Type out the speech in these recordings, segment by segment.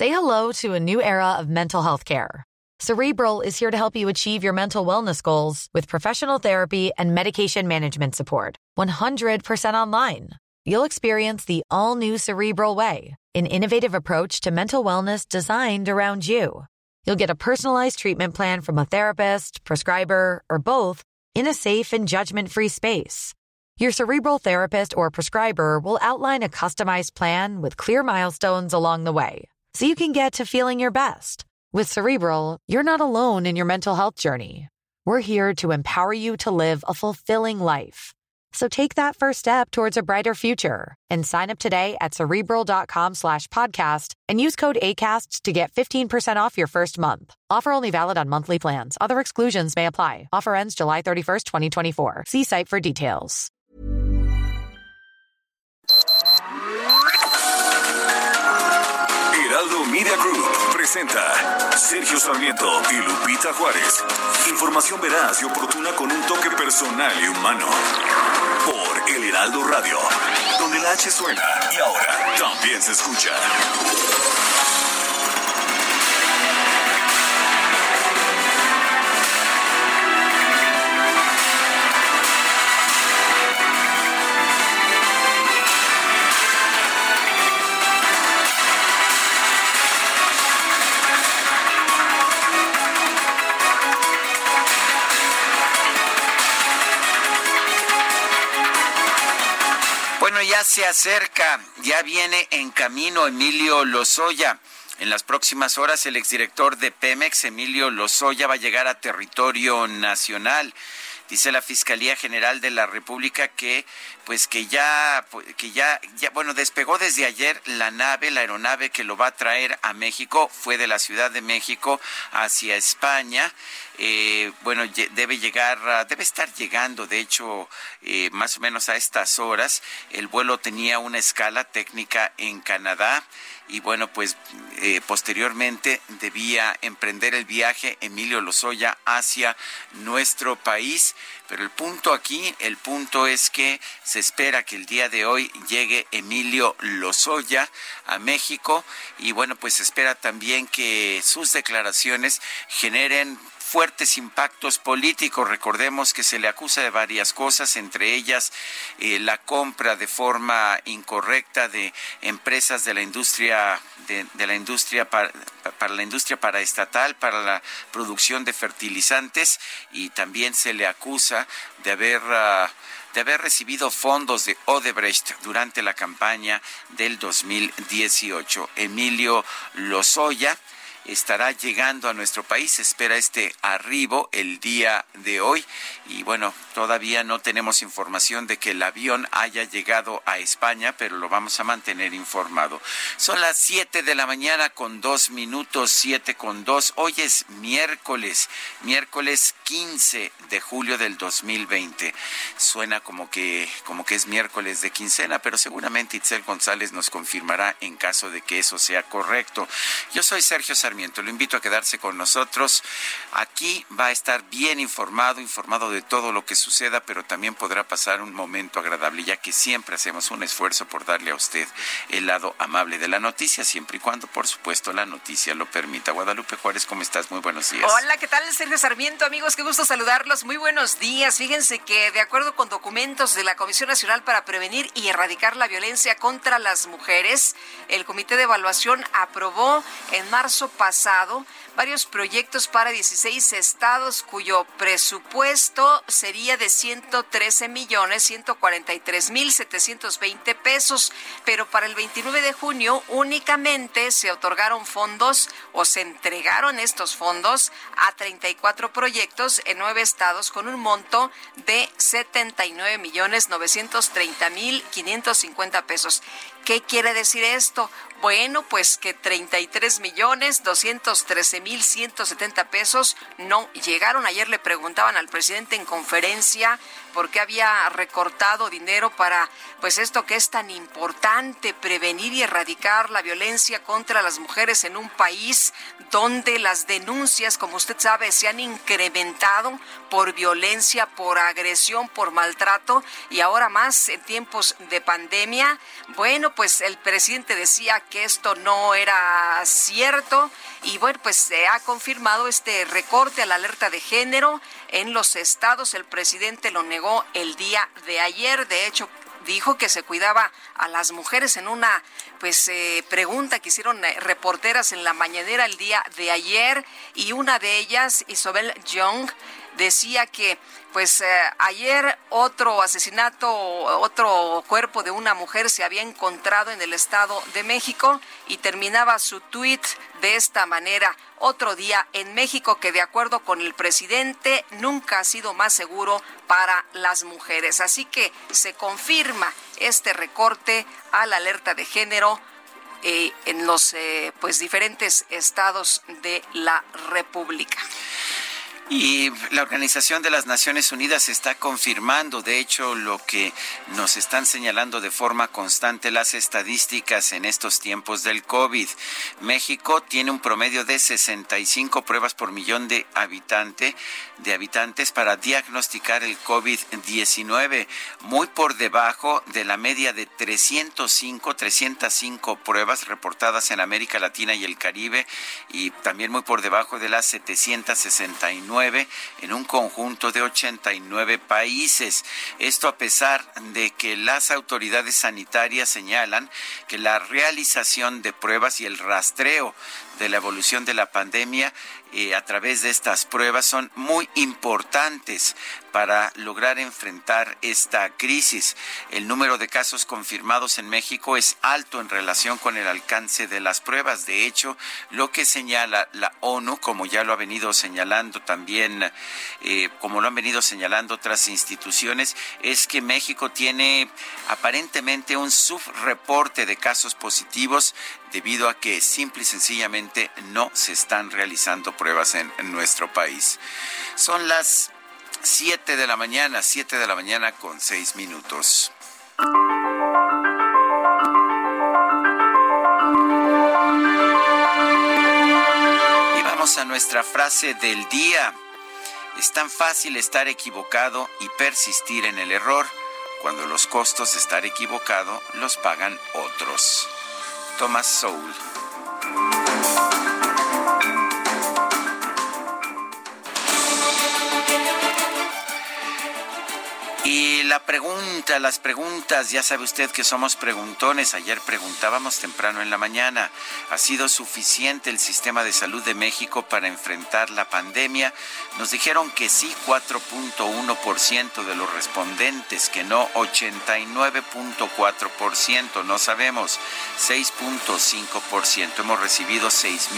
Say hello to a new era of mental health care. Cerebral is here to help you achieve your mental wellness goals with professional therapy and medication management support. 100% online. You'll experience the all-new Cerebral Way, an innovative approach to mental wellness designed around you. You'll get a personalized treatment plan from a therapist, prescriber, or both in a safe and judgment-free space. Your Cerebral therapist or prescriber will outline a customized plan with clear milestones along the way, so you can get to feeling your best. With Cerebral, you're not alone in your mental health journey. We're here to empower you to live a fulfilling life. So take that first step towards a brighter future and sign up today at Cerebral.com/podcast and use code ACAST to get 15% off your first month. Offer only valid on monthly plans. Other exclusions may apply. Offer ends July 31st, 2024. See site for details. Heraldo Media Group presenta Sergio Sarmiento y Lupita Juárez. Información veraz y oportuna con un toque personal y humano. Por El Heraldo Radio, donde la H suena y ahora también se escucha. Bueno, ya se acerca, ya viene en camino Emilio Lozoya. En las próximas horas, el exdirector de Pemex, Emilio Lozoya, va a llegar a territorio nacional. Dice la Fiscalía General de la República que ya, despegó desde ayer la aeronave que lo va a traer a México, fue de la Ciudad de México hacia España. Debe estar llegando, de hecho, más o menos a estas horas. El vuelo tenía una escala técnica en Canadá. Y posteriormente debía emprender el viaje Emilio Lozoya hacia nuestro país. Pero el punto es que se espera que el día de hoy llegue Emilio Lozoya a México. Y se espera también que sus declaraciones generen fuertes impactos políticos. Recordemos que se le acusa de varias cosas, entre ellas la compra de forma incorrecta de empresas de la industria para la industria paraestatal, para la producción de fertilizantes, y también se le acusa de haber recibido fondos de Odebrecht durante la campaña del 2018. Emilio Lozoya estará llegando a nuestro país, se espera este arribo el día de hoy y todavía no tenemos información de que el avión haya llegado a España, pero lo vamos a mantener informado. Son las 7 de la mañana con 2 minutos, 7:02. Hoy es miércoles 15 de julio del 2020. Suena como que es miércoles de quincena, pero seguramente Itzel González nos confirmará en caso de que eso sea correcto. Yo soy Sergio Sarmiento. Lo invito a quedarse con nosotros. Aquí va a estar bien informado de todo lo que suceda, pero también podrá pasar un momento agradable, ya que siempre hacemos un esfuerzo por darle a usted el lado amable de la noticia, siempre y cuando, por supuesto, la noticia lo permita. Guadalupe Juárez, ¿cómo estás? Muy buenos días. Hola, ¿qué tal, Sergio Sarmiento? Amigos, qué gusto saludarlos. Muy buenos días. Fíjense que, de acuerdo con documentos de la Comisión Nacional para Prevenir y Erradicar la Violencia contra las Mujeres, el Comité de Evaluación aprobó en marzo pasado varios proyectos para 16 estados cuyo presupuesto sería de 113,143,720 pesos, pero para el 29 de junio únicamente se otorgaron fondos o se entregaron estos fondos a 34 proyectos en 9 estados con un monto de 79,930,550 pesos. ¿Qué quiere decir esto? Bueno, pues que 33,213,170 pesos no llegaron. Ayer le preguntaban al presidente en conferencia por qué había recortado dinero para pues esto que es tan importante, prevenir y erradicar la violencia contra las mujeres en un país donde las denuncias, como usted sabe, se han incrementado por violencia, por agresión, por maltrato y ahora más en tiempos de pandemia. Bueno, pues el presidente decía que esto no era cierto y bueno, pues se ha confirmado este recorte a la alerta de género en los estados. El presidente lo negó el día de ayer. De hecho, dijo que se cuidaba a las mujeres en una pregunta que hicieron reporteras en la mañanera el día de ayer, y una de ellas, Isobel Young, decía que ayer otro asesinato, otro cuerpo de una mujer se había encontrado en el Estado de México, y terminaba su tuit de esta manera: otro día en México que, de acuerdo con el presidente, nunca ha sido más seguro para las mujeres. Así que se confirma este recorte a la alerta de género en los diferentes estados de la República. Y la Organización de las Naciones Unidas está confirmando, de hecho, lo que nos están señalando de forma constante las estadísticas en estos tiempos del COVID. México tiene un promedio de 65 pruebas por millón de habitantes para diagnosticar el COVID-19, muy por debajo de la media de 305 pruebas reportadas en América Latina y el Caribe, y también muy por debajo de las 769 en un conjunto de 89 países. Esto a pesar de que las autoridades sanitarias señalan que la realización de pruebas y el rastreo de la evolución de la pandemia a través de estas pruebas son muy importantes para lograr enfrentar esta crisis. El número de casos confirmados en México es alto en relación con el alcance de las pruebas. De hecho, lo que señala la ONU, como ya lo ha venido señalando también, como lo han venido señalando otras instituciones, es que México tiene aparentemente un subreporte de casos positivos debido a que simple y sencillamente no se están realizando pruebas en nuestro país. Son las 7 de la mañana con 6 minutos. Y vamos a nuestra frase del día. Es tan fácil estar equivocado y persistir en el error cuando los costos de estar equivocado los pagan otros. Thomas Sowell. Y las preguntas, ya sabe usted que somos preguntones. Ayer preguntábamos temprano en la mañana: ¿ha sido suficiente el sistema de salud de México para enfrentar la pandemia? Nos dijeron que sí, 4.1% de los respondentes, que no, 89.4%, no sabemos, 6.5%. Recibimos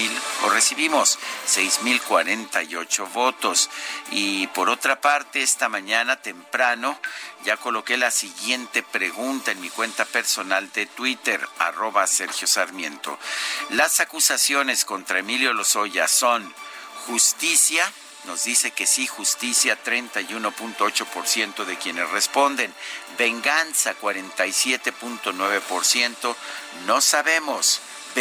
6.048 votos. Y por otra parte, esta mañana temprano ya coloqué la siguiente pregunta en mi cuenta personal de Twitter, @Sergio Sarmiento. Las acusaciones contra Emilio Lozoya son justicia. Nos dice que sí, justicia, 31.8% de quienes responden. Venganza, 47.9%. No sabemos,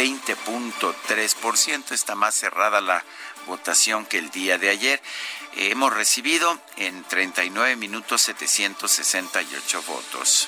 20.3%. Está más cerrada la votación que el día de ayer. Hemos recibido en 39 minutos 768 votos.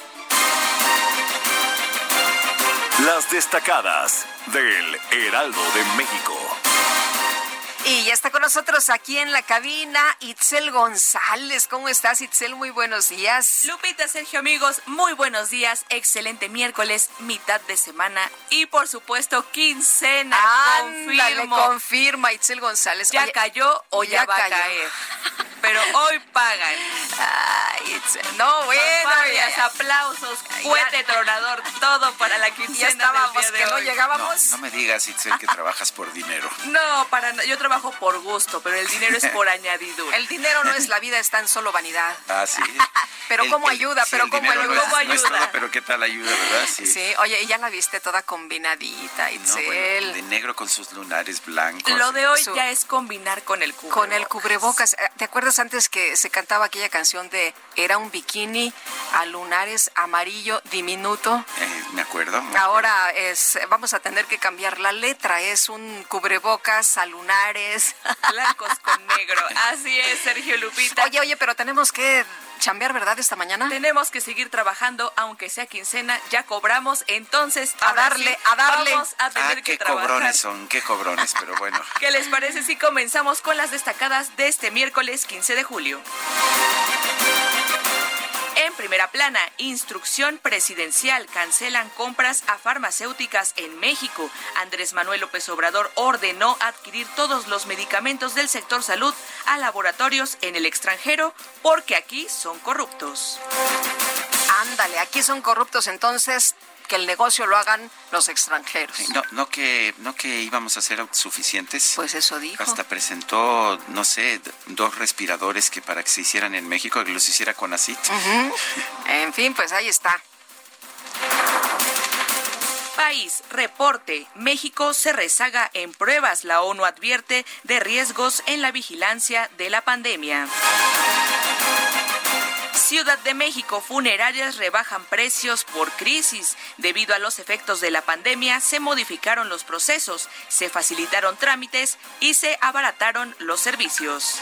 Las destacadas del Heraldo de México. Y ya está con nosotros aquí en la cabina Itzel González. ¿Cómo estás, Itzel? Muy buenos días. Lupita, Sergio, amigos, muy buenos días. Excelente miércoles, mitad de semana y, por supuesto, quincena. Ándale, confirma Itzel González. Ya cayó o ya va a caer. Pero hoy pagan. Ay, Itzel. No, bueno. Fanfarrias, aplausos, cohete tronador, todo para la quincena. Ya estábamos, del día de que no hoy. llegábamos. No me digas, Itzel, que trabajas por dinero. No, yo trabajo por gusto, pero el dinero es por añadidura. El dinero no es la vida, es tan solo vanidad. Ah, sí. Pero ¿cómo ayuda? Pero ¿cómo ayuda? No es todo, pero ¿qué tal ayuda, verdad? Sí, oye, y ya la viste toda combinadita, Itzel. No, bueno, negro con sus lunares blancos. Lo de hoy ya es combinar con el cubrebocas. Con el cubrebocas. ¿Te acuerdas antes que se cantaba aquella canción de Era un bikini a lunares amarillo diminuto? Me acuerdo. Ahora vamos a tener que cambiar la letra. Es un cubrebocas a lunares blancos con negro. Así es, Sergio, Lupita. Oye, pero tenemos que chambear, ¿verdad, esta mañana? Tenemos que seguir trabajando, aunque sea quincena, ya cobramos, entonces a darle. Vamos a tener que trabajar. Qué cobrones, pero bueno. ¿Qué les parece si comenzamos con las destacadas de este miércoles 15 de julio? En primera plana, instrucción presidencial, cancelan compras a farmacéuticas en México. Andrés Manuel López Obrador ordenó adquirir todos los medicamentos del sector salud a laboratorios en el extranjero porque aquí son corruptos. Ándale, aquí son corruptos, entonces que el negocio lo hagan los extranjeros. No que íbamos a ser autosuficientes. Pues eso dijo. Hasta presentó, 2 respiradores que para que se hicieran en México, que los hiciera CONACYT. En fin, pues ahí está. País, reporte. México se rezaga en pruebas. La ONU advierte de riesgos en la vigilancia de la pandemia. Ciudad de México, funerarias rebajan precios por crisis. Debido a los efectos de la pandemia, se modificaron los procesos, se facilitaron trámites y se abarataron los servicios.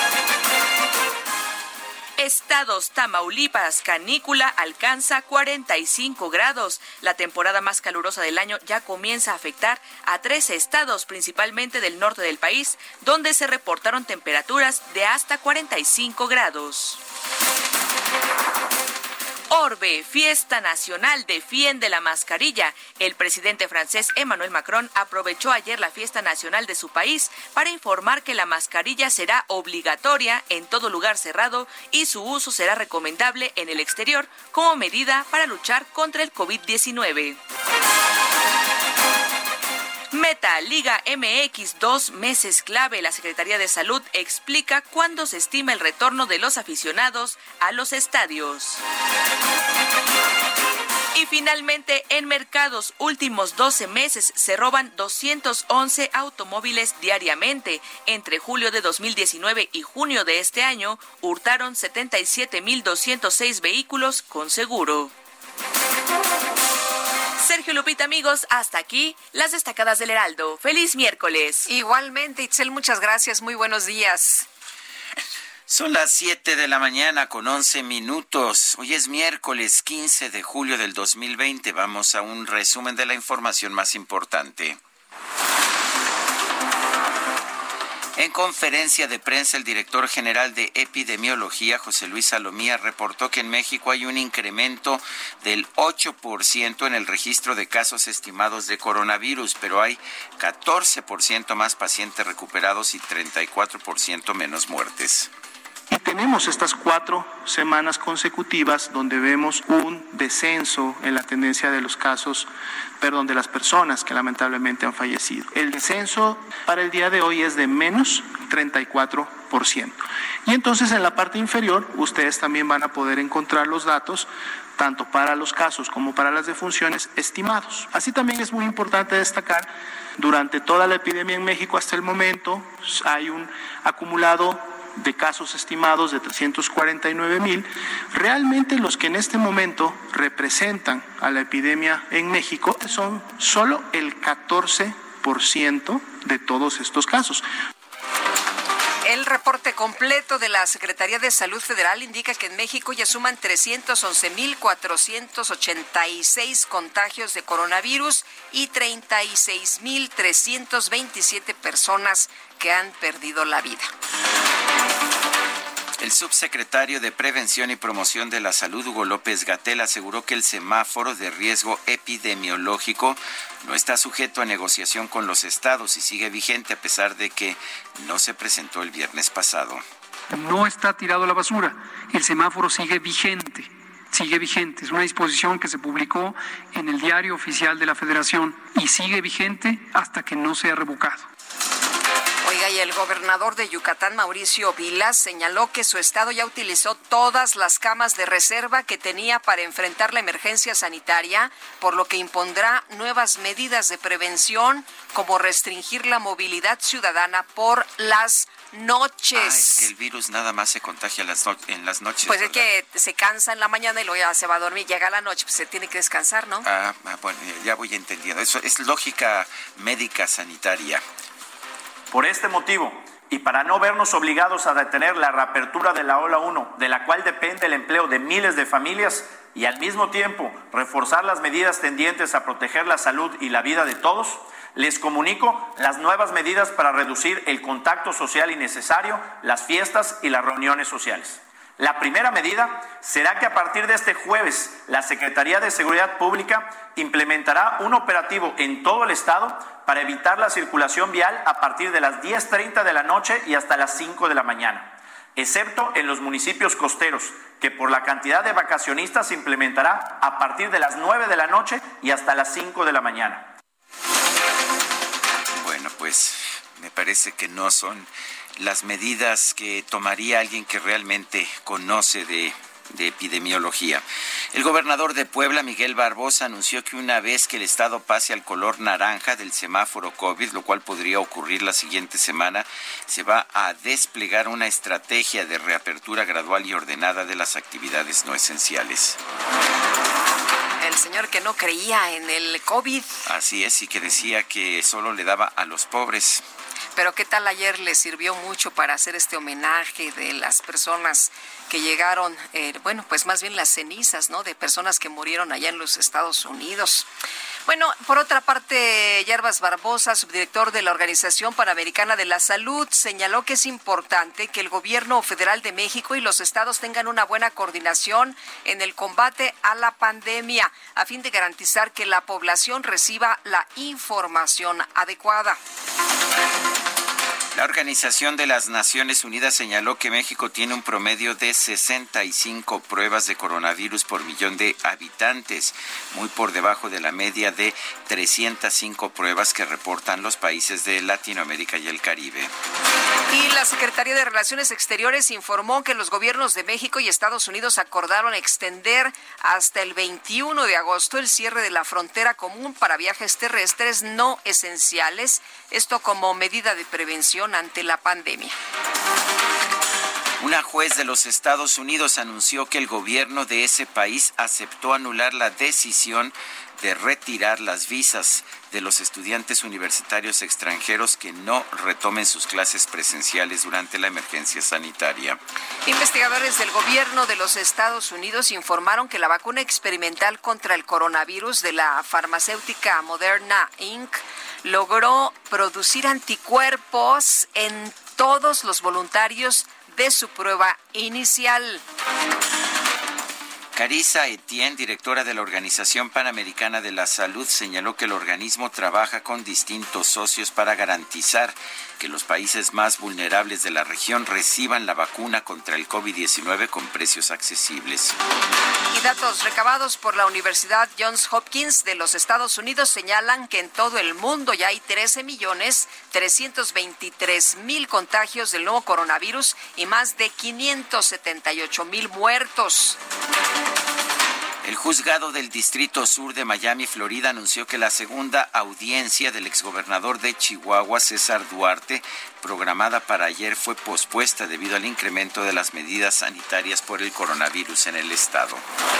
Estados, Tamaulipas, canícula alcanza 45 grados. La temporada más calurosa del año ya comienza a afectar a 13 estados, principalmente del norte del país, donde se reportaron temperaturas de hasta 45 grados. Orbe, fiesta nacional, defiende la mascarilla. El presidente francés Emmanuel Macron aprovechó ayer la fiesta nacional de su país para informar que la mascarilla será obligatoria en todo lugar cerrado y su uso será recomendable en el exterior como medida para luchar contra el COVID-19. Meta, Liga MX, 2 meses clave. La Secretaría de Salud explica cuándo se estima el retorno de los aficionados a los estadios. Y finalmente, en mercados, últimos 12 meses se roban 211 automóviles diariamente. Entre julio de 2019 y junio de este año, hurtaron 77,206 vehículos con seguro. Sergio, Lupita, amigos, hasta aquí las destacadas del Heraldo. ¡Feliz miércoles! Igualmente, Itzel, muchas gracias. Muy buenos días. Son las 7 de la mañana con 11 minutos. Hoy es miércoles 15 de julio del 2020. Vamos a un resumen de la información más importante. En conferencia de prensa, el director general de Epidemiología, José Luis Salomía, reportó que en México hay un incremento del 8% en el registro de casos estimados de coronavirus, pero hay 14% más pacientes recuperados y 34% menos muertes. Y tenemos estas 4 semanas consecutivas donde vemos un descenso en la tendencia de los casos, de las personas que lamentablemente han fallecido. El descenso para el día de hoy es de menos 34%. Y entonces en la parte inferior ustedes también van a poder encontrar los datos tanto para los casos como para las defunciones estimados. Así también es muy importante destacar, durante toda la epidemia en México hasta el momento hay un acumulado de casos estimados de 349,000. Realmente los que en este momento representan a la epidemia en México son solo el 14% de todos estos casos. El reporte completo de la Secretaría de Salud Federal indica que en México ya suman 311,486 contagios de coronavirus y 36,327 personas que han perdido la vida. El subsecretario de Prevención y Promoción de la Salud, Hugo López-Gatell, aseguró que el semáforo de riesgo epidemiológico no está sujeto a negociación con los estados y sigue vigente a pesar de que no se presentó el viernes pasado. No está tirado a la basura, el semáforo sigue vigente. Es una disposición que se publicó en el Diario Oficial de la Federación y sigue vigente hasta que no sea revocado. Oiga, Oiga, y el gobernador de Yucatán, Mauricio Vila, señaló que su estado ya utilizó todas las camas de reserva que tenía para enfrentar la emergencia sanitaria, por lo que impondrá nuevas medidas de prevención, como restringir la movilidad ciudadana por las noches. Es que el virus nada más se contagia en las noches. Pues ¿verdad? es que se cansa en la mañana y luego ya se va a dormir, llega la noche, pues se tiene que descansar, ¿no? Bueno, ya voy entendiendo. Eso es lógica médica sanitaria. Por este motivo, y para no vernos obligados a detener la reapertura de la ola 1, de la cual depende el empleo de miles de familias, y al mismo tiempo reforzar las medidas tendientes a proteger la salud y la vida de todos, les comunico las nuevas medidas para reducir el contacto social innecesario, las fiestas y las reuniones sociales. La primera medida será que a partir de este jueves, la Secretaría de Seguridad Pública implementará un operativo en todo el estado para evitar la circulación vial a partir de las 10:30 de la noche y hasta las 5 de la mañana, excepto en los municipios costeros, que por la cantidad de vacacionistas se implementará a partir de las 9 de la noche y hasta las 5 de la mañana. Bueno, pues me parece que no son las medidas que tomaría alguien que realmente conoce de epidemiología. El gobernador de Puebla, Miguel Barbosa, anunció que una vez que el estado pase al color naranja del semáforo COVID, lo cual podría ocurrir la siguiente semana, se va a desplegar una estrategia de reapertura gradual y ordenada de las actividades no esenciales. El señor que no creía en el COVID. Así es, y que decía que solo le daba a los pobres. Pero ¿qué tal ayer? Le sirvió mucho para hacer este homenaje de las personas que llegaron, pues más bien las cenizas, ¿no? De personas que murieron allá en los Estados Unidos. Bueno, por otra parte, Yerbas Barbosa, subdirector de la Organización Panamericana de la Salud, señaló que es importante que el gobierno federal de México y los estados tengan una buena coordinación en el combate a la pandemia, a fin de garantizar que la población reciba la información adecuada. La Organización de las Naciones Unidas señaló que México tiene un promedio de 65 pruebas de coronavirus por millón de habitantes, muy por debajo de la media de 305 pruebas que reportan los países de Latinoamérica y el Caribe. Y la Secretaría de Relaciones Exteriores informó que los gobiernos de México y Estados Unidos acordaron extender hasta el 21 de agosto el cierre de la frontera común para viajes terrestres no esenciales, esto como medida de prevención ante la pandemia. Una juez de los Estados Unidos anunció que el gobierno de ese país aceptó anular la decisión de retirar las visas de los estudiantes universitarios extranjeros que no retomen sus clases presenciales durante la emergencia sanitaria. Investigadores del gobierno de los Estados Unidos informaron que la vacuna experimental contra el coronavirus de la farmacéutica Moderna Inc. logró producir anticuerpos en todos los voluntarios de su prueba inicial. Carissa Etienne, directora de la Organización Panamericana de la Salud, señaló que el organismo trabaja con distintos socios para garantizar que los países más vulnerables de la región reciban la vacuna contra el COVID-19 con precios accesibles. Y datos recabados por la Universidad Johns Hopkins de los Estados Unidos señalan que en todo el mundo ya hay 13.323.000 contagios del nuevo coronavirus y más de 578.000 muertos. El juzgado del Distrito Sur de Miami, Florida, anunció que la segunda audiencia del exgobernador de Chihuahua, César Duarte, programada para ayer, fue pospuesta debido al incremento de las medidas sanitarias por el coronavirus en el estado.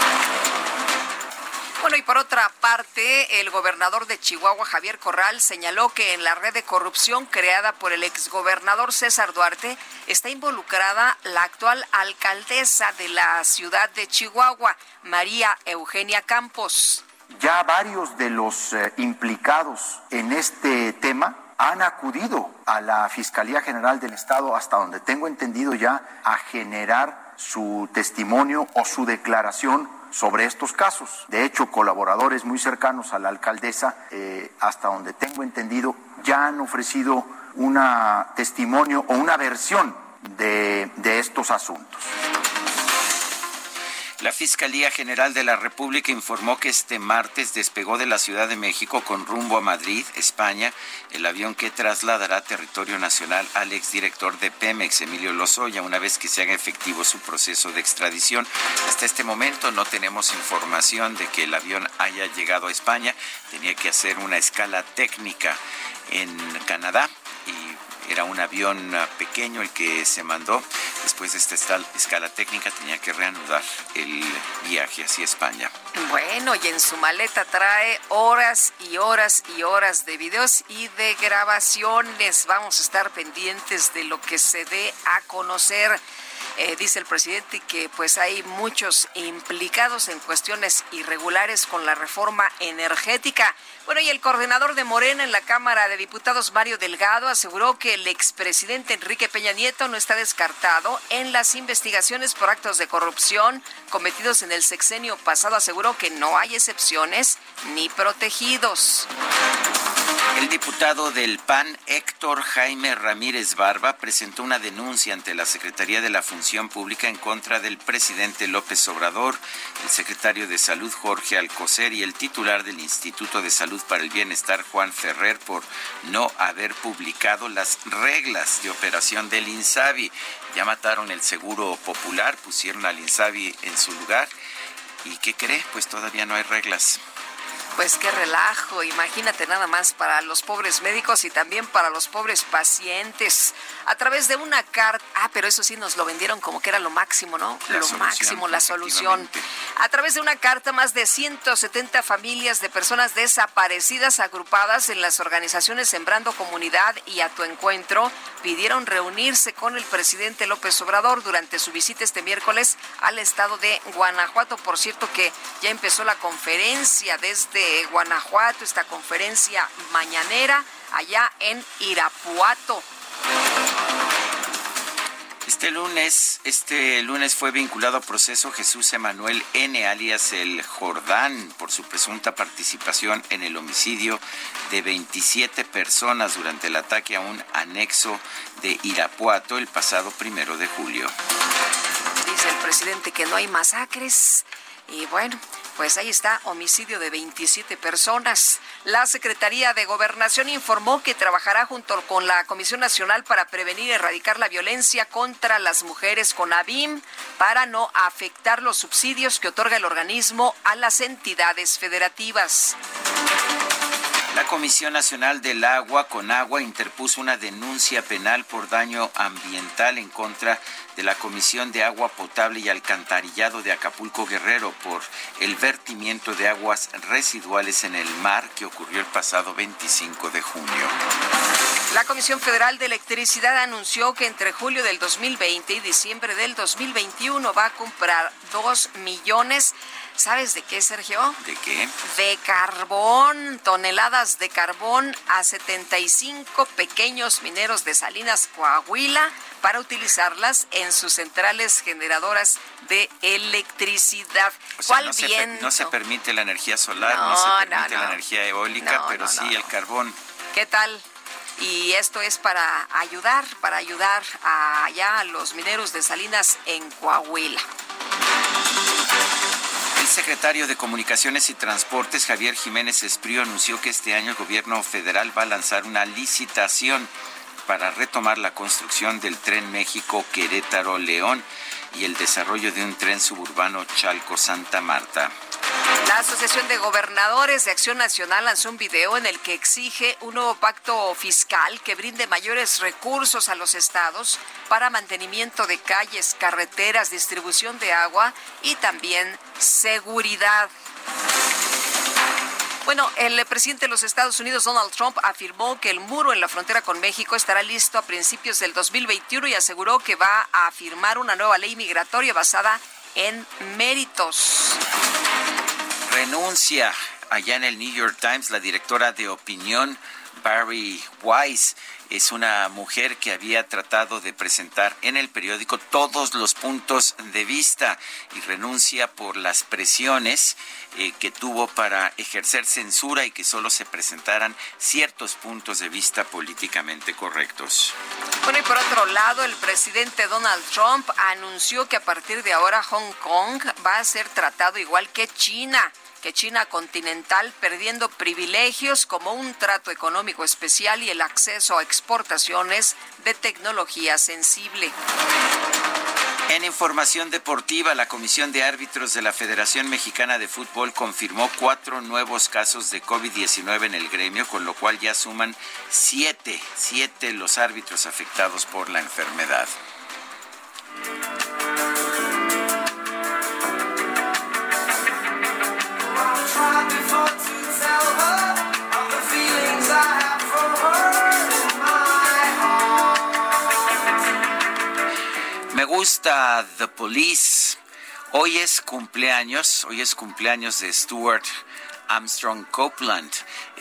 Bueno, y por otra parte, el gobernador de Chihuahua, Javier Corral, señaló que en la red de corrupción creada por el exgobernador César Duarte está involucrada la actual alcaldesa de la ciudad de Chihuahua, María Eugenia Campos. Ya varios de los implicados en este tema han acudido a la Fiscalía General del Estado, hasta donde tengo entendido ya, a generar su testimonio o su declaración sobre estos casos. De hecho, colaboradores muy cercanos a la alcaldesa, hasta donde tengo entendido, ya han ofrecido un testimonio o una versión de estos asuntos. La Fiscalía General de la República informó que este martes despegó de la Ciudad de México con rumbo a Madrid, España, el avión que trasladará a territorio nacional al exdirector de Pemex, Emilio Lozoya, una vez que se haga efectivo su proceso de extradición. Hasta este momento no tenemos información de que el avión haya llegado a España. Tenía que hacer una escala técnica en Canadá y era un avión pequeño el que se mandó. Después de esta escala técnica tenía que reanudar el viaje hacia España. Bueno, y en su maleta trae horas y horas y horas de videos y de grabaciones. Vamos a estar pendientes de lo que se dé a conocer. Dice el presidente que pues hay muchos implicados en cuestiones irregulares con la reforma energética. Bueno, y el coordinador de Morena en la Cámara de Diputados, Mario Delgado, aseguró que el expresidente Enrique Peña Nieto no está descartado en las investigaciones por actos de corrupción cometidos en el sexenio pasado. Aseguró que no hay excepciones ni protegidos. El diputado del PAN, Héctor Jaime Ramírez Barba, presentó una denuncia ante la Secretaría de la Función Pública en contra del presidente López Obrador, el secretario de Salud, Jorge Alcocer, y el titular del Instituto de Salud para el Bienestar, Juan Ferrer, por no haber publicado las reglas de operación del INSABI. Ya mataron el Seguro Popular, pusieron al INSABI en su lugar. ¿Y qué cree? Pues todavía no hay reglas. Pues qué relajo, imagínate nada más para los pobres médicos y también para los pobres pacientes. A través de una carta, pero eso sí nos lo vendieron como que era lo máximo, ¿no? Lo máximo, la solución. A través de una carta, más de 170 familias de personas desaparecidas agrupadas en las organizaciones Sembrando Comunidad y A Tu Encuentro pidieron reunirse con el presidente López Obrador durante su visita este miércoles al estado de Guanajuato. Por cierto que ya empezó la conferencia desde Guanajuato, esta conferencia mañanera allá en Irapuato. Este lunes fue vinculado a proceso Jesús Emanuel N., alias el Jordán, por su presunta participación en el homicidio de 27 personas durante el ataque a un anexo de Irapuato el pasado 1 de julio. Dice el presidente que no hay masacres. Y bueno, pues ahí está, homicidio de 27 personas. La Secretaría de Gobernación informó que trabajará junto con la Comisión Nacional para Prevenir y Erradicar la Violencia contra las Mujeres, CONAVIM, para no afectar los subsidios que otorga el organismo a las entidades federativas. La Comisión Nacional del Agua, CONAGUA, interpuso una denuncia penal por daño ambiental en contra de la Comisión de Agua Potable y Alcantarillado de Acapulco, Guerrero, por el vertimiento de aguas residuales en el mar que ocurrió el pasado 25 de junio. La Comisión Federal de Electricidad anunció que entre julio del 2020 y diciembre del 2021 va a comprar 2 millones. ¿Sabes de qué, Sergio? ¿De qué? De carbón, toneladas de carbón a 75 pequeños mineros de Salinas, Coahuila, para utilizarlas en sus centrales generadoras de electricidad. O sea, ¿Cuál viento? No se permite la energía solar, no se permite la energía eólica, pero sí el carbón. ¿Qué tal? Y esto es para ayudar allá a los mineros de Salinas en Coahuila. El secretario de Comunicaciones y Transportes, Javier Jiménez Espriu, anunció que este año el gobierno federal va a lanzar una licitación para retomar la construcción del Tren México Querétaro-León y el desarrollo de un tren suburbano Chalco-Santa Marta. La Asociación de Gobernadores de Acción Nacional lanzó un video en el que exige un nuevo pacto fiscal que brinde mayores recursos a los estados para mantenimiento de calles, carreteras, distribución de agua y también seguridad. Bueno, el presidente de los Estados Unidos, Donald Trump, afirmó que el muro en la frontera con México estará listo a principios del 2021 y aseguró que va a firmar una nueva ley migratoria basada en méritos. Renuncia allá en el New York Times la directora de opinión Barry Weiss. Es una mujer que había tratado de presentar en el periódico todos los puntos de vista y renuncia por las presiones que tuvo para ejercer censura y que solo se presentaran ciertos puntos de vista políticamente correctos. Bueno, y por otro lado, el presidente Donald Trump anunció que a partir de ahora Hong Kong va a ser tratado igual que China continental, perdiendo privilegios como un trato económico especial y el acceso a exportaciones de tecnología sensible. En información deportiva, la Comisión de Árbitros de la Federación Mexicana de Fútbol confirmó 4 nuevos casos de COVID-19 en el gremio, con lo cual ya suman 7 los árbitros afectados por la enfermedad. Me gusta The Police. Hoy es cumpleaños de Stuart Armstrong Copeland.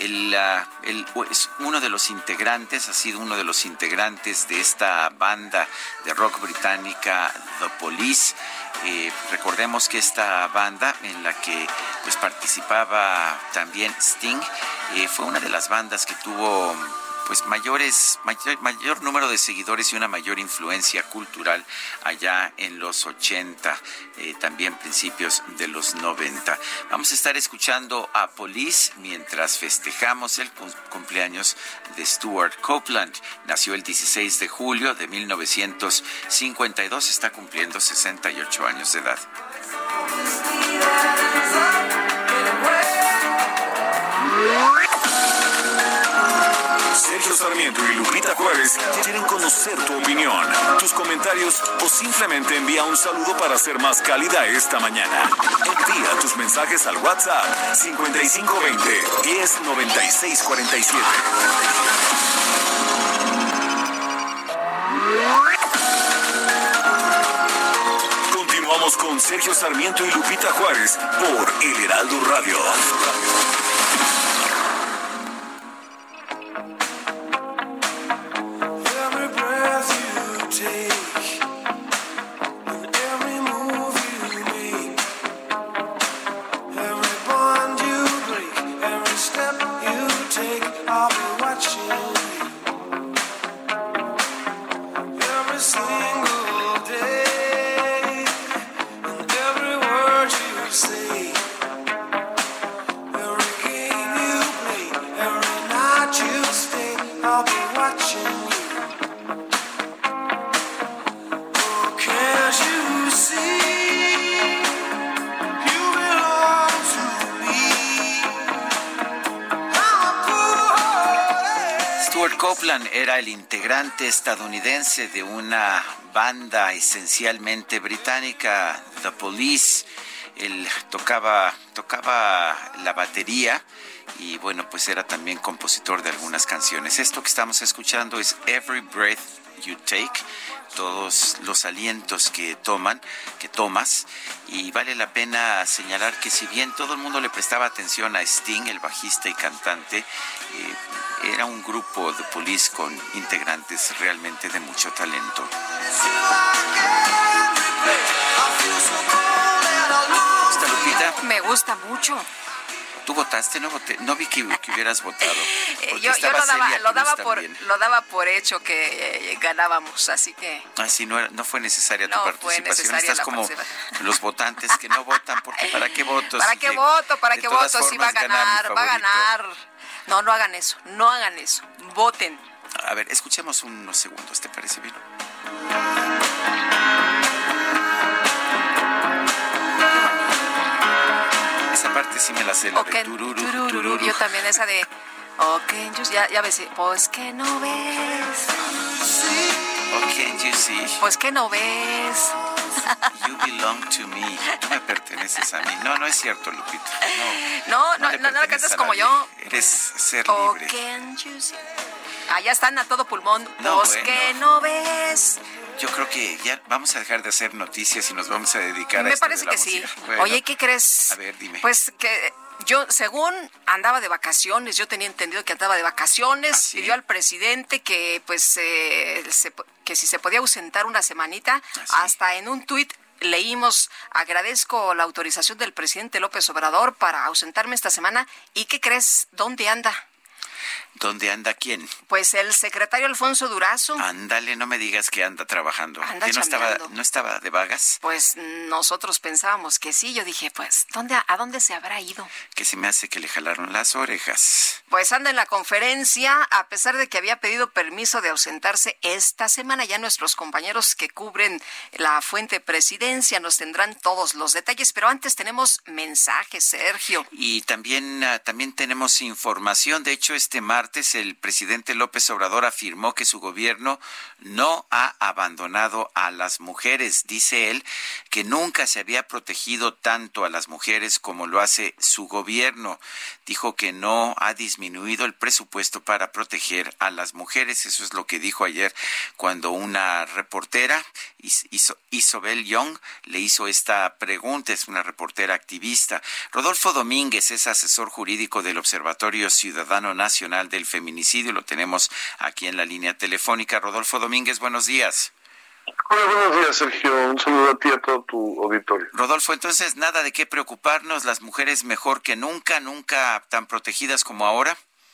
Es uno de los integrantes, ha sido uno de los integrantes de esta banda de rock británica The Police. Recordemos que esta banda, en la que pues participaba también Sting, fue una de las bandas que tuvo pues mayor número de seguidores y una mayor influencia cultural allá en los 80, también principios de los 90. Vamos a estar escuchando a Police mientras festejamos el cumpleaños de Stuart Copeland. Nació el 16 de julio de 1952, está cumpliendo 68 años de edad. Sergio Sarmiento y Lupita Juárez quieren conocer tu opinión, tus comentarios o simplemente envía un saludo para hacer más cálida esta mañana. Envía tus mensajes al WhatsApp 5520 109647. Continuamos con Sergio Sarmiento y Lupita Juárez por El Heraldo Radio. Era el integrante estadounidense de una banda esencialmente británica, The Police. Él tocaba la batería y bueno, pues era también compositor de algunas canciones. Esto que estamos escuchando es Every Breath You Take, todos los alientos que tomas, y vale la pena señalar que si bien todo el mundo le prestaba atención a Sting, el bajista y cantante, era un grupo de Police con integrantes realmente de mucho talento. ¿Está, Lupita? Me gusta mucho. ¿Tú votaste? No vi que hubieras votado. Yo lo daba por hecho que ganábamos, así que... Así no fue necesaria tu participación. Estás como los votantes que no votan, porque ¿para qué voto? ¿Para qué voto? Si va a ganar, va a ganar. No hagan eso, voten. A ver, escuchemos unos segundos, ¿te parece bien? Esa parte sí me la sé, la de tururú. Yo también esa de ya ves, pues que no ves. Pues que no ves. You belong to me. Tú me perteneces a mí. No es cierto, Lupita. No cantas como yo. Eres ser libre. Allá están a todo pulmón. Pues que no ves. Yo creo que ya vamos a dejar de hacer noticias y nos vamos a dedicar a esto de la música. Me parece que sí. Bueno, oye, ¿qué crees? A ver, dime. Pues que Yo, según andaba de vacaciones, yo tenía entendido que andaba de vacaciones, ¿Ah, sí? pidió al presidente que, pues, que si se podía ausentar una semanita, ¿Ah, sí? hasta en un tuit leímos: agradezco la autorización del presidente López Obrador para ausentarme esta semana. ¿Y qué crees? ¿Dónde anda? ¿Dónde anda quién? Pues el secretario Alfonso Durazo. Ándale, no me digas que anda trabajando. Anda ¿Que chambeando. no estaba de vagas? Pues nosotros pensábamos que sí. Yo dije, pues, ¿a dónde se habrá ido? Que se me hace que le jalaron las orejas. Pues anda en la conferencia, a pesar de que había pedido permiso de ausentarse esta semana. Ya nuestros compañeros que cubren la fuente Presidencia nos tendrán todos los detalles, pero antes tenemos mensajes, Sergio. Y también tenemos información. De hecho, este martes el presidente López Obrador afirmó que su gobierno no ha abandonado a las mujeres. Dice él que nunca se había protegido tanto a las mujeres como lo hace su gobierno. Dijo que no ha disminuido el presupuesto para proteger a las mujeres. Eso es lo que dijo ayer cuando una reportera, Isobel Young, le hizo esta pregunta. Es una reportera activista. Rodolfo Domínguez es asesor jurídico del Observatorio Ciudadano Nacional del Feminicidio. Lo tenemos aquí en la línea telefónica. Rodolfo Domínguez, buenos días. Hola, buenos días, Sergio. Un saludo a ti y a todo tu auditorio. Rodolfo, entonces, nada de qué preocuparnos, las mujeres mejor que nunca, nunca tan protegidas como ahora.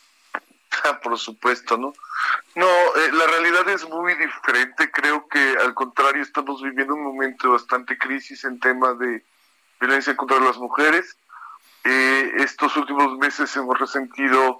Por supuesto, ¿no? No, la realidad es muy diferente. Creo que, al contrario, estamos viviendo un momento de bastante crisis en temas de violencia contra las mujeres. Estos últimos meses hemos resentido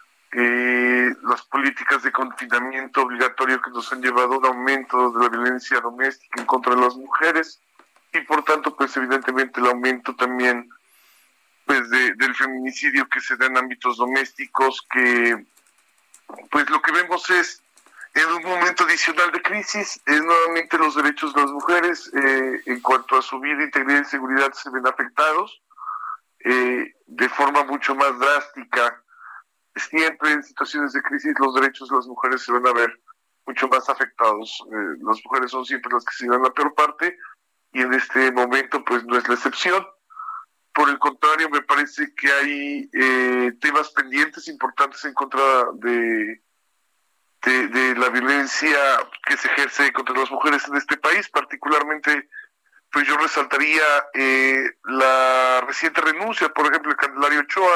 las políticas de confinamiento obligatorio que nos han llevado a un aumento de la violencia doméstica en contra de las mujeres y por tanto pues evidentemente el aumento también pues del feminicidio que se da en ámbitos domésticos, que pues lo que vemos es en un momento adicional de crisis, es nuevamente los derechos de las mujeres en cuanto a su vida, integridad y seguridad se ven afectados de forma mucho más drástica. Siempre en situaciones de crisis los derechos de las mujeres se van a ver mucho más afectados. Las mujeres son siempre las que se llevan la peor parte y en este momento pues no es la excepción. Por el contrario, me parece que hay temas pendientes importantes en contra de la violencia que se ejerce contra las mujeres en este país. Particularmente, pues yo resaltaría la reciente renuncia, por ejemplo, de Candelaria Ochoa,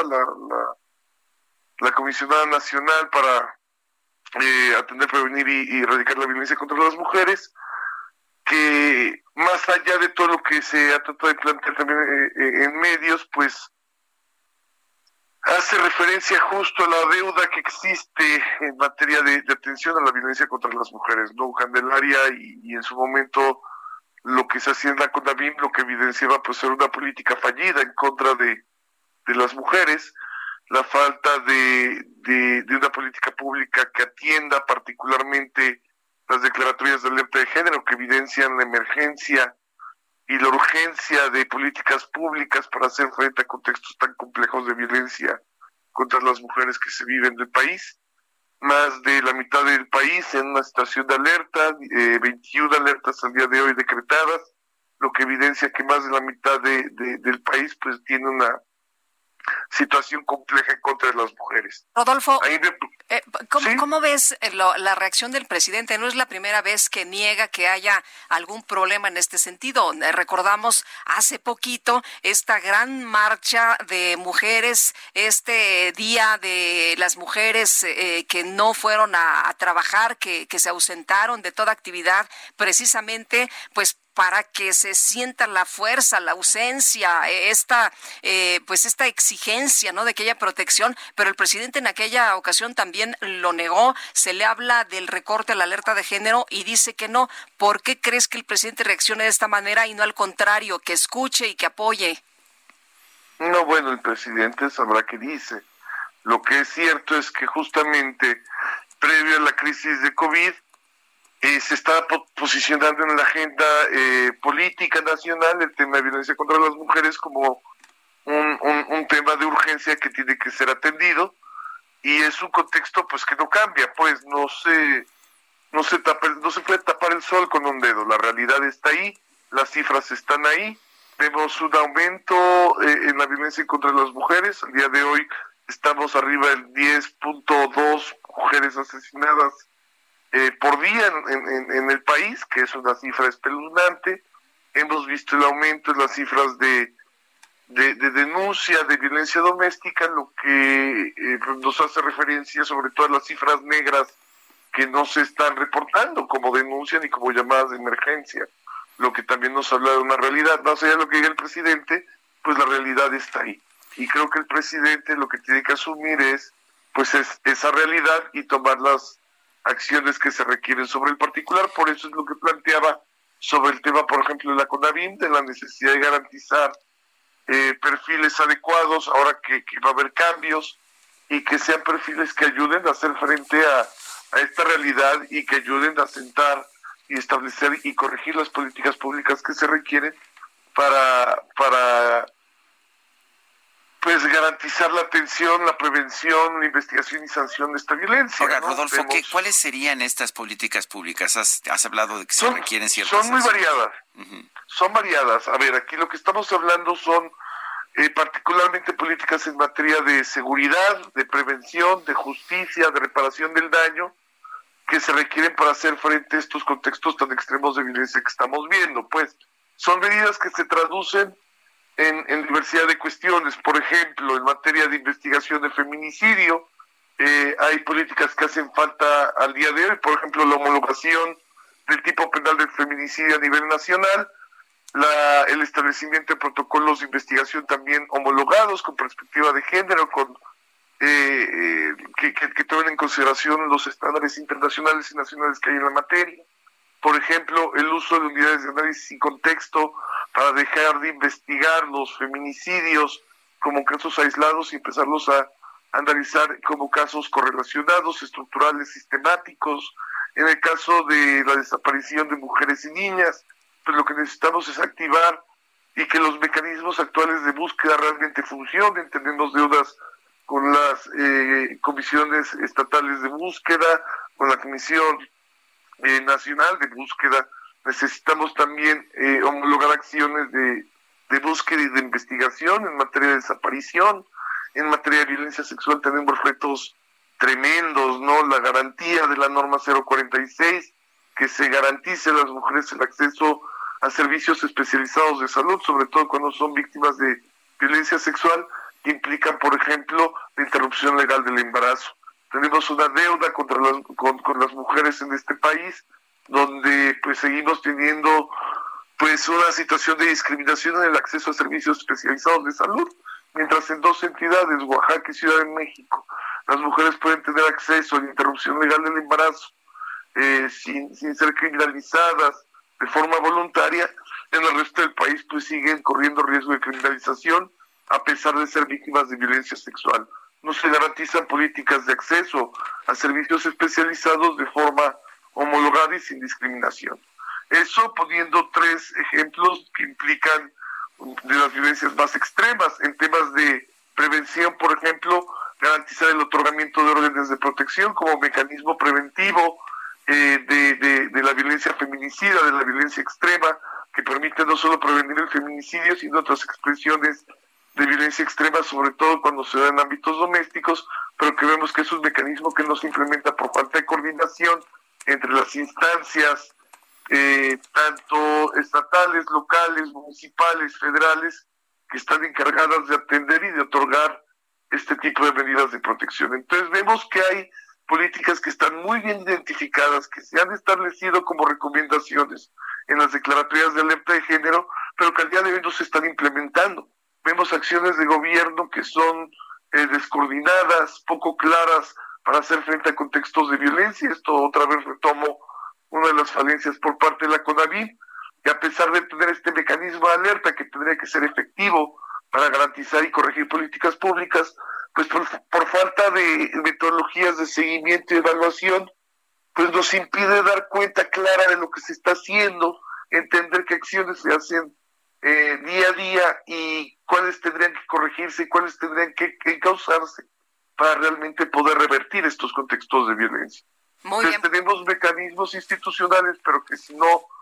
la comisionada nacional para atender, prevenir y erradicar la violencia contra las mujeres, que más allá de todo lo que se ha tratado de plantear también en medios, pues hace referencia justo a la deuda que existe en materia de atención a la violencia contra las mujeres, ¿no? Candelaria y en su momento lo que se hacía en la CONAVIM, lo que evidenciaba pues era una política fallida en contra de las mujeres, la falta de una política pública que atienda particularmente las declaratorias de alerta de género que evidencian la emergencia y la urgencia de políticas públicas para hacer frente a contextos tan complejos de violencia contra las mujeres que se viven en el país. Más de la mitad del país en una situación de alerta, 21 alertas al día de hoy decretadas, lo que evidencia que más de la mitad del país pues tiene una situación compleja en contra de las mujeres. Rodolfo, ¿sí? ¿Cómo ves la reacción del presidente? No es la primera vez que niega que haya algún problema en este sentido. Recordamos hace poquito esta gran marcha de mujeres, este día de las mujeres que no fueron a trabajar, que se ausentaron de toda actividad, precisamente pues para que se sienta la fuerza, la ausencia, esta exigencia, ¿no?, de que haya protección, pero el presidente en aquella ocasión también lo negó. Se le habla del recorte a la alerta de género y dice que no. ¿Por qué crees que el presidente reaccione de esta manera y no al contrario, que escuche y que apoye? No, bueno, el presidente sabrá qué dice. Lo que es cierto es que justamente previo a la crisis de COVID, se está posicionando en la agenda política nacional el tema de violencia contra las mujeres como un tema de urgencia que tiene que ser atendido, y es un contexto pues que no cambia, pues no se puede tapar el sol con un dedo. La realidad está ahí, las cifras están ahí, Vemos un aumento en la violencia contra las mujeres. Al día de hoy estamos arriba del 10.2 mujeres asesinadas por día en el país, que es una cifra espeluznante. Hemos visto el aumento en las cifras de denuncia de violencia doméstica, lo que nos hace referencia sobre todo a las cifras negras que no se están reportando como denuncia ni como llamadas de emergencia, lo que también nos habla de una realidad. Más allá de lo que diga el presidente, pues la realidad está ahí. Y creo que el presidente lo que tiene que asumir es esa realidad y tomar las acciones que se requieren sobre el particular. Por eso es lo que planteaba sobre el tema, por ejemplo, de la CONAVIM, de la necesidad de garantizar perfiles adecuados, ahora que va a haber cambios, y que sean perfiles que ayuden a hacer frente a esta realidad y que ayuden a sentar y establecer y corregir las políticas públicas que se requieren para pues garantizar la atención, la prevención, la investigación y sanción de esta violencia. Ahora, ¿no? Rodolfo, ¿cuáles serían estas políticas públicas? Has hablado de que se requieren ciertas... Son muy variadas. Uh-huh. Son variadas. A ver, aquí lo que estamos hablando son particularmente políticas en materia de seguridad, de prevención, de justicia, de reparación del daño, que se requieren para hacer frente a estos contextos tan extremos de violencia que estamos viendo. Pues son medidas que se traducen en diversidad de cuestiones. Por ejemplo, en materia de investigación de feminicidio, hay políticas que hacen falta al día de hoy. Por ejemplo, la homologación del tipo penal del feminicidio a nivel nacional, el establecimiento de protocolos de investigación también homologados con perspectiva de género, que tomen en consideración los estándares internacionales y nacionales que hay en la materia. Por ejemplo, el uso de unidades de análisis y contexto para dejar de investigar los feminicidios como casos aislados y empezarlos a analizar como casos correlacionados, estructurales, sistemáticos. En el caso de la desaparición de mujeres y niñas, pues lo que necesitamos es activar y que los mecanismos actuales de búsqueda realmente funcionen. Tenemos deudas con las comisiones estatales de búsqueda, con la Comisión Nacional de Búsqueda. Necesitamos también homologar acciones de búsqueda y de investigación en materia de desaparición. En materia de violencia sexual tenemos retos tremendos, ¿no? La garantía de la norma 046, que se garantice a las mujeres el acceso a servicios especializados de salud, sobre todo cuando son víctimas de violencia sexual, que implican, por ejemplo, la interrupción legal del embarazo. Tenemos una deuda con las mujeres en este país, donde pues seguimos teniendo pues una situación de discriminación en el acceso a servicios especializados de salud, mientras en dos entidades, Oaxaca y Ciudad de México, las mujeres pueden tener acceso a la interrupción legal del embarazo sin ser criminalizadas de forma voluntaria. En el resto del país pues siguen corriendo riesgo de criminalización a pesar de ser víctimas de violencia sexual. No se garantizan políticas de acceso a servicios especializados de forma homologada y sin discriminación. Eso poniendo tres ejemplos que implican de las violencias más extremas. En temas de prevención, por ejemplo, garantizar el otorgamiento de órdenes de protección como mecanismo preventivo de la violencia feminicida, de la violencia extrema, que permite no solo prevenir el feminicidio, sino otras expresiones de violencia extrema, sobre todo cuando se da en ámbitos domésticos, pero que vemos que es un mecanismo que no se implementa por falta de coordinación entre las instancias, tanto estatales, locales, municipales, federales, que están encargadas de atender y de otorgar este tipo de medidas de protección. Entonces vemos que hay políticas que están muy bien identificadas, que se han establecido como recomendaciones en las declaratorias de alerta de género, pero que al día de hoy no se están implementando. Vemos acciones de gobierno que son descoordinadas, poco claras para hacer frente a contextos de violencia. Esto otra vez retomo una de las falencias por parte de la CONAVIM, que a pesar de tener este mecanismo de alerta que tendría que ser efectivo para garantizar y corregir políticas públicas, pues por falta de metodologías de seguimiento y evaluación, pues nos impide dar cuenta clara de lo que se está haciendo, entender qué acciones se hacen día a día y cuáles tendrían que corregirse y cuáles tendrían que encauzarse para realmente poder revertir estos contextos de violencia. Entonces tenemos mecanismos institucionales, pero que si no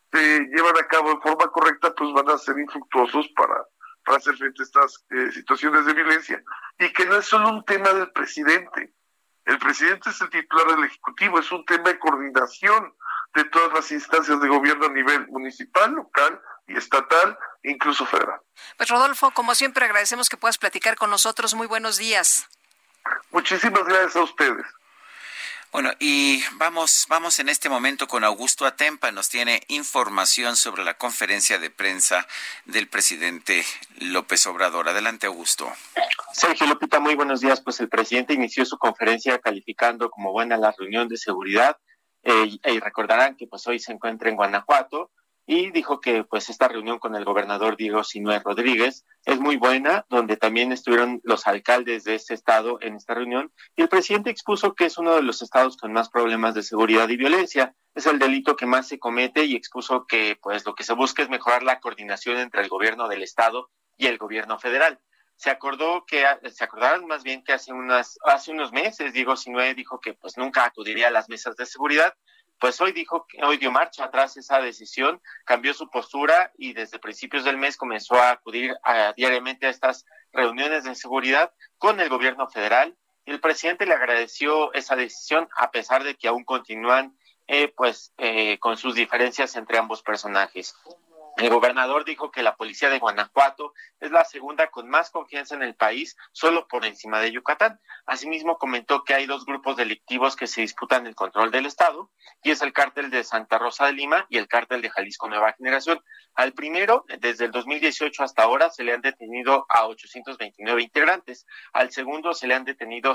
se llevan a cabo de forma correcta, pues van a ser infructuosos para hacer frente a estas situaciones de violencia, y que no es solo un tema del presidente. El presidente es el titular del Ejecutivo, es un tema de coordinación de todas las instancias de gobierno a nivel municipal, local y estatal, e incluso federal. Pues Rodolfo, como siempre, agradecemos que puedas platicar con nosotros. Muy buenos días. Muchísimas gracias a ustedes. Bueno, y vamos en este momento con Augusto Atempa. Nos tiene información sobre la conferencia de prensa del presidente López Obrador. Adelante, Augusto. Sergio, Lupita, muy buenos días. Pues el presidente inició su conferencia calificando como buena la reunión de seguridad, y recordarán que pues hoy se encuentra en Guanajuato, y dijo que pues esta reunión con el gobernador Diego Sinue Rodríguez es muy buena, donde también estuvieron los alcaldes de este estado en esta reunión, y el presidente expuso que es uno de los estados con más problemas de seguridad y violencia, es el delito que más se comete, y expuso que pues lo que se busca es mejorar la coordinación entre el gobierno del estado y el gobierno federal. Se acordaron más bien que hace unos meses Diego Sinue dijo que pues nunca acudiría a las mesas de seguridad. Pues hoy dio marcha atrás esa decisión, cambió su postura y desde principios del mes comenzó a acudir diariamente a estas reuniones de seguridad con el gobierno federal, y el presidente le agradeció esa decisión a pesar de que aún continúan con sus diferencias entre ambos personajes. El gobernador dijo que la policía de Guanajuato es la segunda con más confianza en el país, solo por encima de Yucatán. Asimismo, comentó que hay dos grupos delictivos que se disputan el control del estado, y es el cártel de Santa Rosa de Lima y el cártel de Jalisco Nueva Generación. Al primero, desde el 2018 hasta ahora, se le han detenido a 829 integrantes. Al segundo, se le han detenido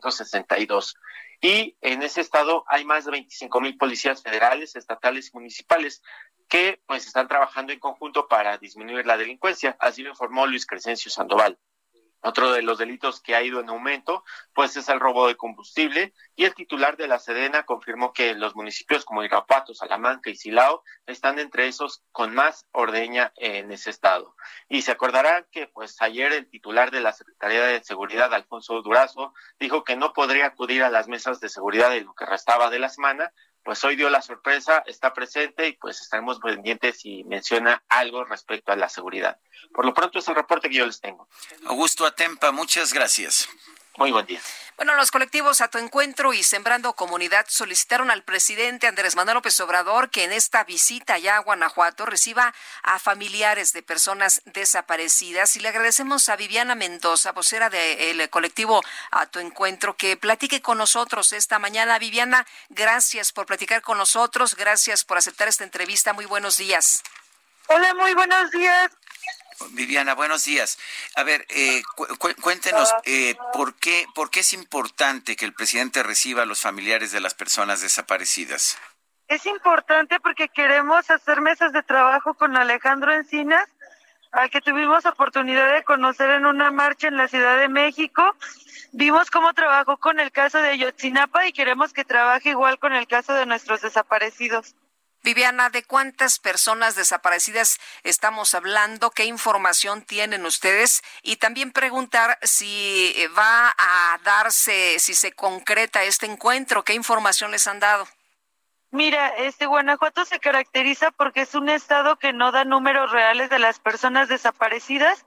762. Y en ese estado hay más de 25,000 policías federales, estatales y municipales que pues están trabajando en conjunto para disminuir la delincuencia, así lo informó Luis Crescencio Sandoval. Otro de los delitos que ha ido en aumento pues es el robo de combustible, y el titular de la Sedena confirmó que los municipios como Irapuato, Salamanca y Silao están entre esos con más ordeña en ese estado. Y se acordarán que pues ayer el titular de la Secretaría de Seguridad, Alfonso Durazo, dijo que no podría acudir a las mesas de seguridad en lo que restaba de la semana. Pues hoy dio la sorpresa, está presente, y pues estaremos pendientes si menciona algo respecto a la seguridad. Por lo pronto es el reporte que yo les tengo. Augusto Atempa, muchas gracias. Muy buen día. Bueno, los colectivos A Tu Encuentro y Sembrando Comunidad solicitaron al presidente Andrés Manuel López Obrador que en esta visita allá a Guanajuato reciba a familiares de personas desaparecidas, y le agradecemos a Viviana Mendoza, vocera del colectivo A Tu Encuentro, que platique con nosotros esta mañana. Viviana, gracias por platicar con nosotros, gracias por aceptar esta entrevista. Muy buenos días. Hola, muy buenos días. Viviana, buenos días. A ver, cuéntenos, ¿por qué es importante que el presidente reciba a los familiares de las personas desaparecidas? Es importante porque queremos hacer mesas de trabajo con Alejandro Encinas, al que tuvimos oportunidad de conocer en una marcha en la Ciudad de México. Vimos cómo trabajó con el caso de Ayotzinapa y queremos que trabaje igual con el caso de nuestros desaparecidos. Viviana, ¿de cuántas personas desaparecidas estamos hablando? ¿Qué información tienen ustedes? Y también preguntar si va a darse, si se concreta este encuentro, ¿qué información les han dado? Mira, Guanajuato se caracteriza porque es un estado que no da números reales de las personas desaparecidas.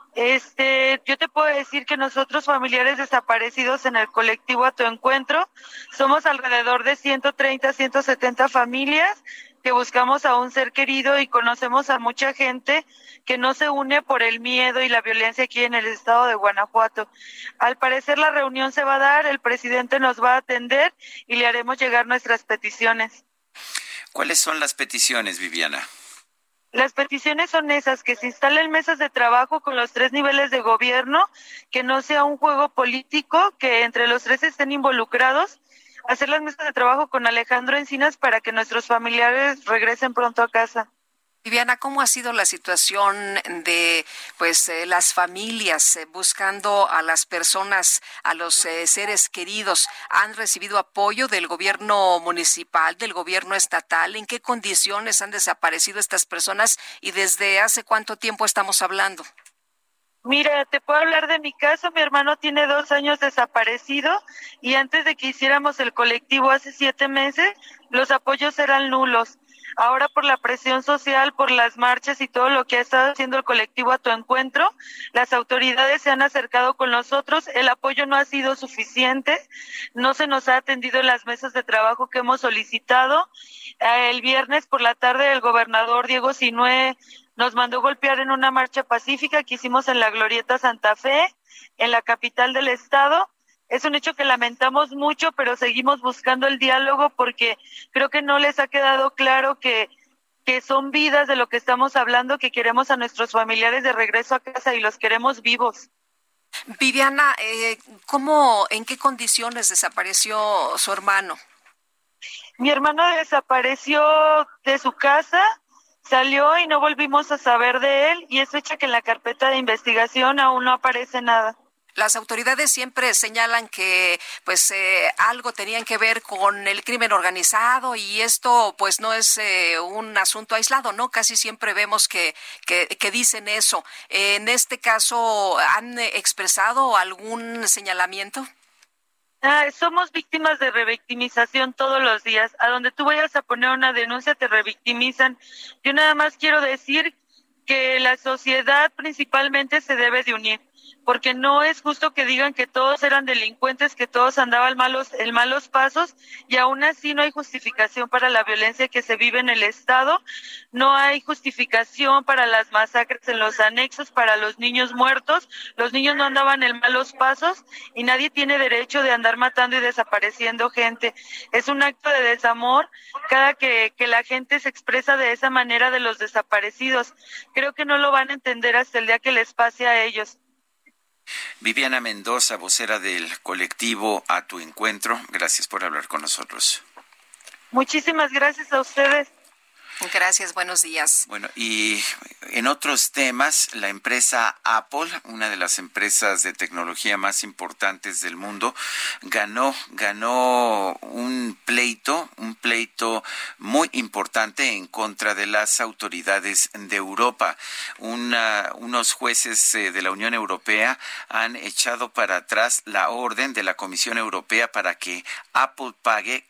Yo te puedo decir que nosotros, familiares desaparecidos en el colectivo A Tu Encuentro, somos alrededor de 130, 170 familias que buscamos a un ser querido, y conocemos a mucha gente que no se une por el miedo y la violencia aquí en el estado de Guanajuato. Al parecer la reunión se va a dar, el presidente nos va a atender y le haremos llegar nuestras peticiones. ¿Cuáles son las peticiones, Viviana? Las peticiones son esas, que se instalen mesas de trabajo con los 3 niveles de gobierno, que no sea un juego político, que entre los 3 estén involucrados, hacer las mesas de trabajo con Alejandro Encinas para que nuestros familiares regresen pronto a casa. Viviana, ¿cómo ha sido la situación de las familias buscando a las personas, a los seres queridos? ¿Han recibido apoyo del gobierno municipal, del gobierno estatal? ¿En qué condiciones han desaparecido estas personas y desde hace cuánto tiempo estamos hablando? Mira, te puedo hablar de mi caso. Mi hermano tiene 2 años desaparecido, y antes de que hiciéramos el colectivo hace 7 meses, los apoyos eran nulos. Ahora por la presión social, por las marchas y todo lo que ha estado haciendo el colectivo A Tu Encuentro, las autoridades se han acercado con nosotros, el apoyo no ha sido suficiente, no se nos ha atendido en las mesas de trabajo que hemos solicitado. El viernes por la tarde el gobernador Diego Sinue nos mandó golpear en una marcha pacífica que hicimos en la Glorieta Santa Fe, en la capital del estado. Es un hecho que lamentamos mucho, pero seguimos buscando el diálogo porque creo que no les ha quedado claro que son vidas de lo que estamos hablando, que queremos a nuestros familiares de regreso a casa y los queremos vivos. Viviana, ¿en qué condiciones desapareció su hermano? Mi hermano desapareció de su casa, salió y no volvimos a saber de él, y es fecha que en la carpeta de investigación aún no aparece nada. Las autoridades siempre señalan que algo tenían que ver con el crimen organizado y esto pues no es un asunto aislado, ¿no? Casi siempre vemos que dicen eso. En este caso, ¿han expresado algún señalamiento? Somos víctimas de revictimización todos los días. A donde tú vayas a poner una denuncia te revictimizan. Yo nada más quiero decir que la sociedad principalmente se debe de unir, porque no es justo que digan que todos eran delincuentes, que todos andaban en malos pasos, y aún así no hay justificación para la violencia que se vive en el Estado, no hay justificación para las masacres en los anexos, para los niños muertos. Los niños no andaban en malos pasos y nadie tiene derecho de andar matando y desapareciendo gente. Es un acto de desamor cada que la gente se expresa de esa manera de los desaparecidos. Creo que no lo van a entender hasta el día que les pase a ellos. Viviana Mendoza, vocera del colectivo A Tu Encuentro, gracias por hablar con nosotros. Muchísimas gracias a ustedes. Gracias, buenos días. Bueno, y en otros temas, la empresa Apple, una de las empresas de tecnología más importantes del mundo, ganó un pleito muy importante en contra de las autoridades de Europa. Unos jueces de la Unión Europea han echado para atrás la orden de la Comisión Europea para que Apple pague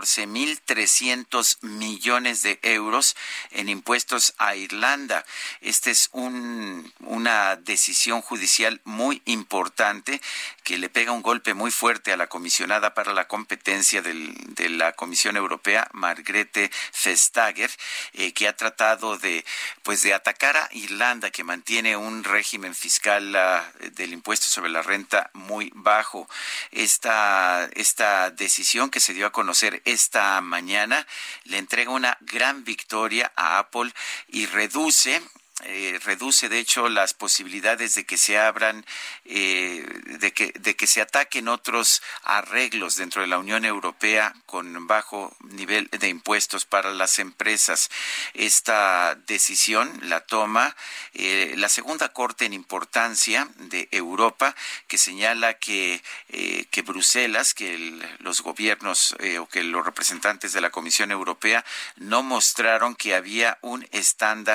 14.300 millones de euros en impuestos a Irlanda. Esta es una decisión judicial muy importante que le pega un golpe muy fuerte a la comisionada para la competencia de la Comisión Europea, Margrethe Vestager, que ha tratado de atacar a Irlanda, que mantiene un régimen fiscal del impuesto sobre la renta muy bajo. Esta decisión que se dio a conocer esta mañana le entrega una gran victoria a Apple y reduce de hecho las posibilidades de que se abran, de que se ataquen otros arreglos dentro de la Unión Europea con bajo nivel de impuestos para las empresas. Esta decisión la toma la segunda corte en importancia de Europa, que señala que Bruselas, que los gobiernos o que los representantes de la Comisión Europea no mostraron que había un estándar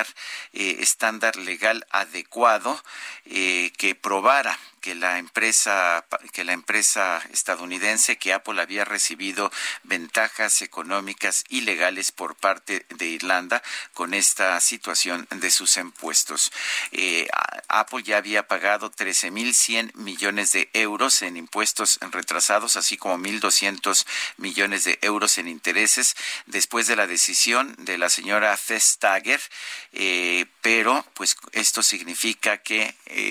legal adecuado que probara que la empresa estadounidense, que Apple había recibido ventajas económicas ilegales por parte de Irlanda con esta situación de sus impuestos. Apple ya había pagado 13.100 millones de euros en impuestos retrasados, así como 1.200 millones de euros en intereses después de la decisión de la señora Vestager, pero pues esto significa que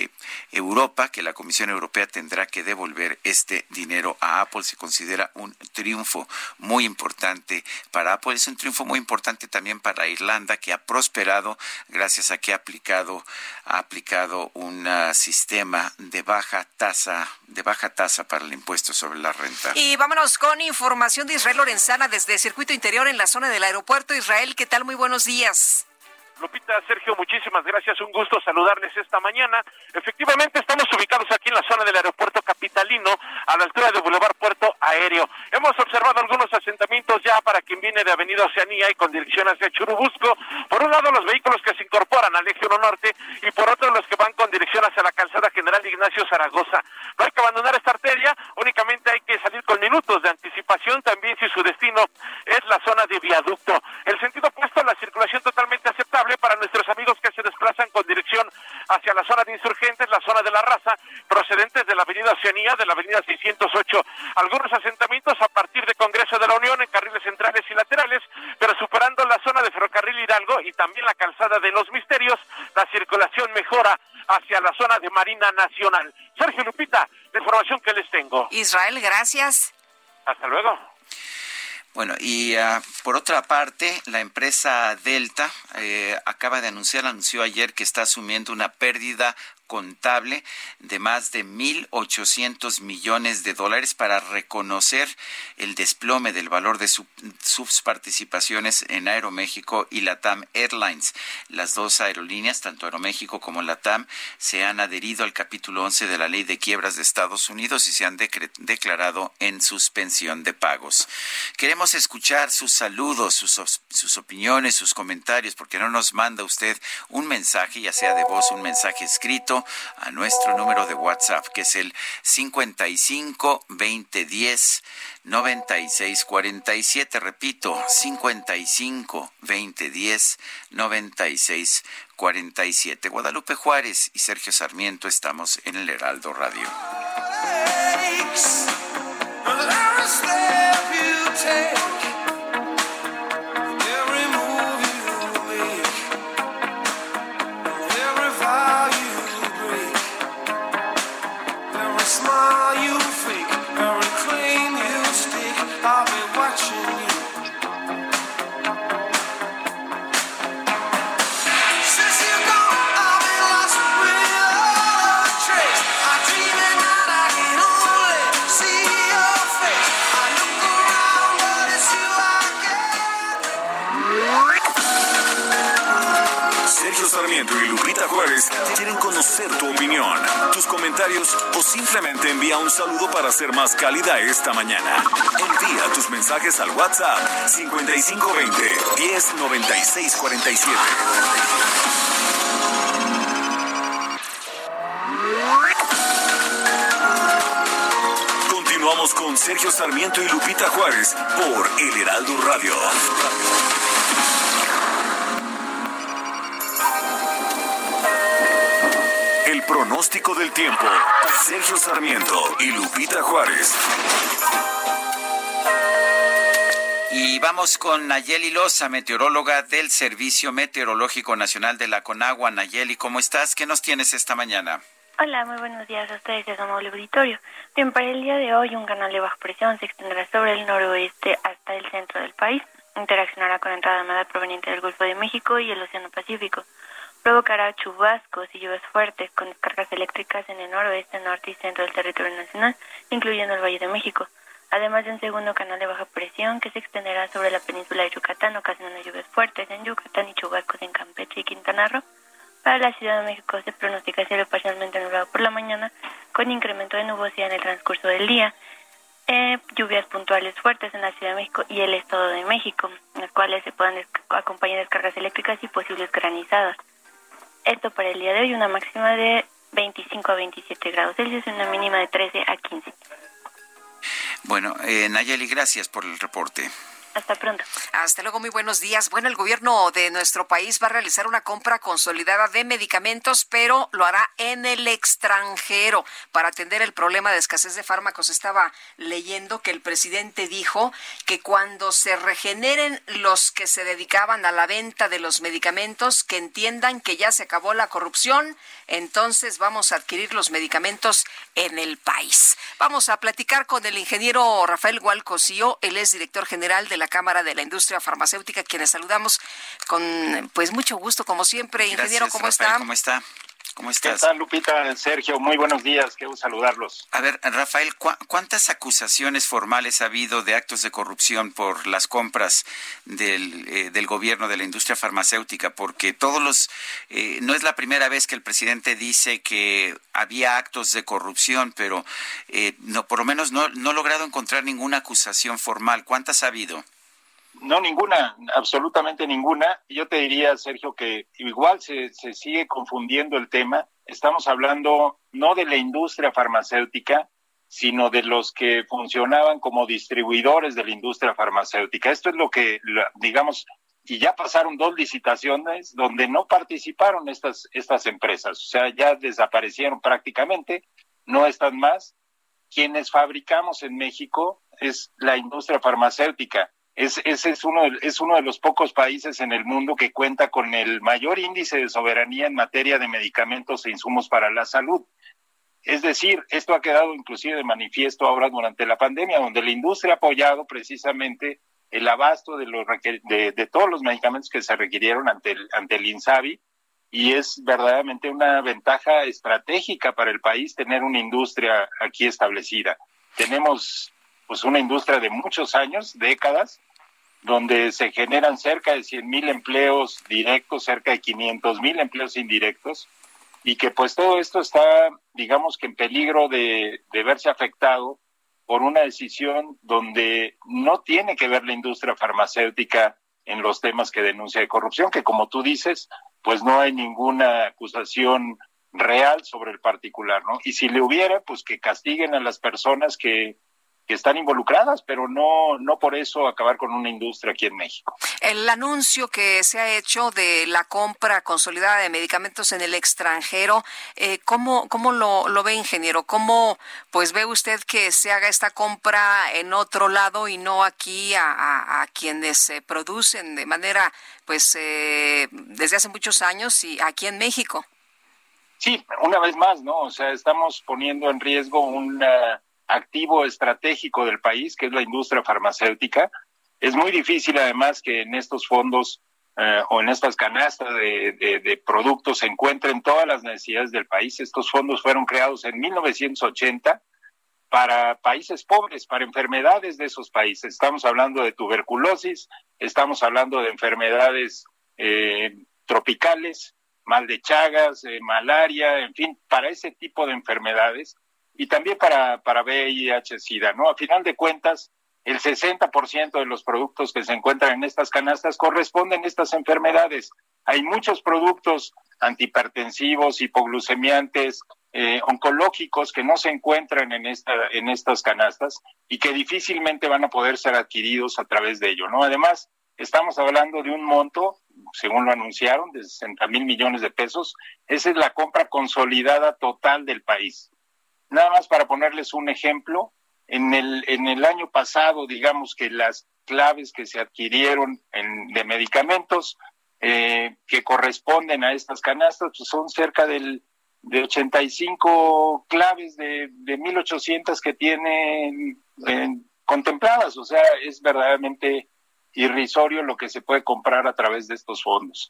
que la Comisión Europea tendrá que devolver este dinero a Apple. Se considera un triunfo muy importante para Apple. Es un triunfo muy importante también para Irlanda, que ha prosperado gracias a que ha aplicado un sistema de baja tasa para el impuesto sobre la renta. Y vámonos con información de Israel Lorenzana desde Circuito Interior en la zona del aeropuerto. Israel, ¿qué tal? Muy buenos días. Lupita, Sergio, muchísimas gracias, un gusto saludarles esta mañana. Efectivamente, estamos ubicados aquí en la zona del aeropuerto capitalino, a la altura de Boulevard Puerto Aéreo. Hemos observado algunos asentamientos ya para quien viene de Avenida Oceanía y con dirección hacia Churubusco. Por un lado, los vehículos que se incorporan al Eje 1 Norte y por otro, los que van con dirección hacia la calzada General Ignacio Zaragoza. No hay que abandonar esta arteria, únicamente hay que salir con minutos de anticipación participación, también si su destino es la zona de Viaducto. El sentido opuesto, la circulación totalmente aceptable para nuestros amigos que se desplazan con dirección hacia la zona de Insurgentes, la zona de La Raza, procedentes de la avenida Oceanía, de la avenida 608. Algunos asentamientos a partir de Congreso de la Unión en carriles centrales y laterales, pero superando la zona de Ferrocarril Hidalgo y también la calzada de Los Misterios, la circulación mejora hacia la zona de Marina Nacional. Sergio, Lupita, la información que les tengo. Israel, gracias. Hasta luego. Bueno, y por otra parte, la empresa Delta anunció ayer que está asumiendo una pérdida contable de más de 1.800 millones de dólares para reconocer el desplome del valor de sus participaciones en Aeroméxico y LATAM Airlines. Las dos aerolíneas, tanto Aeroméxico como LATAM, se han adherido al capítulo 11 de la Ley de Quiebras de Estados Unidos y se han declarado en suspensión de pagos. Queremos escuchar sus saludos, sus opiniones, sus comentarios, porque no nos manda usted un mensaje, ya sea de voz, un mensaje escrito, a nuestro número de WhatsApp, que es el 55 20 10 96 47. Repito, 55 20 10 96 47. Guadalupe Juárez y Sergio Sarmiento estamos en el Heraldo Radio. Y Lupita Juárez quieren conocer tu opinión, tus comentarios o simplemente envía un saludo para ser más cálida esta mañana. Envía tus mensajes al WhatsApp 5520 1096 47. Continuamos con Sergio Sarmiento y Lupita Juárez por El Heraldo Radio. El pronóstico del tiempo. Sergio Sarmiento y Lupita Juárez. Y vamos con Nayeli Loza, meteoróloga del Servicio Meteorológico Nacional de la Conagua. Nayeli, ¿cómo estás? ¿Qué nos tienes esta mañana? Hola, muy buenos días a ustedes, es amable auditorio. Bien, para el día de hoy un canal de baja presión se extenderá sobre el noroeste hasta el centro del país. Interaccionará con entrada de humedad proveniente del Golfo de México y el Océano Pacífico. Provocará chubascos y lluvias fuertes con descargas eléctricas en el noroeste, norte y centro del territorio nacional, incluyendo el Valle de México, además de un segundo canal de baja presión que se extenderá sobre la península de Yucatán, ocasionando lluvias fuertes en Yucatán y chubascos en Campeche y Quintana Roo. Para la Ciudad de México se pronostica cielo parcialmente nublado por la mañana, con incremento de nubosidad en el transcurso del día. Lluvias puntuales fuertes en la Ciudad de México y el Estado de México, las cuales se puedan acompañar de descargas eléctricas y posibles granizadas. Esto para el día de hoy, una máxima de 25 a 27 grados Celsius y una mínima de 13 a 15. Bueno, Nayeli, gracias por el reporte. Hasta pronto. Hasta luego, muy buenos días. Bueno, el gobierno de nuestro país va a realizar una compra consolidada de medicamentos, pero lo hará en el extranjero para atender el problema de escasez de fármacos. Estaba leyendo que el presidente dijo que cuando se regeneren los que se dedicaban a la venta de los medicamentos, que entiendan que ya se acabó la corrupción, entonces vamos a adquirir los medicamentos en el país. Vamos a platicar con el ingeniero Rafael Gualcosío, él es director general de la Cámara de la Industria Farmacéutica, quienes saludamos con pues mucho gusto, como siempre. Ingeniero, ¿cómo está? ¿Cómo está? ¿Cómo estás? ¿Qué tal, Lupita? Sergio, muy buenos días, qué gusto saludarlos. A ver, Rafael, ¿cuántas acusaciones formales ha habido de actos de corrupción por las compras del gobierno de la industria farmacéutica? Porque no es la primera vez que el presidente dice que había actos de corrupción, pero por lo menos no he logrado encontrar ninguna acusación formal. ¿Cuántas ha habido? No, ninguna, absolutamente ninguna. Yo te diría, Sergio, que igual se sigue confundiendo el tema. Estamos hablando no de la industria farmacéutica, sino de los que funcionaban como distribuidores de la industria farmacéutica. Esto es lo que, digamos, y ya pasaron 2 licitaciones donde no participaron estas empresas, o sea, ya desaparecieron prácticamente, no están más. Quienes fabricamos en México es la industria farmacéutica. Ese es uno de los pocos países en el mundo que cuenta con el mayor índice de soberanía en materia de medicamentos e insumos para la salud. Es decir, esto ha quedado inclusive de manifiesto ahora durante la pandemia, donde la industria ha apoyado precisamente el abasto de todos los medicamentos que se requirieron ante el INSABI, y es verdaderamente una ventaja estratégica para el país tener una industria aquí establecida. Tenemos pues una industria de muchos años, décadas, donde se generan cerca de 100,000 empleos directos, cerca de 500,000 empleos indirectos, y que pues todo esto está, digamos que en peligro de verse afectado por una decisión donde no tiene que ver la industria farmacéutica en los temas que denuncia de corrupción, que como tú dices, pues no hay ninguna acusación real sobre el particular, ¿no? Y si le hubiera, pues que castiguen a las personas que están involucradas, pero no por eso acabar con una industria aquí en México. El anuncio que se ha hecho de la compra consolidada de medicamentos en el extranjero, ¿cómo lo ve, ingeniero? ¿Cómo pues ve usted que se haga esta compra en otro lado y no aquí a quienes producen de manera pues desde hace muchos años y aquí en México? Sí, una vez más, ¿no? O sea, estamos poniendo en riesgo un activo estratégico del país, que es la industria farmacéutica. Es muy difícil, además, que en estos fondos o en estas canastas de productos se encuentren todas las necesidades del país. Estos fondos fueron creados en 1980 para países pobres, para enfermedades de esos países. Estamos hablando de tuberculosis, estamos hablando de enfermedades tropicales, mal de Chagas, malaria, en fin, para ese tipo de enfermedades, y también para VIH-Sida, ¿no? A final de cuentas, el 60% de los productos que se encuentran en estas canastas corresponden a estas enfermedades. Hay muchos productos antihipertensivos, hipoglucemiantes, oncológicos que no se encuentran en estas canastas y que difícilmente van a poder ser adquiridos a través de ello, ¿no? Además, estamos hablando de un monto, según lo anunciaron, de 60,000 millones de pesos. Esa es la compra consolidada total del país. Nada más para ponerles un ejemplo, en el año pasado, digamos que las claves que se adquirieron de medicamentos que corresponden a estas canastas, pues son cerca de 85 claves de 1,800 que tienen contempladas. O sea, es verdaderamente irrisorio lo que se puede comprar a través de estos fondos.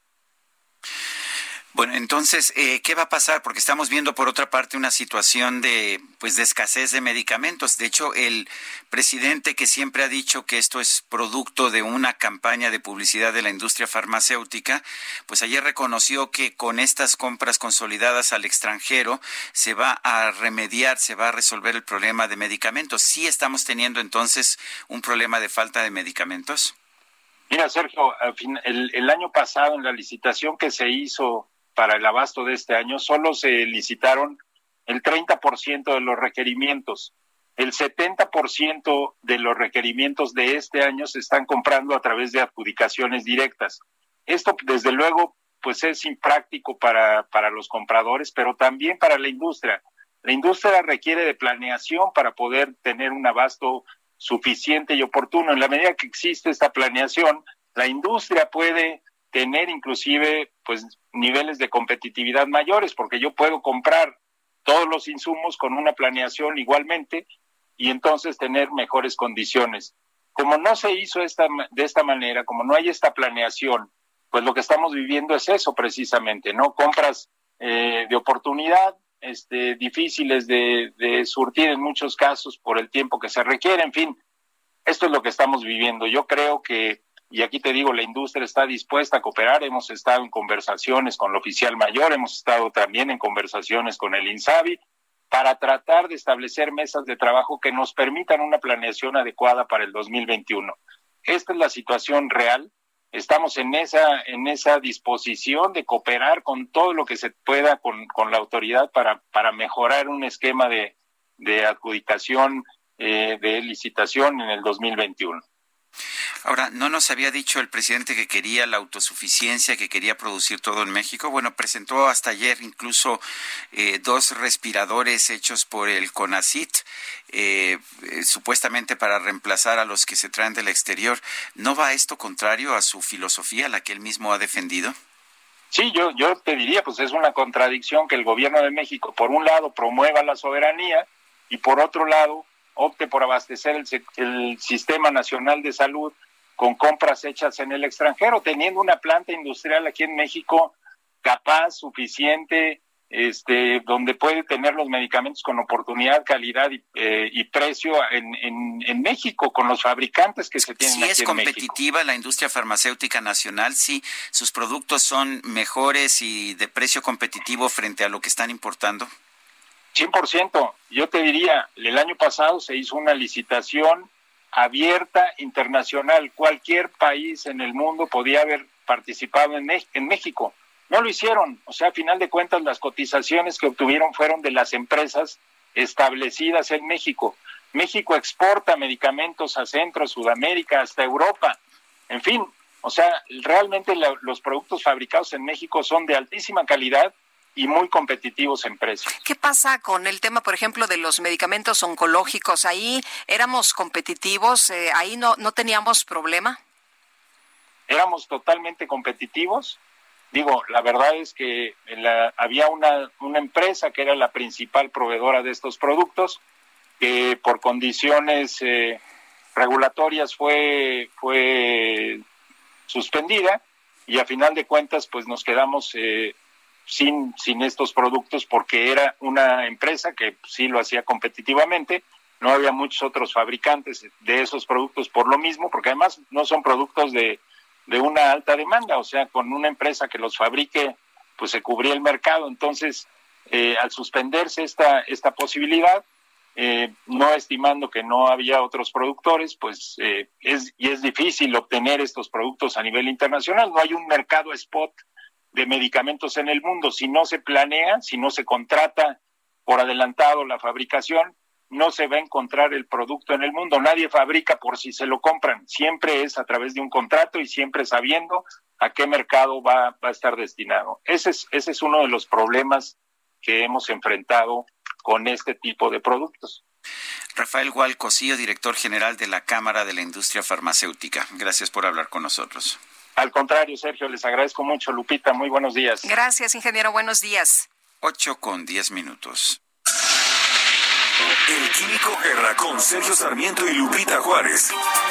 Bueno, entonces, ¿qué va a pasar? Porque estamos viendo, por otra parte, una situación de escasez de medicamentos. De hecho, el presidente, que siempre ha dicho que esto es producto de una campaña de publicidad de la industria farmacéutica, pues ayer reconoció que con estas compras consolidadas al extranjero se va a remediar, se va a resolver el problema de medicamentos. ¿Sí estamos teniendo entonces un problema de falta de medicamentos? Mira, Sergio, el año pasado, en la licitación que se hizo para el abasto de este año, solo se licitaron el 30% de los requerimientos. El 70% de los requerimientos de este año se están comprando a través de adjudicaciones directas. Esto, desde luego, pues es impráctico para los compradores, pero también para la industria. La industria requiere de planeación para poder tener un abasto suficiente y oportuno. En la medida que existe esta planeación, la industria puede tener inclusive pues niveles de competitividad mayores, porque yo puedo comprar todos los insumos con una planeación igualmente y entonces tener mejores condiciones. Como no se hizo de esta manera, como no hay esta planeación, pues lo que estamos viviendo es eso precisamente, ¿no? Compras de oportunidad, difíciles de surtir en muchos casos por el tiempo que se requiere. En fin, esto es lo que estamos viviendo. Yo creo que, y aquí te digo, la industria está dispuesta a cooperar. Hemos estado en conversaciones con el oficial mayor, hemos estado también en conversaciones con el INSABI para tratar de establecer mesas de trabajo que nos permitan una planeación adecuada para el 2021. Esta es la situación real. Estamos en esa disposición de cooperar con todo lo que se pueda con la autoridad para mejorar un esquema de de adjudicación de licitación en el 2021. Ahora, ¿no nos había dicho el presidente que quería la autosuficiencia, que quería producir todo en México? Bueno, presentó hasta ayer incluso 2 respiradores hechos por el CONACYT, supuestamente para reemplazar a los que se traen del exterior. ¿No va esto contrario a su filosofía, la que él mismo ha defendido? Sí, yo te diría, pues es una contradicción que el gobierno de México, por un lado, promueva la soberanía y por otro lado, opte por abastecer el Sistema Nacional de Salud con compras hechas en el extranjero, teniendo una planta industrial aquí en México capaz, suficiente, donde puede tener los medicamentos con oportunidad, calidad y precio en México, con los fabricantes que se tienen aquí en México. ¿Sí es competitiva la industria farmacéutica nacional? ¿Sí sus productos son mejores y de precio competitivo frente a lo que están importando? 100%. Yo te diría, el año pasado se hizo una licitación abierta internacional. Cualquier país en el mundo podía haber participado en México. No lo hicieron. O sea, a final de cuentas, las cotizaciones que obtuvieron fueron de las empresas establecidas en México. México exporta medicamentos a Centro, Sudamérica, hasta Europa. En fin, o sea, realmente los productos fabricados en México son de altísima calidad y muy competitivos en precio. ¿Qué pasa con el tema, por ejemplo, de los medicamentos oncológicos? ¿Ahí éramos competitivos? ¿Ahí no teníamos problema? Éramos totalmente competitivos. Digo, la verdad es que había una empresa que era la principal proveedora de estos productos, que por condiciones regulatorias fue suspendida, y a final de cuentas pues nos quedamos sin estos productos, porque era una empresa que sí lo hacía competitivamente. No había muchos otros fabricantes de esos productos por lo mismo, porque además no son productos de una alta demanda. O sea, con una empresa que los fabrique, pues se cubría el mercado. Entonces, al suspenderse esta posibilidad, no estimando que no había otros productores, pues es difícil obtener estos productos a nivel internacional. No hay un mercado spot de medicamentos en el mundo. Si no se planea, si no se contrata por adelantado la fabricación, no se va a encontrar el producto en el mundo. Nadie fabrica por si se lo compran. Siempre es a través de un contrato y siempre sabiendo a qué mercado va a estar destinado. Ese es uno de los problemas que hemos enfrentado con este tipo de productos. Rafael Gual Cosío, director general de la Cámara de la Industria Farmacéutica. Gracias por hablar con nosotros. Al contrario, Sergio, les agradezco mucho. Lupita, muy buenos días. Gracias, ingeniero, buenos días. 8:10. El Químico Guerra con Sergio Sarmiento y Lupita Juárez.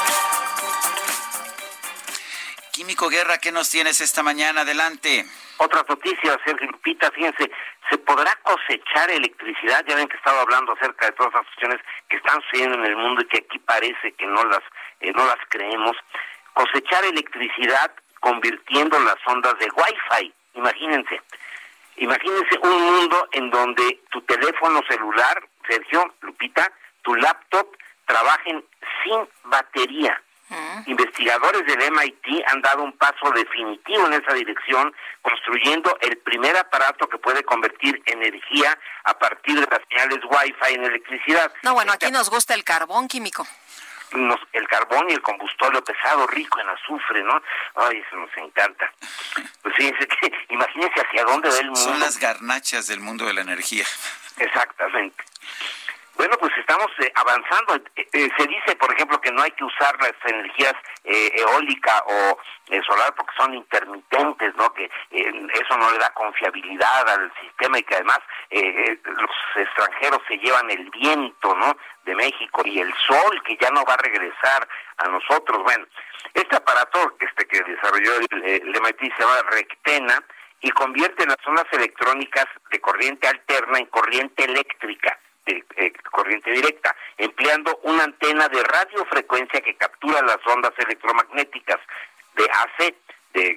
Químico Guerra, ¿qué nos tienes esta mañana? Adelante. Otras noticias, Sergio y Lupita, fíjense, ¿se podrá cosechar electricidad? Ya ven que estaba hablando acerca de todas las cuestiones que están sucediendo en el mundo y que aquí parece que no las creemos. Cosechar electricidad convirtiendo las ondas de Wi-Fi. Imagínense un mundo en donde tu teléfono celular, Sergio, Lupita, tu laptop, trabajen sin batería. Investigadores del MIT han dado un paso definitivo en esa dirección, construyendo el primer aparato que puede convertir energía a partir de las señales Wi-Fi en electricidad. No, bueno, aquí nos gusta el carbón, químico. El carbón y el combustible pesado rico en azufre, ¿no? Ay, eso nos encanta. Pues fíjense que, imagínense hacia dónde va el mundo. Son las garnachas del mundo de la energía. Exactamente. Bueno, pues estamos avanzando. Se dice, por ejemplo, que no hay que usar las energías eólica o solar porque son intermitentes, ¿no? Que eso no le da confiabilidad al sistema y que además los extranjeros se llevan el viento, ¿no? De México y el sol que ya no va a regresar a nosotros. Bueno, este aparato que desarrolló el MIT se llama Rectena y convierte las ondas electrónicas de corriente alterna en corriente eléctrica. Corriente directa, empleando una antena de radiofrecuencia que captura las ondas electromagnéticas de AC, de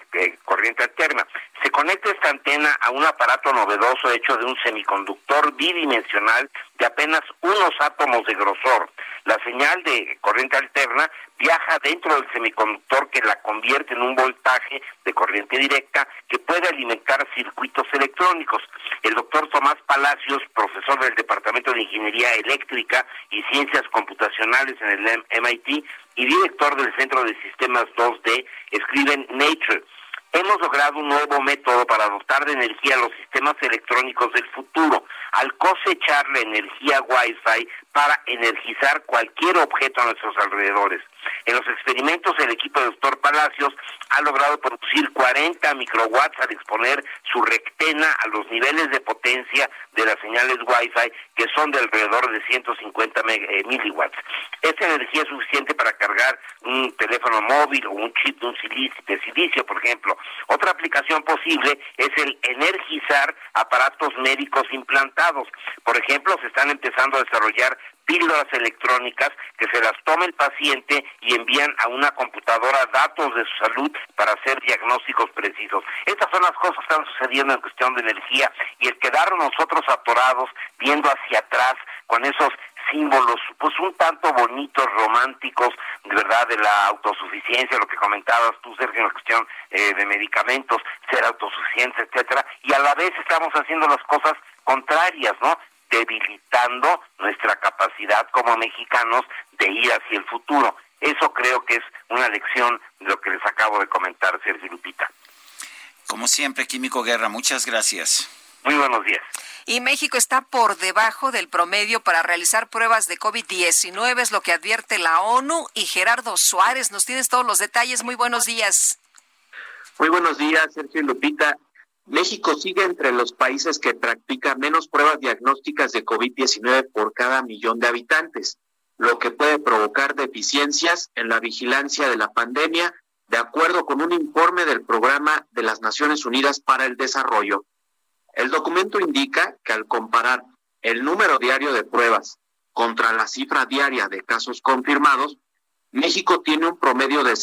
corriente alterna. Se conecta esta antena a un aparato novedoso hecho de un semiconductor bidimensional de apenas unos átomos de grosor. La señal de corriente alterna viaja dentro del semiconductor que la convierte en un voltaje de corriente directa que puede alimentar circuitos electrónicos. El doctor Tomás Palacios, profesor del Departamento de Ingeniería Eléctrica y Ciencias Computacionales en el MIT y director del Centro de Sistemas 2D, escribe en Nature: hemos logrado un nuevo método para dotar de energía a los sistemas electrónicos del futuro, al cosechar la energía Wi-Fi para energizar cualquier objeto a nuestros alrededores. En los experimentos, el equipo del doctor Palacios ha logrado producir 40 microwatts al exponer su rectena a los niveles de potencia de las señales Wi-Fi, que son de alrededor de 150 miliwatts. Esta energía es suficiente para cargar un teléfono móvil o un chip de silicio, por ejemplo. Otra aplicación posible es el energizar aparatos médicos implantados. Por ejemplo, se están empezando a desarrollar píldoras electrónicas que se las toma el paciente y envían a una computadora datos de su salud para hacer diagnósticos precisos. Estas son las cosas que están sucediendo en cuestión de energía, y el quedarnos nosotros atorados viendo hacia atrás con esos símbolos pues un tanto bonitos, románticos, de verdad, de la autosuficiencia, lo que comentabas tú, Sergio, en la cuestión de medicamentos, ser autosuficientes, etcétera, y a la vez estamos haciendo las cosas contrarias, ¿no? Debilitando nuestra capacidad como mexicanos de ir hacia el futuro. Eso creo que es una lección de lo que les acabo de comentar, Sergio y Lupita. Como siempre, Químico Guerra, muchas gracias. Muy buenos días. Y México está por debajo del promedio para realizar pruebas de COVID-19, es lo que advierte la ONU. Y Gerardo Suárez, nos tienes todos los detalles. Muy buenos días. Muy buenos días, Sergio y Lupita. México sigue entre los países que practican menos pruebas diagnósticas de COVID-19 por cada millón de habitantes, lo que puede provocar deficiencias en la vigilancia de la pandemia, de acuerdo con un informe del Programa de las Naciones Unidas para el Desarrollo. El documento indica que al comparar el número diario de pruebas contra la cifra diaria de casos confirmados, México tiene un promedio de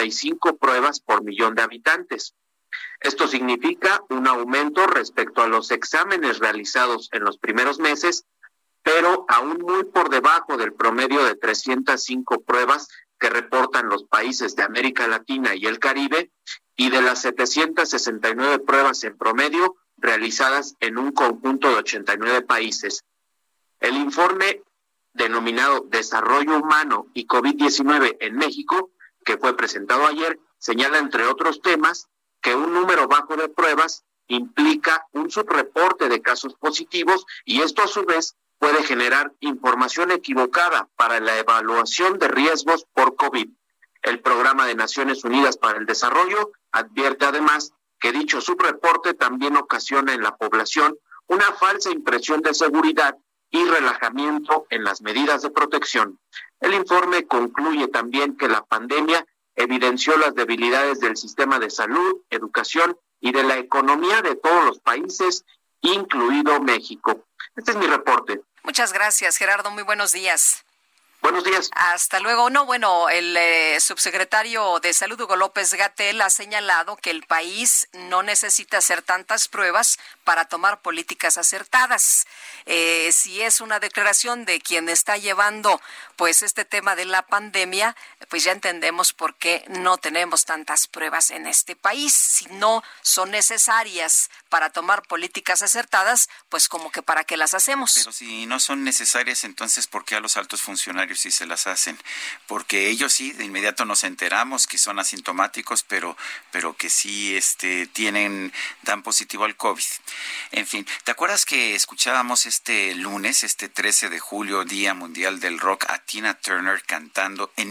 65 pruebas por millón de habitantes. Esto significa un aumento respecto a los exámenes realizados en los primeros meses, pero aún muy por debajo del promedio de 305 pruebas que reportan los países de América Latina y el Caribe, y de las 769 pruebas en promedio realizadas en un conjunto de 89 países. El informe denominado Desarrollo Humano y COVID-19 en México, que fue presentado ayer, señala, entre otros temas, que un número bajo de pruebas implica un subreporte de casos positivos, y esto a su vez puede generar información equivocada para la evaluación de riesgos por COVID. El Programa de Naciones Unidas para el Desarrollo advierte además que dicho subreporte también ocasiona en la población una falsa impresión de seguridad y relajamiento en las medidas de protección. El informe concluye también que la pandemia evidenció las debilidades del sistema de salud, educación y de la economía de todos los países, incluido México. Este es mi reporte. Muchas gracias, Gerardo. Muy buenos días. Buenos días. Hasta luego. El subsecretario de Salud, Hugo López-Gatell, ha señalado que el país no necesita hacer tantas pruebas para tomar políticas acertadas. Si es una declaración de quien está llevando pues este tema de la pandemia, pues ya entendemos por qué no tenemos tantas pruebas en este país. Si no son necesarias para tomar políticas acertadas, pues como que para qué las hacemos. Pero si no son necesarias, entonces ¿por qué a los altos funcionarios sí se las hacen? Porque ellos sí, de inmediato nos enteramos que son asintomáticos, pero que sí dan positivo al COVID. En fin, ¿te acuerdas que escuchábamos este lunes, 13 de julio, Día Mundial del Rock, a Tina Turner cantando en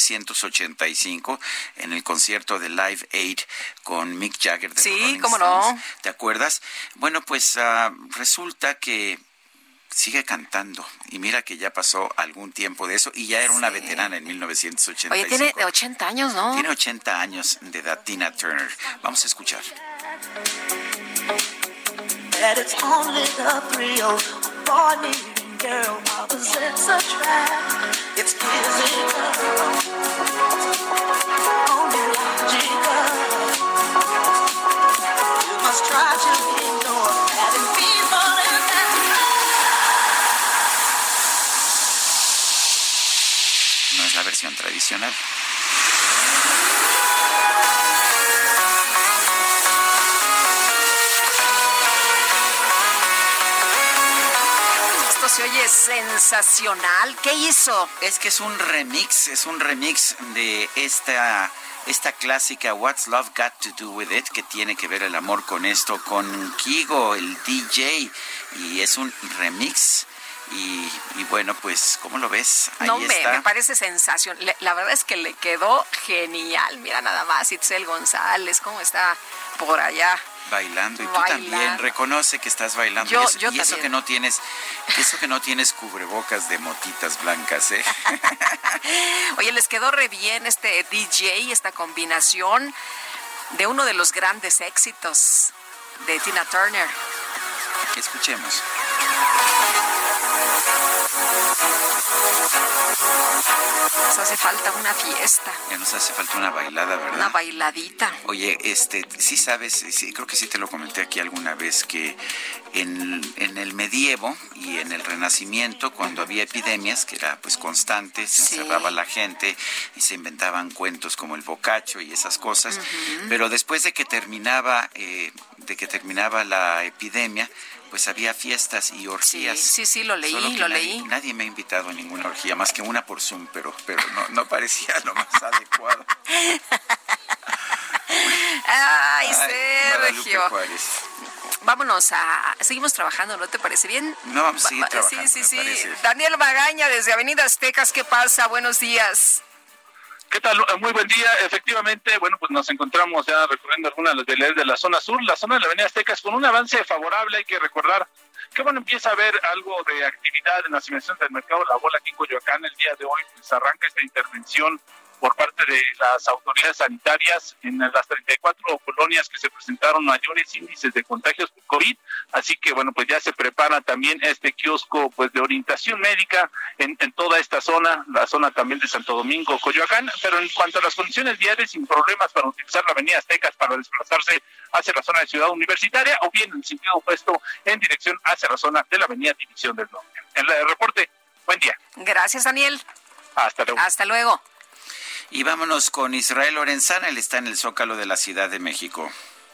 1985 en el concierto de Live Aid con Mick Jagger de Sí, Rolling cómo Stones? no. ¿Te acuerdas? Bueno, pues resulta que sigue cantando, y mira que ya pasó algún tiempo de eso, y ya era una veterana en 1985. Oye, tiene 80 años, ¿no? Tiene 80 años de edad Tina Turner. Vamos a escuchar. That it's only the thrill of boy meeting girl, opposites attract. It's physical, only logical. Sensacional. Esto se oye sensacional. ¿Qué hizo? Es que es un remix de esta clásica What's Love Got to Do With It, que tiene que ver el amor con esto, con Kygo, el DJ, y es un remix. Y bueno, pues, ¿cómo lo ves? Ahí está. Me parece sensacional. La verdad es que le quedó genial. Mira nada más, Itzel González, cómo está por allá. Bailando, y tú también reconoce que estás bailando. Y eso que no tienes cubrebocas de motitas blancas, ¿eh? Oye, les quedó re bien este DJ, esta combinación de uno de los grandes éxitos de Tina Turner. Escuchemos. Nos hace falta una fiesta. Ya nos hace falta una bailada, ¿verdad? Una bailadita. Oye, sí sabes, sí, creo que sí te lo comenté aquí alguna vez, que en el medievo y en el Renacimiento, cuando había epidemias, que era pues constante, se encerraba la gente y se inventaban cuentos como el Boccaccio y esas cosas, pero después de que terminaba la epidemia, pues había fiestas y orgías. Sí, lo leí. Nadie me ha invitado a ninguna orgía, más que una por Zoom, pero no parecía lo más adecuado. Ay, Sergio. Vámonos seguimos trabajando, ¿no te parece bien? No, vamos a seguir trabajando. Sí. Daniel Magaña, desde Avenida Aztecas, ¿qué pasa? Buenos días. ¿Qué tal? Muy buen día. Efectivamente, bueno, pues nos encontramos ya recorriendo algunas de las vialidades de la zona sur, la zona de la Avenida Aztecas, con un avance favorable. Hay que recordar que, bueno, empieza a haber algo de actividad en las inmediaciones del mercado La Bola aquí en Coyoacán. El día de hoy pues arranca esta intervención por parte de las autoridades sanitarias en las 34 colonias que se presentaron mayores índices de contagios por COVID, así que bueno, pues ya se prepara también este kiosco pues de orientación médica en toda esta zona, la zona también de Santo Domingo, Coyoacán, pero en cuanto a las condiciones viales, sin problemas para utilizar la Avenida Aztecas para desplazarse hacia la zona de Ciudad Universitaria o bien en sentido opuesto en dirección hacia la zona de la Avenida División del Norte. En el reporte, buen día. Gracias, Daniel. Hasta luego. Hasta luego. Y vámonos con Israel Lorenzana, él está en el Zócalo de la Ciudad de México.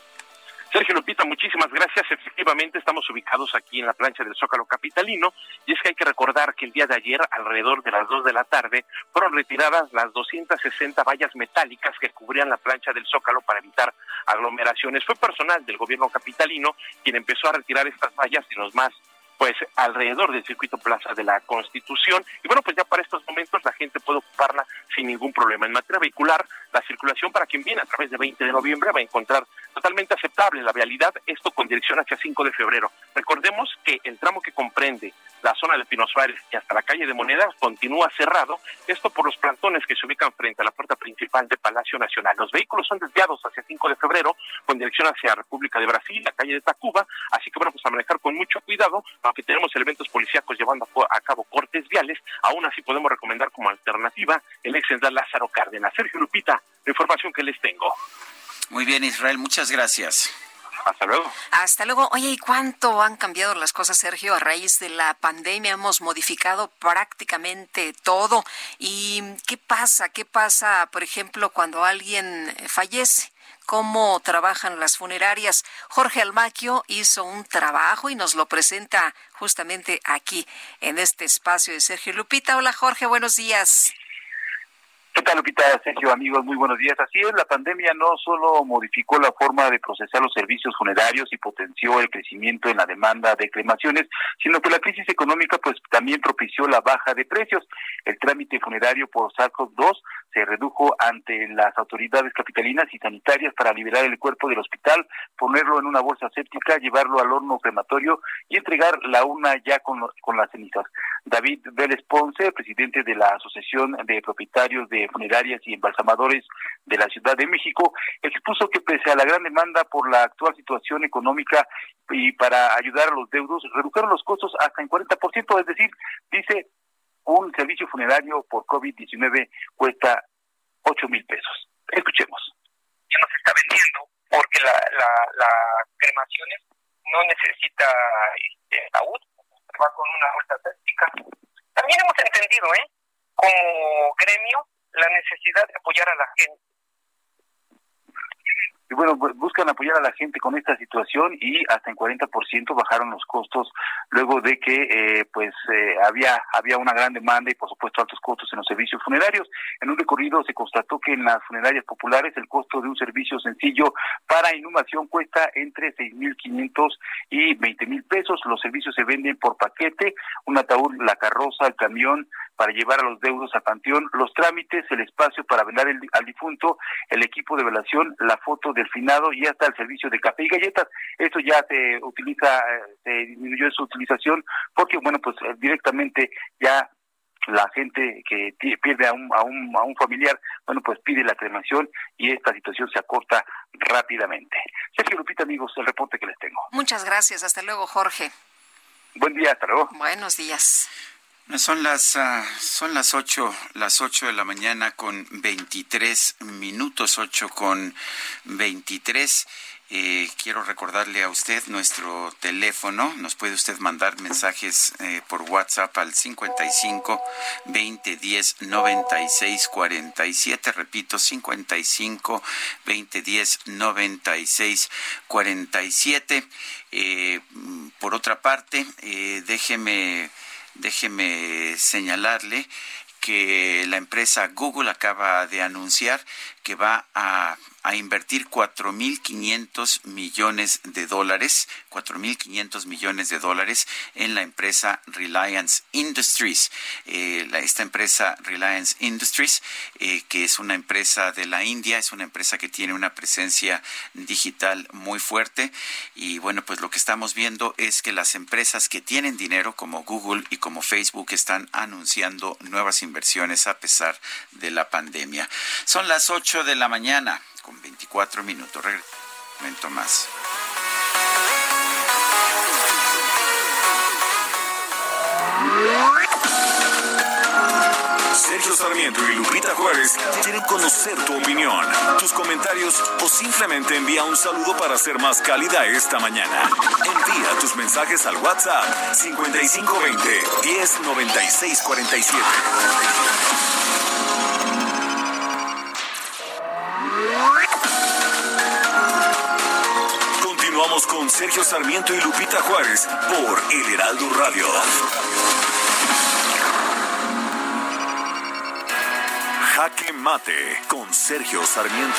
Sergio Lupita, muchísimas gracias. Efectivamente, estamos ubicados aquí en la plancha del Zócalo capitalino, y es que hay que recordar que el día de ayer, alrededor de las 2 de la tarde, fueron retiradas las 260 vallas metálicas que cubrían la plancha del Zócalo para evitar aglomeraciones. Fue personal del gobierno capitalino quien empezó a retirar estas vallas en los más alrededor del circuito Plaza de la Constitución, y bueno, pues ya para estos momentos la gente puede ocuparla sin ningún problema. En materia vehicular, la circulación para quien viene a través de 20 de noviembre va a encontrar totalmente aceptable la vialidad, esto con dirección hacia 5 de febrero. Recordemos que el tramo que comprende la zona de Pino Suárez y hasta la calle de Moneda continúa cerrado, esto por los plantones que se ubican frente a la puerta principal de Palacio Nacional. Los vehículos son desviados hacia 5 de febrero con dirección hacia República de Brasil, la calle de Tacuba, así que bueno, pues a manejar con mucho cuidado, aunque tenemos elementos policíacos llevando a cabo cortes viales, aún así podemos recomendar como alternativa el ex central Lázaro Cárdenas. Sergio Lupita, la información que les tengo. Muy bien, Israel, muchas gracias. Hasta luego. Hasta luego. Oye, ¿y cuánto han cambiado las cosas, Sergio? A raíz de la pandemia hemos modificado prácticamente todo. ¿Y qué pasa? ¿Qué pasa, por ejemplo, cuando alguien fallece? ¿Cómo trabajan las funerarias? Jorge Almaquio hizo un trabajo y nos lo presenta justamente aquí, en este espacio de Sergio Lupita. Hola, Jorge, buenos días. ¿Qué tal, Lupita? Sergio, amigos, muy buenos días. Así es, la pandemia no solo modificó la forma de procesar los servicios funerarios y potenció el crecimiento en la demanda de cremaciones, sino que la crisis económica pues también propició la baja de precios. El trámite funerario por SARS-CoV-2 se redujo ante las autoridades capitalinas y sanitarias para liberar el cuerpo del hospital, ponerlo en una bolsa séptica, llevarlo al horno crematorio y entregar la urna ya con las cenizas. David Vélez Ponce, presidente de la Asociación de Propietarios de Funerarias y Embalsamadores de la Ciudad de México, expuso que pese a la gran demanda por la actual situación económica y para ayudar a los deudos, redujeron los costos hasta en 40%, es decir, dice, un servicio funerario por COVID-19 cuesta 8,000 pesos. Escuchemos. Ya no se está vendiendo porque la cremaciones no necesita ataúd, va con una bolsa séptica. También hemos entendido, como gremio, la necesidad de apoyar a la gente. Y bueno, buscan apoyar a la gente con esta situación y hasta en 40% bajaron los costos luego de que había una gran demanda y por supuesto altos costos en los servicios funerarios. En un recorrido se constató que en las funerarias populares el costo de un servicio sencillo para inhumación cuesta entre 6,500 y 20,000 pesos. Los servicios se venden por paquete, un ataúd, la carroza, el camión para llevar a los deudos al panteón, los trámites, el espacio para velar al difunto, el equipo de velación, la foto del finado y hasta el servicio de café y galletas. Esto ya se disminuyó su utilización porque, bueno, pues directamente ya la gente que pierde a un familiar, bueno, pues pide la cremación y esta situación se acorta rápidamente. Sergio, Lupita, amigos, el reporte que les tengo. Muchas gracias. Hasta luego, Jorge. Buen día, hasta luego. Buenos días. Son las 8 de la mañana con 23 minutos, 8:23. Quiero recordarle a usted nuestro teléfono. Nos puede usted mandar mensajes por WhatsApp al 55 20 10 96 47. Repito, 55 20 10 96 47. Por otra parte, déjeme señalarle que la empresa Google acaba de anunciar que va a invertir $4,500 millones en la empresa Reliance Industries. Esta empresa Reliance Industries, que es una empresa de la India, es una empresa que tiene una presencia digital muy fuerte. Y bueno, pues lo que estamos viendo es que las empresas que tienen dinero, como Google y como Facebook, están anunciando nuevas inversiones a pesar de la pandemia. Son las 8 de la mañana con 24 minutos. Un momento más. Sergio Sarmiento y Lupita Juárez quieren conocer tu opinión, tus comentarios o simplemente envía un saludo para ser más cálida esta mañana. Envía tus mensajes al WhatsApp 5520 1096 47. Continuamos con Sergio Sarmiento y Lupita Juárez por El Heraldo Radio. Jaque Mate con Sergio Sarmiento.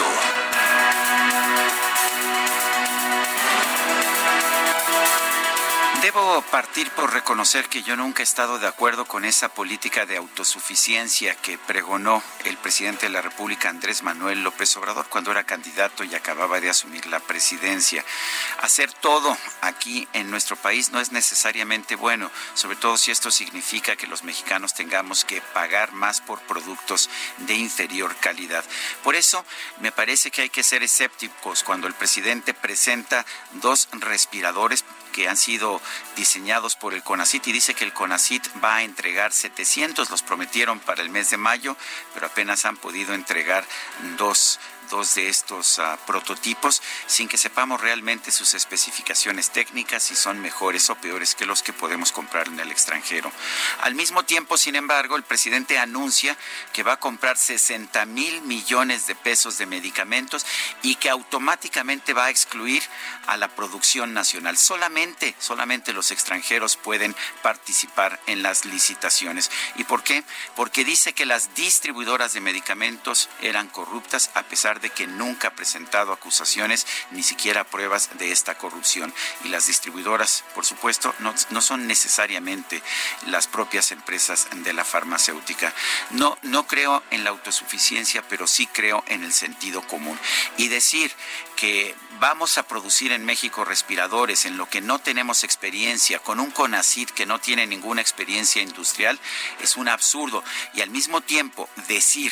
Debo partir por reconocer que yo nunca he estado de acuerdo con esa política de autosuficiencia que pregonó el presidente de la República, Andrés Manuel López Obrador, cuando era candidato y acababa de asumir la presidencia. Hacer todo aquí en nuestro país no es necesariamente bueno, sobre todo si esto significa que los mexicanos tengamos que pagar más por productos de inferior calidad. Por eso me parece que hay que ser escépticos cuando el presidente presenta 2 respiradores que han sido diseñados por el CONACYT y dice que el CONACYT va a entregar 700, los prometieron para el mes de mayo, pero apenas han podido entregar dos de estos prototipos sin que sepamos realmente sus especificaciones técnicas, si son mejores o peores que los que podemos comprar en el extranjero. Al mismo tiempo, sin embargo, el presidente anuncia que va a comprar 60,000 millones de pesos de medicamentos y que automáticamente va a excluir a la producción nacional. Solamente los extranjeros pueden participar en las licitaciones. ¿Y por qué? Porque dice que las distribuidoras de medicamentos eran corruptas, a pesar de que nunca ha presentado acusaciones ni siquiera pruebas de esta corrupción. Y las distribuidoras, por supuesto, no son necesariamente las propias empresas de la farmacéutica. No creo en la autosuficiencia, pero sí creo en el sentido común. Y decir que vamos a producir en México respiradores en lo que no tenemos experiencia, con un CONACYT que no tiene ninguna experiencia industrial, es un absurdo. Y al mismo tiempo decir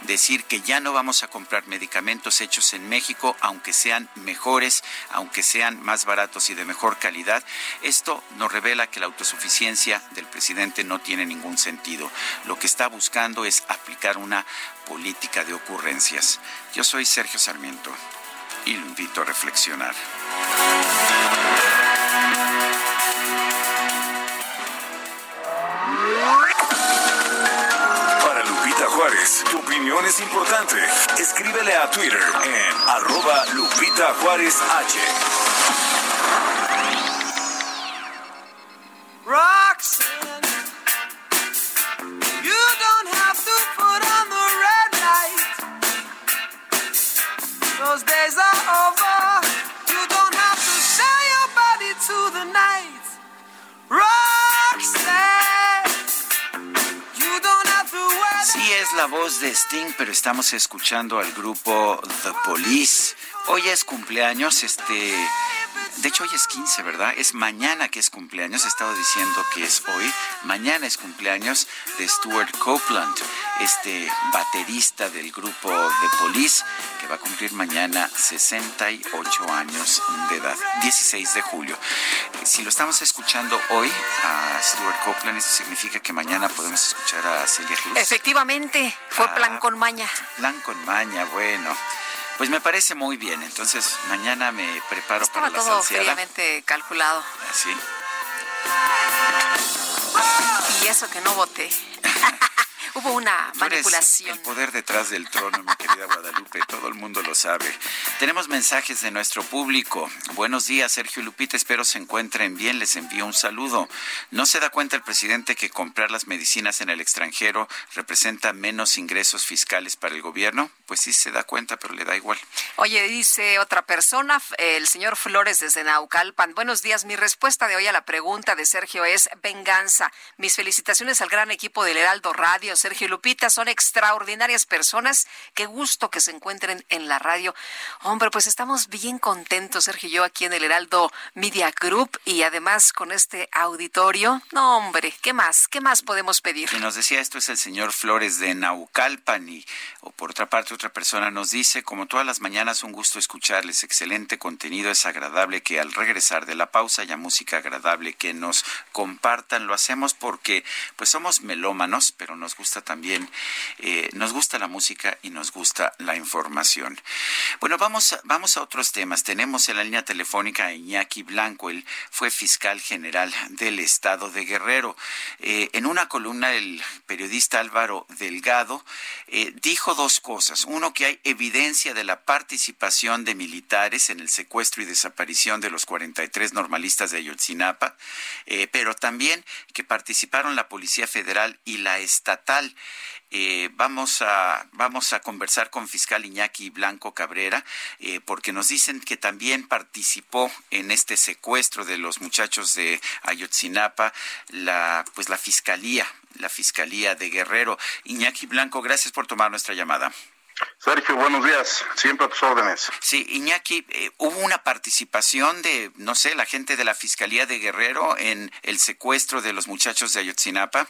que ya no vamos a comprar medicamentos hechos en México, aunque sean mejores, aunque sean más baratos y de mejor calidad, esto nos revela que la autosuficiencia del presidente no tiene ningún sentido. Lo que está buscando es aplicar una política de ocurrencias. Yo soy Sergio Sarmiento y lo invito a reflexionar. Juárez. Tu opinión es importante. Escríbele a Twitter en @LupitaJuárezH. Roxanne, you don't have to put on the red light. Those days are over. You don't have to sell your body to the night. Roxanne, you don't have to wear. Sí, es la voz de Sting, pero estamos escuchando al grupo The Police. Hoy es cumpleaños, de hecho hoy es 15, ¿verdad? Es mañana que es cumpleaños, he estado diciendo que es hoy. Mañana es cumpleaños de Stuart Copeland, baterista del grupo The Police, que va a cumplir mañana 68 años de edad, 16 de julio. Si lo estamos escuchando hoy a Stuart Copeland, eso significa que mañana podemos escuchar a Celia Cruz. Efectivamente, fue plan con maña. Plan con maña, bueno. Pues me parece muy bien, entonces mañana me preparo para la salseada. Estaba todo fríamente calculado. Así. Y eso que no voté. Hubo una manipulación. El poder detrás del trono, mi querida Guadalupe, todo el mundo lo sabe. Tenemos mensajes de nuestro público. Buenos días, Sergio y Lupita, espero se encuentren bien, les envío un saludo. ¿No se da cuenta el presidente que comprar las medicinas en el extranjero representa menos ingresos fiscales para el gobierno? Pues sí se da cuenta, pero le da igual. Oye, dice otra persona, el señor Flores desde Naucalpan. Buenos días, mi respuesta de hoy a la pregunta de Sergio es venganza. Mis felicitaciones al gran equipo del Heraldo Radio. Sergio y Lupita son extraordinarias personas. Qué gusto que se encuentren en la radio. Hombre, pues estamos bien contentos, Sergio y yo, aquí en el Heraldo Media Group y además con este auditorio. No, hombre, ¿qué más? ¿Qué más podemos pedir? Y nos decía, esto es el señor Flores de Naucalpan o por otra parte otra persona nos dice, como todas las mañanas un gusto escucharles, excelente contenido, es agradable que al regresar de la pausa haya música agradable que nos compartan. Lo hacemos porque pues somos melómanos, pero nos gusta también, nos gusta la música y nos gusta la información. Bueno, vamos a otros temas. Tenemos en la línea telefónica a Iñaki Blanco, él fue fiscal general del estado de Guerrero. En una columna el periodista Álvaro Delgado dijo dos cosas. Uno, que hay evidencia de la participación de militares en el secuestro y desaparición de los 43 normalistas de Ayotzinapa, pero también que participaron la Policía Federal y la estatal. Vamos a conversar con fiscal Iñaki Blanco Cabrera, porque nos dicen que también participó en este secuestro de los muchachos de Ayotzinapa la Fiscalía de Guerrero. Iñaki Blanco, gracias por tomar nuestra llamada. Sergio, buenos días, siempre a tus órdenes. Sí, Iñaki, ¿hubo una participación de, no sé, la gente de la Fiscalía de Guerrero en el secuestro de los muchachos de Ayotzinapa?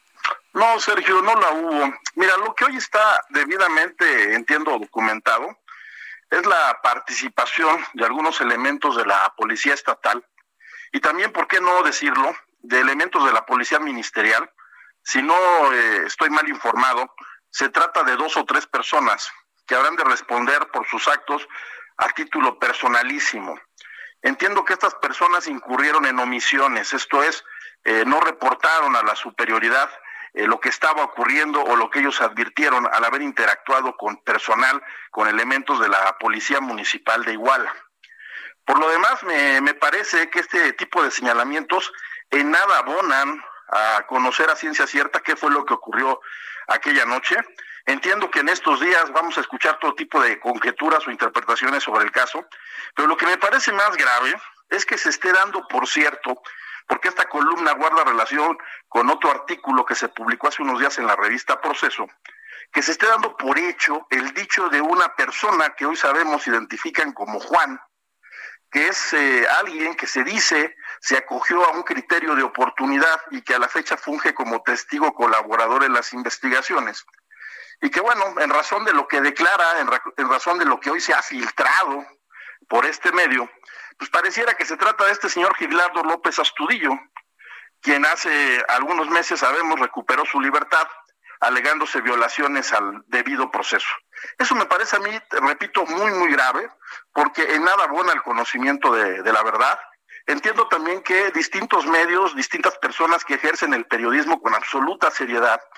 No, Sergio, no la hubo. Mira, lo que hoy está debidamente, entiendo, documentado, es la participación de algunos elementos de la Policía Estatal y también, ¿por qué no decirlo?, de elementos de la Policía Ministerial. Si no estoy mal informado, se trata de 2 o 3 personas que habrán de responder por sus actos a título personalísimo. Entiendo que estas personas incurrieron en omisiones, esto es, no reportaron a la superioridad lo que estaba ocurriendo o lo que ellos advirtieron al haber interactuado con personal, con elementos de la Policía Municipal de Iguala. Por lo demás, me parece que este tipo de señalamientos en nada abonan a conocer a ciencia cierta qué fue lo que ocurrió aquella noche. Entiendo que en estos días vamos a escuchar todo tipo de conjeturas o interpretaciones sobre el caso, pero lo que me parece más grave es que se esté dando por cierto, porque esta columna guarda relación con otro artículo que se publicó hace unos días en la revista Proceso, que se esté dando por hecho el dicho de una persona que hoy sabemos identifican como Juan, que es alguien que se dice se acogió a un criterio de oportunidad y que a la fecha funge como testigo colaborador en las investigaciones. Y que bueno, en razón de lo que declara, en razón de lo que hoy se ha filtrado por este medio, pues pareciera que se trata de este señor Gilardo López Astudillo, quien hace algunos meses, sabemos, recuperó su libertad, alegándose violaciones al debido proceso. Eso me parece a mí, repito, muy, muy grave, porque en nada abona el conocimiento de la verdad. Entiendo también que distintos medios, distintas personas que ejercen el periodismo con absoluta seriedad,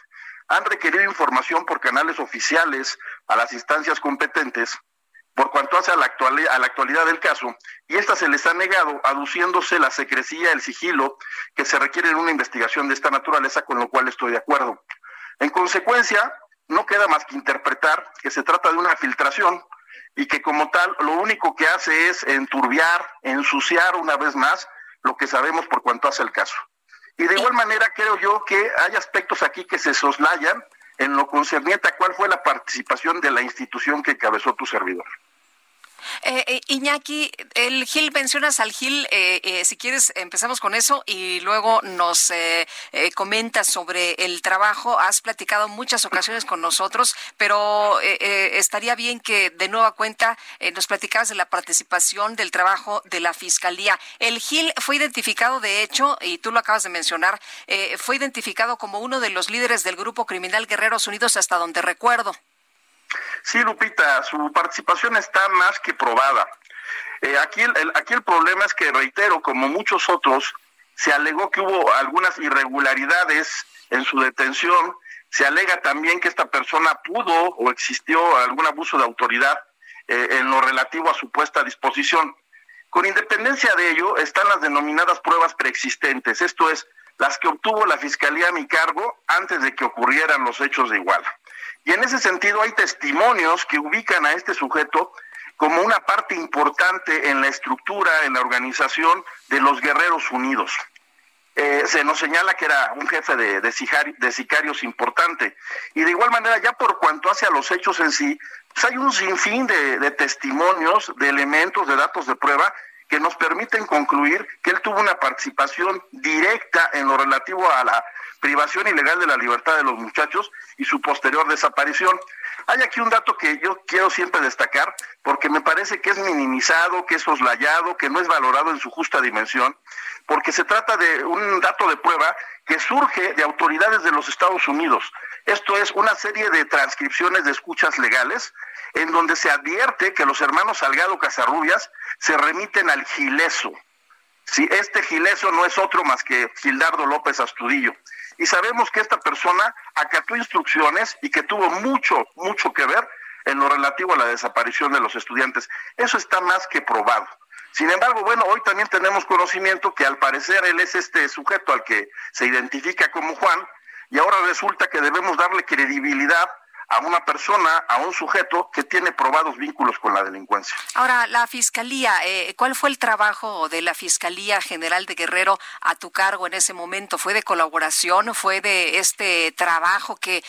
han requerido información por canales oficiales a las instancias competentes por cuanto hace a la actualidad del caso, y esta se les ha negado, aduciéndose la secrecía, el sigilo que se requiere en una investigación de esta naturaleza, con lo cual estoy de acuerdo. En consecuencia, no queda más que interpretar que se trata de una filtración y que como tal lo único que hace es enturbiar, ensuciar una vez más lo que sabemos por cuanto hace el caso. Y de igual manera creo yo que hay aspectos aquí que se soslayan en lo concerniente a cuál fue la participación de la institución que encabezó tu servidor. Iñaki, el GIL, mencionas al GIL, si quieres empezamos con eso y luego nos comentas sobre el trabajo. Has platicado muchas ocasiones con nosotros, pero estaría bien que de nueva cuenta nos platicaras de la participación del trabajo de la Fiscalía. El GIL fue identificado, de hecho, y tú lo acabas de mencionar, fue identificado como uno de los líderes del grupo criminal Guerreros Unidos, hasta donde recuerdo. Sí, Lupita, su participación está más que probada. Aquí el problema es que, reitero, como muchos otros, se alegó que hubo algunas irregularidades en su detención. Se alega también que esta persona pudo o existió algún abuso de autoridad en lo relativo a su puesta a disposición. Con independencia de ello, están las denominadas pruebas preexistentes, esto es, las que obtuvo la Fiscalía a mi cargo antes de que ocurrieran los hechos de Iguala. Y en ese sentido hay testimonios que ubican a este sujeto como una parte importante en la estructura, en la organización de los Guerreros Unidos. Se nos señala que era un jefe de sicarios importante. Y de igual manera, ya por cuanto hace a los hechos en sí, pues hay un sinfín de testimonios, de elementos, de datos de prueba que nos permiten concluir que él tuvo una participación directa en lo relativo a la privación ilegal de la libertad de los muchachos y su posterior desaparición. Hay aquí un dato que yo quiero siempre destacar, porque me parece que es minimizado, que es soslayado, que no es valorado en su justa dimensión, porque se trata de un dato de prueba que surge de autoridades de los Estados Unidos. Esto es una serie de transcripciones de escuchas legales, en donde se advierte que los hermanos Salgado Casarrubias se remiten al Gileso. Sí, este Gileso no es otro más que Gildardo López Astudillo. Y sabemos que esta persona acató instrucciones y que tuvo mucho que ver en lo relativo a la desaparición de los estudiantes. Eso está más que probado. Sin embargo, bueno, hoy también tenemos conocimiento que al parecer él es este sujeto al que se identifica como Juan, y ahora resulta que debemos darle credibilidad a una persona, a un sujeto que tiene probados vínculos con la delincuencia. Ahora, la Fiscalía, ¿cuál fue el trabajo de la Fiscalía General de Guerrero a tu cargo en ese momento? ¿Fue de colaboración? ¿Fue de este trabajo que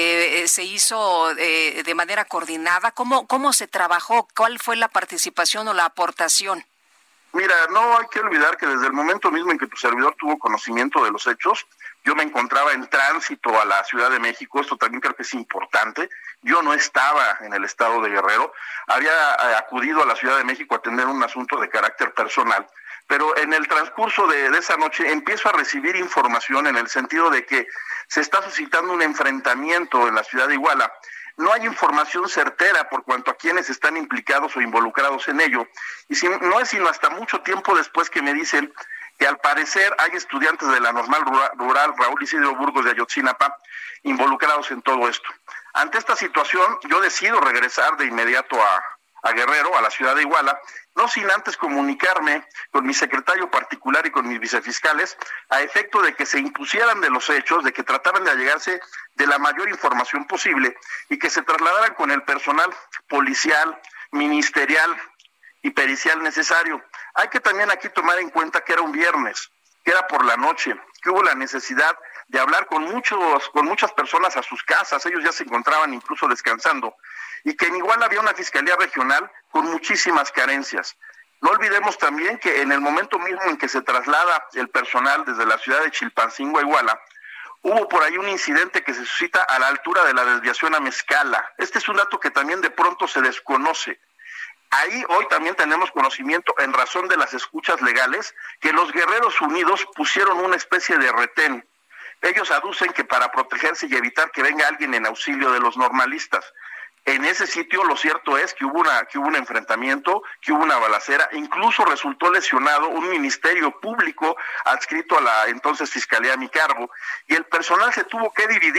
se hizo de manera coordinada? ¿Cómo se trabajó? ¿Cuál fue la participación o la aportación? Mira, no hay que olvidar que desde el momento mismo en que tu servidor tuvo conocimiento de los hechos, yo me encontraba en tránsito a la Ciudad de México. Esto también creo que es importante. Yo no estaba en el estado de Guerrero, había acudido a la Ciudad de México a atender un asunto de carácter personal, pero en el transcurso de esa noche empiezo a recibir información en el sentido de que se está suscitando un enfrentamiento en la ciudad de Iguala. No hay información certera por cuanto a quienes están implicados o involucrados en ello, y no es sino hasta mucho tiempo después que me dicen que al parecer hay estudiantes de la Normal Rural Raúl Isidro Burgos de Ayotzinapa involucrados en todo esto. Ante esta situación, yo decido regresar de inmediato a Guerrero, a la ciudad de Iguala, no sin antes comunicarme con mi secretario particular y con mis vicefiscales, a efecto de que se impusieran de los hechos, de que trataran de allegarse de la mayor información posible y que se trasladaran con el personal policial, ministerial y pericial necesario. Hay que también aquí tomar en cuenta que era un viernes, que era por la noche, que hubo la necesidad de hablar con muchas personas a sus casas. Ellos ya se encontraban incluso descansando, y que en Iguala había una fiscalía regional con muchísimas carencias. No olvidemos también que en el momento mismo en que se traslada el personal desde la ciudad de Chilpancingo a Iguala, hubo por ahí un incidente que se suscita a la altura de la desviación a Mezcala. Este es un dato que también de pronto se desconoce. Ahí hoy también tenemos conocimiento, en razón de las escuchas legales, que los Guerreros Unidos pusieron una especie de retén. Ellos aducen que para protegerse y evitar que venga alguien en auxilio de los normalistas. En ese sitio lo cierto es que hubo un enfrentamiento, que hubo una balacera, incluso resultó lesionado un ministerio público adscrito a la entonces Fiscalía a mi cargo, y el personal se tuvo que dividir.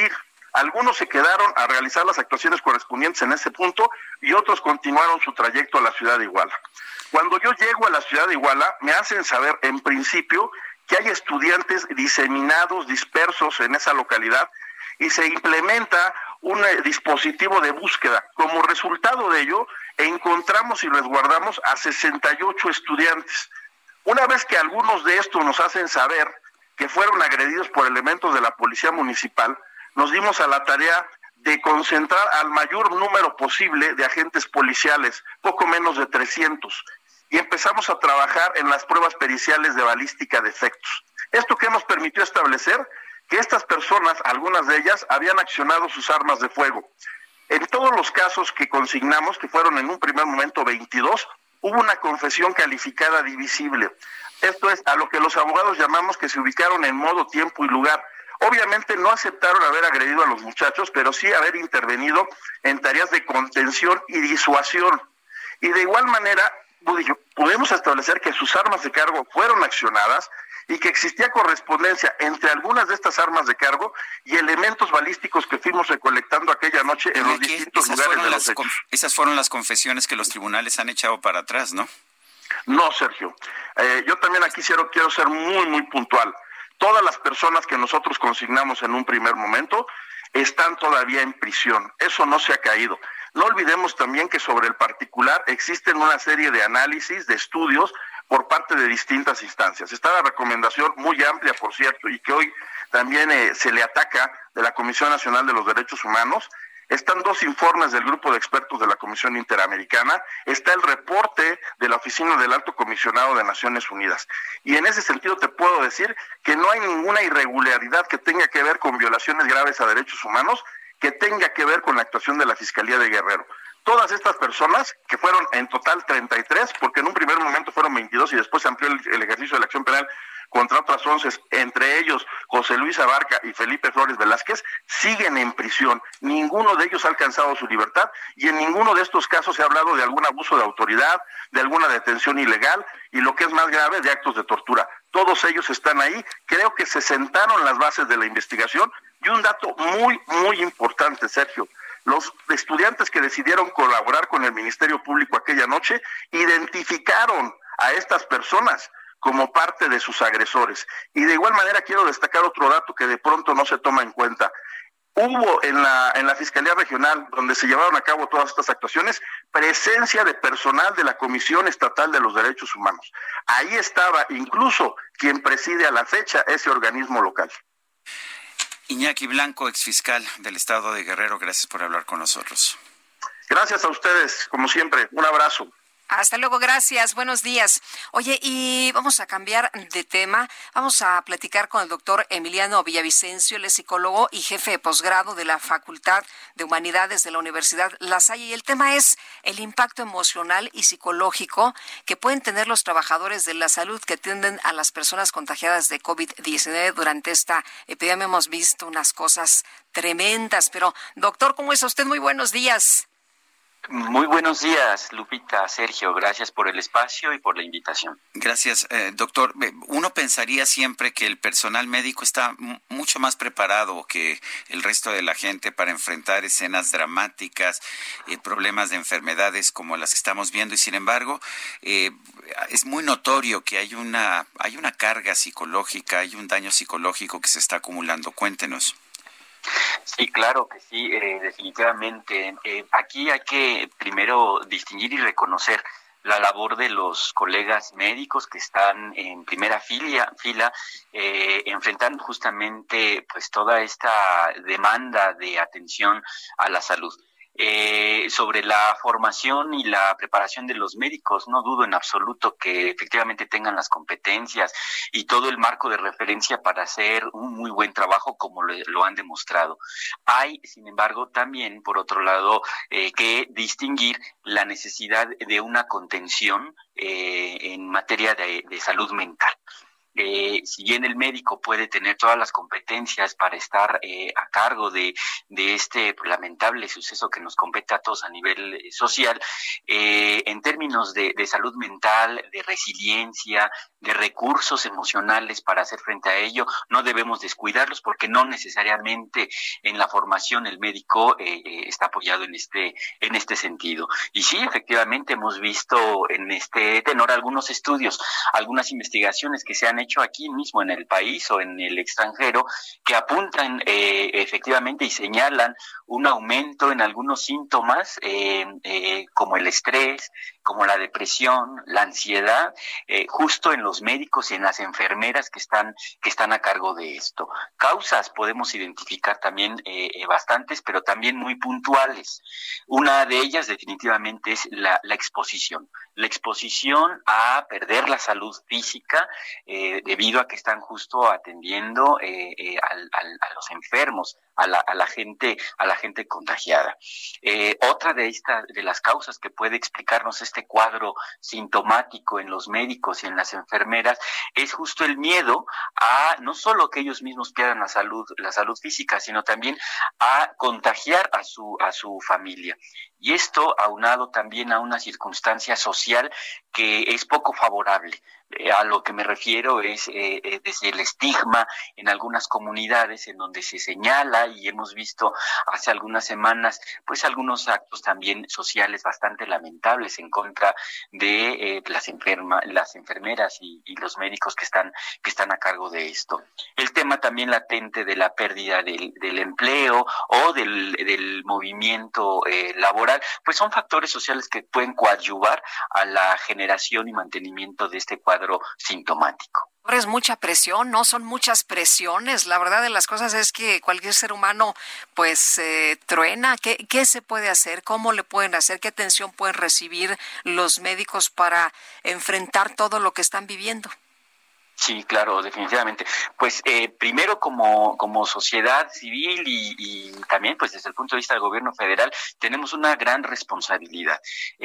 Algunos se quedaron a realizar las actuaciones correspondientes en ese punto y otros continuaron su trayecto a la ciudad de Iguala. Cuando yo llego a la ciudad de Iguala, me hacen saber en principio que hay estudiantes diseminados, dispersos en esa localidad y se implementa un dispositivo de búsqueda. Como resultado de ello, encontramos y resguardamos a 68 estudiantes. Una vez que algunos de estos nos hacen saber que fueron agredidos por elementos de la policía municipal, nos dimos a la tarea de concentrar al mayor número posible de agentes policiales, poco menos de 300, y empezamos a trabajar en las pruebas periciales de balística de efectos. Esto que nos permitió establecer que estas personas, algunas de ellas, habían accionado sus armas de fuego. En todos los casos que consignamos, que fueron en un primer momento 22, hubo una confesión calificada divisible. Esto es a lo que los abogados llamamos que se ubicaron en modo, tiempo y lugar. Obviamente no aceptaron haber agredido a los muchachos, pero sí haber intervenido en tareas de contención y disuasión. Y de igual manera, pudimos establecer que sus armas de cargo fueron accionadas y que existía correspondencia entre algunas de estas armas de cargo y elementos balísticos que fuimos recolectando aquella noche en los distintos lugares de los hechos. Esas fueron las confesiones que los tribunales han echado para atrás, ¿no? No, Sergio. Yo también aquí quiero ser muy, muy puntual. Todas las personas que nosotros consignamos en un primer momento están todavía en prisión. Eso no se ha caído. No olvidemos también que sobre el particular existen una serie de análisis, de estudios por parte de distintas instancias. Está la recomendación muy amplia, por cierto, y que hoy también se le ataca, de la Comisión Nacional de los Derechos Humanos. Están 2 informes del grupo de expertos de la Comisión Interamericana, está el reporte de la Oficina del Alto Comisionado de Naciones Unidas. Y en ese sentido te puedo decir que no hay ninguna irregularidad que tenga que ver con violaciones graves a derechos humanos, que tenga que ver con la actuación de la Fiscalía de Guerrero. Todas estas personas, que fueron en total 33, porque en un primer momento fueron 22 y después se amplió el ejercicio de la acción penal contra otras 11, entre ellos José Luis Abarca y Felipe Flores Velázquez, siguen en prisión. Ninguno de ellos ha alcanzado su libertad y en ninguno de estos casos se ha hablado de algún abuso de autoridad, de alguna detención ilegal y, lo que es más grave, de actos de tortura. Todos ellos están ahí. Creo que se sentaron las bases de la investigación. Y un dato muy, muy importante, Sergio: los estudiantes que decidieron colaborar con el Ministerio Público aquella noche identificaron a estas personas como parte de sus agresores. Y de igual manera quiero destacar otro dato que de pronto no se toma en cuenta. Hubo en la Fiscalía Regional, donde se llevaron a cabo todas estas actuaciones, presencia de personal de la Comisión Estatal de los Derechos Humanos. Ahí estaba incluso quien preside a la fecha ese organismo local. Iñaki Blanco, exfiscal del Estado de Guerrero, gracias por hablar con nosotros. Gracias a ustedes, como siempre. Un abrazo. Hasta luego, gracias, buenos días. Oye, y vamos a cambiar de tema, vamos a platicar con el doctor Emiliano Villavicencio, él es psicólogo y jefe de posgrado de la Facultad de Humanidades de la Universidad La Salle, y el tema es el impacto emocional y psicológico que pueden tener los trabajadores de la salud que atienden a las personas contagiadas de COVID-19 durante esta epidemia. Hemos visto unas cosas tremendas, pero doctor, ¿cómo está usted? Muy buenos días. Muy buenos días, Lupita, Sergio, gracias por el espacio y por la invitación. Gracias, doctor. Uno pensaría siempre que el personal médico está mucho más preparado que el resto de la gente para enfrentar escenas dramáticas, problemas de enfermedades como las que estamos viendo, y sin embargo, es muy notorio que hay una carga psicológica, hay un daño psicológico que se está acumulando. Cuéntenos. Sí, claro que sí, definitivamente. Aquí hay que primero distinguir y reconocer la labor de los colegas médicos que están en primera fila, enfrentando justamente pues toda esta demanda de atención a la salud. Sobre la formación y la preparación de los médicos, no dudo en absoluto que efectivamente tengan las competencias y todo el marco de referencia para hacer un muy buen trabajo como lo han demostrado. Hay, sin embargo, también, por otro lado, que distinguir la necesidad de una contención en materia de salud mental. si bien el médico puede tener todas las competencias para estar a cargo de este lamentable suceso que nos compete a todos a nivel social, en términos de salud mental, de resiliencia, de recursos emocionales para hacer frente a ello, no debemos descuidarlos, porque no necesariamente en la formación el médico está apoyado en este sentido. Y sí, efectivamente hemos visto en este tenor algunos estudios, algunas investigaciones que se han hecho aquí mismo en el país o en el extranjero, que apuntan efectivamente y señalan un aumento en algunos síntomas como el estrés, como la depresión, la ansiedad, justo en los médicos y en las enfermeras que están a cargo de esto. Causas podemos identificar también bastantes, pero también muy puntuales. Una de ellas definitivamente es la exposición. La exposición a perder la salud física debido a que están justo atendiendo a los enfermos, a la gente contagiada. Otra de las causas que puede explicarnos este cuadro sintomático en los médicos y en las enfermeras es justo el miedo a no solo que ellos mismos pierdan la salud física, sino también a contagiar a su familia. Y esto aunado también a una circunstancia social que es poco favorable. A lo que me refiero es desde el estigma en algunas comunidades en donde se señala, y hemos visto hace algunas semanas pues algunos actos también sociales bastante lamentables en contra de las enfermeras y los médicos que están a cargo de esto. El tema también latente de la pérdida del empleo o del movimiento laboral, pues son factores sociales que pueden coadyuvar a la generación y mantenimiento de este cuadro sintomático. Es mucha presión, ¿no? Son muchas presiones. La verdad de las cosas es que cualquier ser humano pues truena. ¿Qué se puede hacer? ¿Cómo le pueden hacer? ¿Qué atención pueden recibir los médicos para enfrentar todo lo que están viviendo? Sí, claro, definitivamente. Pues primero como sociedad civil y también pues desde el punto de vista del gobierno federal tenemos una gran responsabilidad.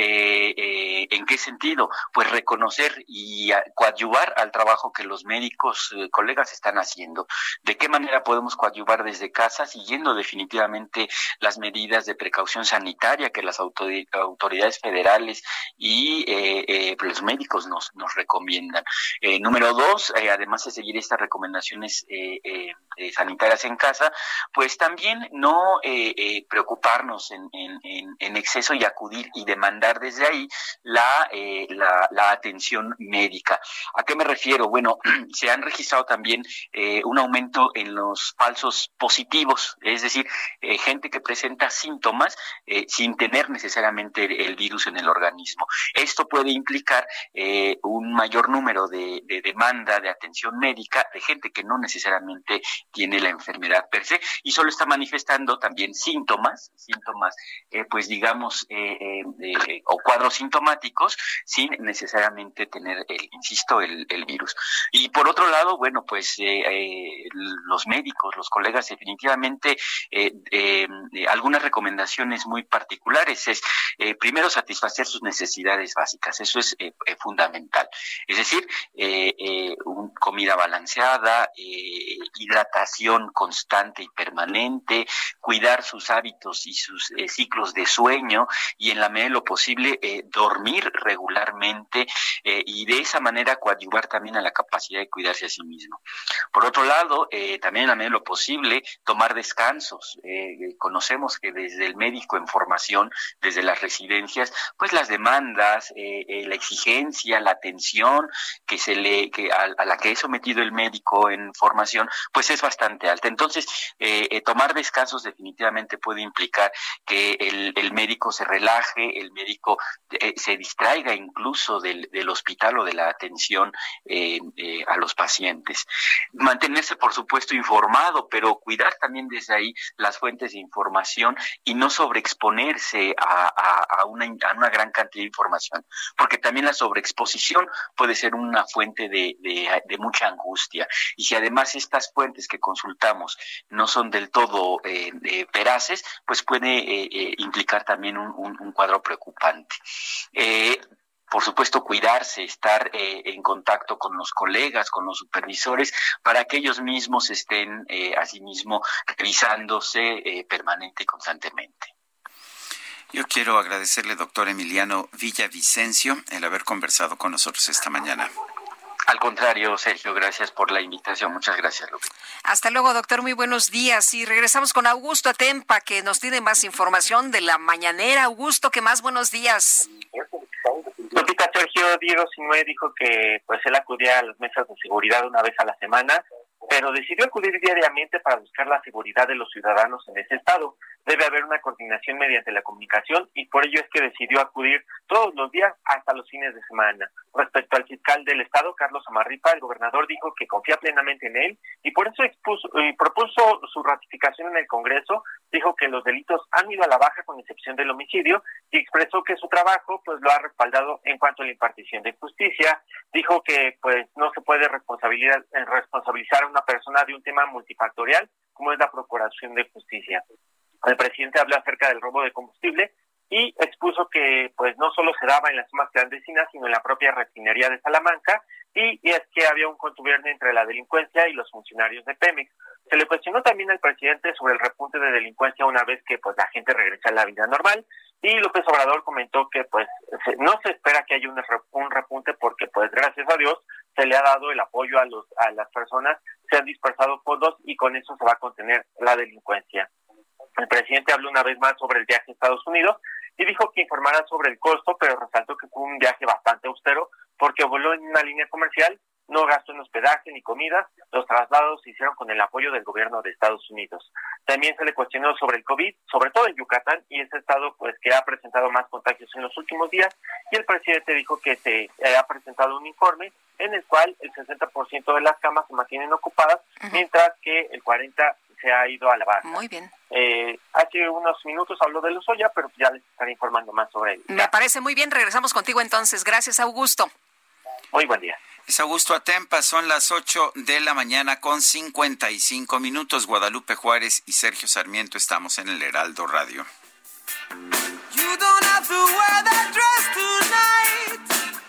¿En qué sentido? Pues reconocer y coadyuvar al trabajo que los médicos colegas están haciendo. ¿De qué manera podemos coadyuvar desde casa siguiendo definitivamente las medidas de precaución sanitaria que las autoridades federales y los médicos nos recomiendan? Número 2, además de seguir estas recomendaciones sanitarias en casa, pues también no preocuparnos en exceso y acudir y demandar desde ahí la atención médica. ¿A qué me refiero? Bueno, se han registrado también un aumento en los falsos positivos, es decir, gente que presenta síntomas sin tener necesariamente el virus en el organismo. Esto puede implicar un mayor número de demanda de atención médica de gente que no necesariamente tiene la enfermedad per se y solo está manifestando también síntomas pues digamos o cuadros sintomáticos sin necesariamente tener el virus. Y por otro lado, bueno, pues los médicos, los colegas definitivamente algunas recomendaciones muy particulares es primero satisfacer sus necesidades básicas, eso es fundamental, es decir, comida balanceada, hidratación constante y permanente, cuidar sus hábitos y sus ciclos de sueño y en la medida de lo posible dormir regularmente y de esa manera coadyuvar también a la capacidad de cuidarse a sí mismo. Por otro lado, también en la medida de lo posible tomar descansos. Conocemos que desde el médico en formación, desde las residencias, pues las demandas, la exigencia, la atención a la que es sometido el médico en formación, pues es bastante alta. Entonces, tomar descansos definitivamente puede implicar que el médico se relaje, el médico se distraiga incluso del hospital o de la atención a los pacientes. Mantenerse, por supuesto, informado, pero cuidar también desde ahí las fuentes de información y no sobreexponerse a una gran cantidad de información, porque también la sobreexposición puede ser una fuente de mucha angustia. Y si además estas fuentes que consultamos no son del todo veraces, pues puede implicar también un cuadro preocupante. por supuesto, cuidarse, estar en contacto con los colegas, con los supervisores, para que ellos mismos estén asimismo revisándose permanente y constantemente. Yo quiero agradecerle, doctor Emiliano Villavicencio, el haber conversado con nosotros esta mañana. Al contrario, Sergio, gracias por la invitación. Muchas gracias, Lupita. Hasta luego, doctor. Muy buenos días. Y regresamos con Augusto Atempa, que nos tiene más información de la mañanera. Augusto, ¿qué más? Buenos días. Lupita, Sergio Diego Sinue dijo que pues él acudía a las mesas de seguridad una vez a la semana, pero decidió acudir diariamente para buscar la seguridad de los ciudadanos en ese estado. Debe haber una coordinación mediante la comunicación y por ello es que decidió acudir todos los días hasta los fines de semana. Respecto al fiscal del estado, Carlos Amarripa, el gobernador dijo que confía plenamente en él y por eso propuso su ratificación en el Congreso. Dijo que los delitos han ido a la baja con excepción del homicidio y expresó que su trabajo pues lo ha respaldado en cuanto a la impartición de justicia. Dijo que pues no se puede responsabilizar a una persona de un tema multifactorial como es la procuración de justicia. El presidente habló acerca del robo de combustible y expuso que pues no solo se daba en las zonas clandestinas, sino en la propia refinería de Salamanca, y es que había un contubernio entre la delincuencia y los funcionarios de Pemex. Se le cuestionó también al presidente sobre el repunte de delincuencia una vez que pues la gente regresa a la vida normal, y López Obrador comentó que pues no se espera que haya un repunte porque pues gracias a Dios se le ha dado el apoyo a las personas, se han dispersado fondos y con eso se va a contener la delincuencia. El presidente habló una vez más sobre el viaje a Estados Unidos y dijo que informará sobre el costo, pero resaltó que fue un viaje bastante austero porque voló en una línea comercial, no gastó en hospedaje ni comida, los traslados se hicieron con el apoyo del gobierno de Estados Unidos. También se le cuestionó sobre el COVID, sobre todo en Yucatán, y ese estado pues que ha presentado más contagios en los últimos días, y el presidente dijo que se ha presentado un informe en el cual el 60% de las camas se mantienen ocupadas, mientras que el 40% se ha ido a la baja. Muy bien. Hace unos minutos habló de Lozoya, pero ya les estaré informando más sobre él. Me parece muy bien. Regresamos contigo entonces. Gracias, Augusto. Muy buen día. Es Augusto Atempa, son las 8 de la mañana con 55 minutos. Guadalupe Juárez y Sergio Sarmiento estamos en el Heraldo Radio. You don't have to wear that dress tonight.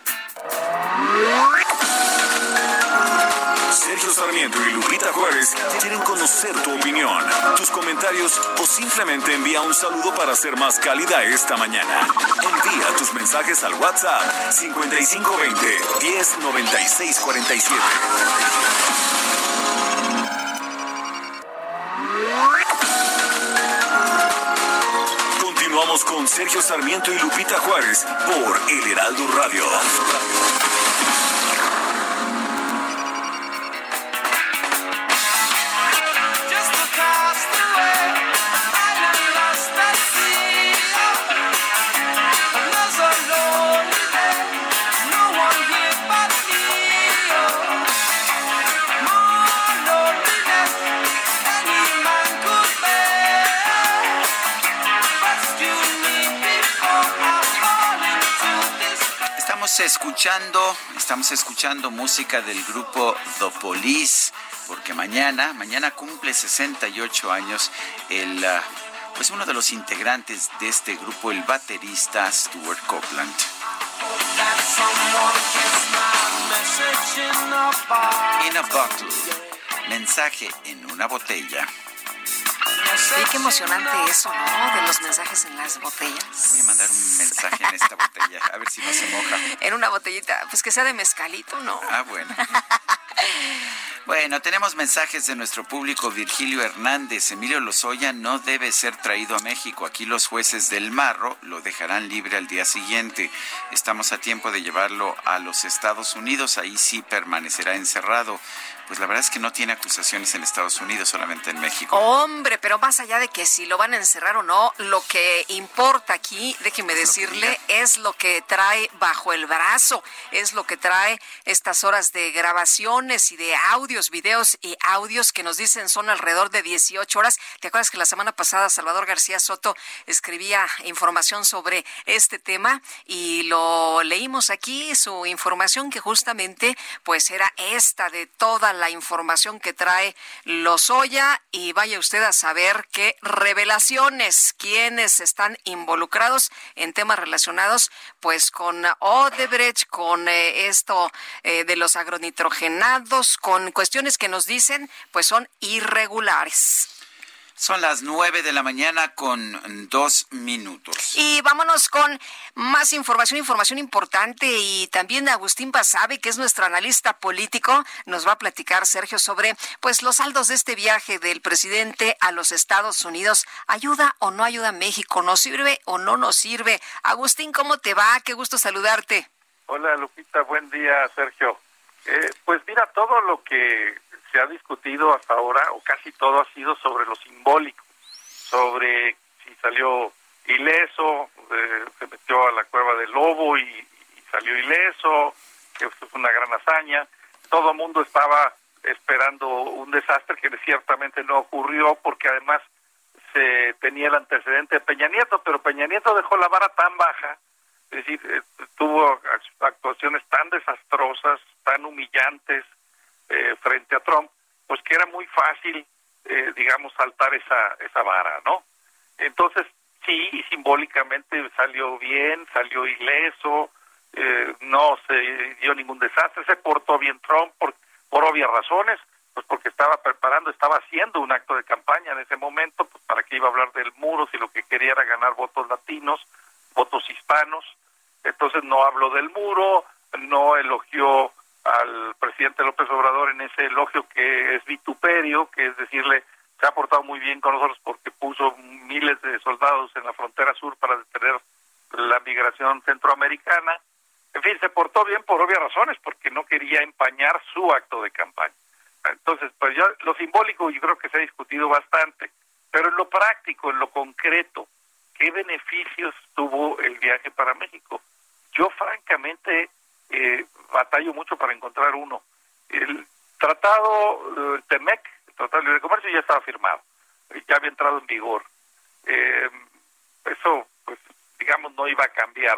Sergio Sarmiento y Lupita Juárez quieren conocer tu opinión, tus comentarios o simplemente envía un saludo para ser más cálida esta mañana. Envía tus mensajes al WhatsApp 5520 109647. Continuamos con Sergio Sarmiento y Lupita Juárez por El Heraldo Radio. Estamos escuchando música del grupo The Police, porque mañana cumple 68 años pues uno de los integrantes de este grupo, el baterista Stuart Copeland. In a bottle, mensaje en una botella. Sí, qué emocionante eso, ¿no? De los mensajes en las botellas. Voy a mandar un mensaje en esta botella, a ver si no se moja. En una botellita, pues que sea de mezcalito, ¿no? Ah, bueno. Bueno, tenemos mensajes de nuestro público. Virgilio Hernández: Emilio Lozoya no debe ser traído a México. Aquí los jueces del Marro lo dejarán libre al día siguiente. Estamos a tiempo de llevarlo a los Estados Unidos. Ahí sí permanecerá encerrado. Pues la verdad es que no tiene acusaciones en Estados Unidos, solamente en México. Hombre, pero más allá de que si lo van a encerrar o no, lo que importa aquí, déjeme decirle, es lo que trae bajo el brazo, es lo que trae estas horas de grabaciones y de audio audios, videos y audios que nos dicen son alrededor de 18 horas. ¿Te acuerdas que la semana pasada Salvador García Soto escribía información sobre este tema y lo leímos aquí, su información que justamente pues era esta de toda la información que trae Lozoya, y vaya usted a saber qué revelaciones, quiénes están involucrados en temas relacionados pues con Odebrecht, con esto de los agronitrogenados, con cuestiones que nos dicen pues son irregulares. Son las 9:00 con 2 minutos. Y vámonos con más información importante, y también Agustín Basabe, que es nuestro analista político, nos va a platicar, Sergio, sobre pues los saldos de este viaje del presidente a los Estados Unidos. ¿Ayuda o no ayuda a México? ¿Nos sirve o no nos sirve? Agustín, ¿cómo te va? Qué gusto saludarte. Hola, Lupita, buen día, Sergio. Pues mira, todo lo que se ha discutido hasta ahora, o casi todo, ha sido sobre lo simbólico, sobre si salió ileso, se metió a la cueva del lobo y salió ileso, que esto es una gran hazaña. Todo el mundo estaba esperando un desastre que ciertamente no ocurrió, porque además se tenía el antecedente de Peña Nieto, pero Peña Nieto dejó la vara tan baja, es decir, tuvo actuaciones tan desastrosas, tan humillantes frente a Trump, pues que era muy fácil, digamos, saltar esa vara, ¿no? Entonces, sí, simbólicamente salió bien, salió ileso, no se dio ningún desastre, se portó bien Trump por obvias razones, pues porque estaba haciendo un acto de campaña en ese momento, pues para qué iba a hablar del muro si lo que quería era ganar votos latinos, votos hispanos. Entonces no habló del muro, no elogió al presidente López Obrador en ese elogio que es vituperio, que es decirle, se ha portado muy bien con nosotros porque puso miles de soldados en la frontera sur para detener la migración centroamericana. En fin, se portó bien por obvias razones, porque no quería empañar su acto de campaña. Entonces, pues ya lo simbólico yo creo que se ha discutido bastante, pero en lo práctico, en lo concreto, ¿qué beneficios tuvo el viaje para México? Yo francamente batallo mucho para encontrar uno. El tratado TEMEC, el Tratado de Libre Comercio, ya estaba firmado, ya había entrado en vigor. Eso, pues, digamos, no iba a cambiar.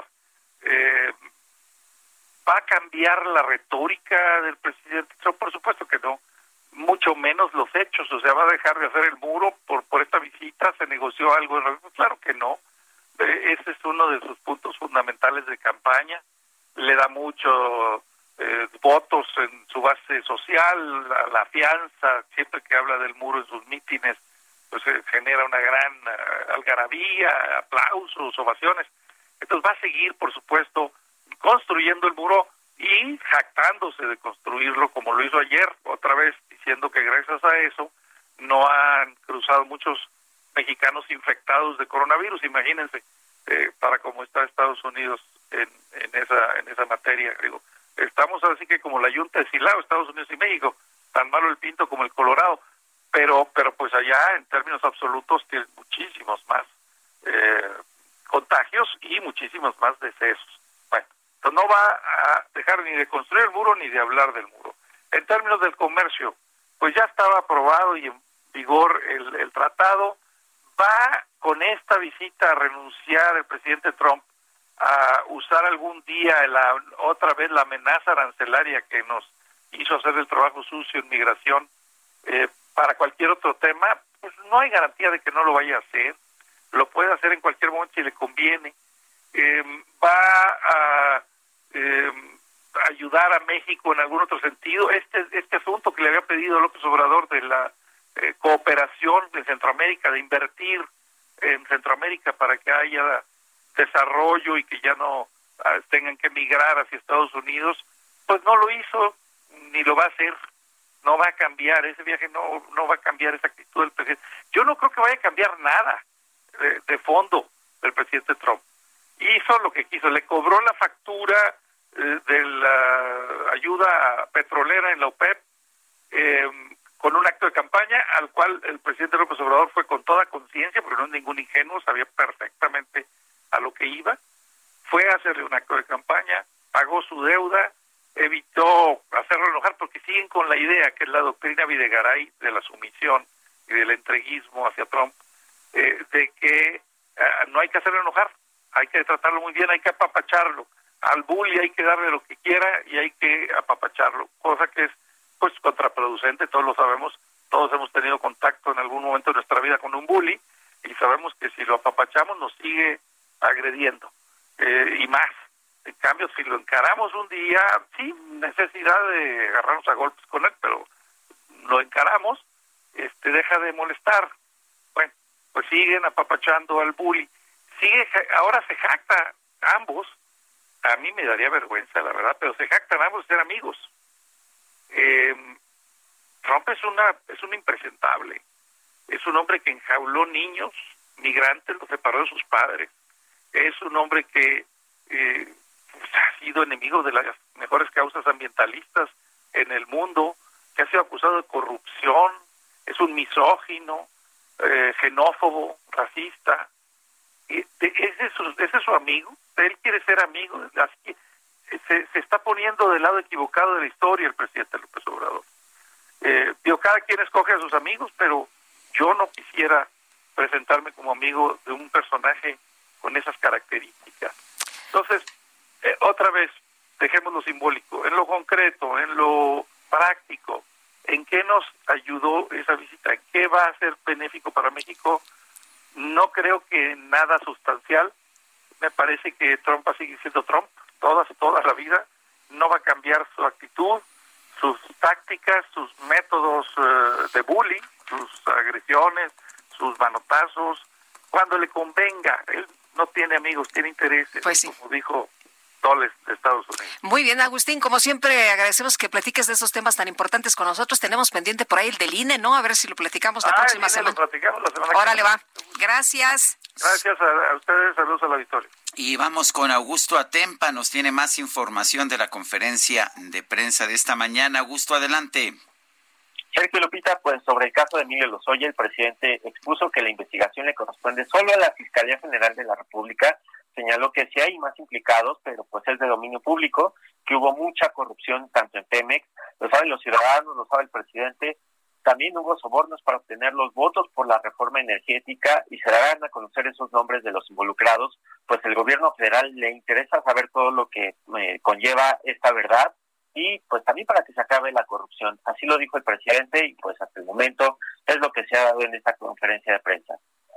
¿Va a cambiar la retórica del presidente Trump? Por supuesto que no, mucho menos los hechos. O sea, ¿va a dejar de hacer el muro por esta visita? ¿Se negoció algo? Claro que no. Ese es uno de sus puntos fundamentales de campaña. Le da mucho votos en su base social, la fianza, siempre que habla del muro en sus mítines, pues genera una gran algarabía, aplausos, ovaciones. Entonces va a seguir, por supuesto, construyendo el muro y jactándose de construirlo, como lo hizo ayer, otra vez diciendo que gracias a eso no han cruzado muchos mexicanos infectados de coronavirus. Imagínense, para cómo está Estados Unidos en esa materia. Digo, estamos así que como la yunta de Silao, Estados Unidos y México, tan malo el Pinto como el Colorado, pero pues allá en términos absolutos tiene muchísimos más contagios y muchísimos más decesos. Bueno, entonces no va a dejar ni de construir el muro ni de hablar del muro. En términos del comercio, pues ya estaba aprobado y en vigor el tratado. ¿Va con esta visita a renunciar el presidente Trump a usar algún día otra vez la amenaza arancelaria que nos hizo hacer el trabajo sucio en migración para cualquier otro tema? Pues no hay garantía de que no lo vaya a hacer. Lo puede hacer en cualquier momento si le conviene. Va a ayudar a México en algún otro sentido. Este asunto que le había pedido López Obrador de la cooperación en Centroamérica, de invertir en Centroamérica para que haya desarrollo y que ya no tengan que migrar hacia Estados Unidos, pues no lo hizo ni lo va a hacer. No va a cambiar ese viaje, no va a cambiar esa actitud del presidente. Yo no creo que vaya a cambiar nada de fondo del presidente Trump. Hizo lo que quiso, le cobró la factura de la ayuda petrolera en la OPEP con un acto de campaña al cual el presidente López Obrador fue con toda conciencia, porque no es ningún ingenuo, sabía perfectamente a lo que iba. Fue a hacerle un acto de campaña, pagó su deuda, evitó hacerlo enojar porque siguen con la idea, que es la doctrina Videgaray de la sumisión y del entreguismo hacia Trump, de que no hay que hacerlo enojar, hay que tratarlo muy bien, hay que apapacharlo. Al bully hay que darle lo que quiera y hay que apapacharlo, cosa que es pues contraproducente, todos lo sabemos, todos hemos tenido contacto en algún momento de nuestra vida con un bully y sabemos que si lo apapachamos nos sigue agrediendo, y más. En cambio, si lo encaramos un día, sin necesidad de agarrarnos a golpes con él, pero lo encaramos, deja de molestar. Bueno, pues siguen apapachando al bully. Ahora se jacta ambos, a mí me daría vergüenza, la verdad, pero se jactan ambos de ser amigos. Trump es un impresentable, es un hombre que enjauló niños migrantes, los separó de sus padres, es un hombre que ha sido enemigo de las mejores causas ambientalistas en el mundo, que ha sido acusado de corrupción, es un misógino, xenófobo, racista. ¿Ese es su amigo? Él quiere ser amigo, así se está poniendo del lado equivocado de la historia el presidente López Obrador. Cada quien escoge a sus amigos, pero yo no quisiera presentarme como amigo de un personaje con esas características. Entonces, otra vez, dejemos lo simbólico, en lo concreto, en lo práctico, ¿en qué nos ayudó esa visita? ¿En qué va a ser benéfico para México? No creo que nada sustancial. Me parece que Trump va a seguir siendo Trump toda la vida. No va a cambiar su actitud, sus tácticas, sus métodos de bullying, sus agresiones, sus manotazos, cuando le convenga. Él no tiene amigos, tiene intereses, pues sí, como dijo Dulles de Estados Unidos. Muy bien, Agustín, como siempre agradecemos que platiques de esos temas tan importantes con nosotros. Tenemos pendiente por ahí el del INE, ¿no? A ver si lo platicamos la próxima semana. Lo platicamos la semana Órale, va. Gracias. Gracias a ustedes, saludos a la Victoria. Y vamos con Augusto Atempa, nos tiene más información de la conferencia de prensa de esta mañana. Augusto, adelante. Sergio, Lupita, pues sobre el caso de Emilio Lozoya, el presidente expuso que la investigación le corresponde solo a la Fiscalía General de la República. Señaló que sí hay más implicados, pero pues es de dominio público, que hubo mucha corrupción tanto en Pemex, lo saben los ciudadanos, lo sabe el presidente. También hubo sobornos para obtener los votos por la reforma energética y se darán a conocer esos nombres de los involucrados, pues el gobierno federal le interesa saber todo lo que conlleva esta verdad y pues también para que se acabe la corrupción. Así lo dijo el presidente y pues hasta el momento es lo que se ha dado en esta conferencia de prensa.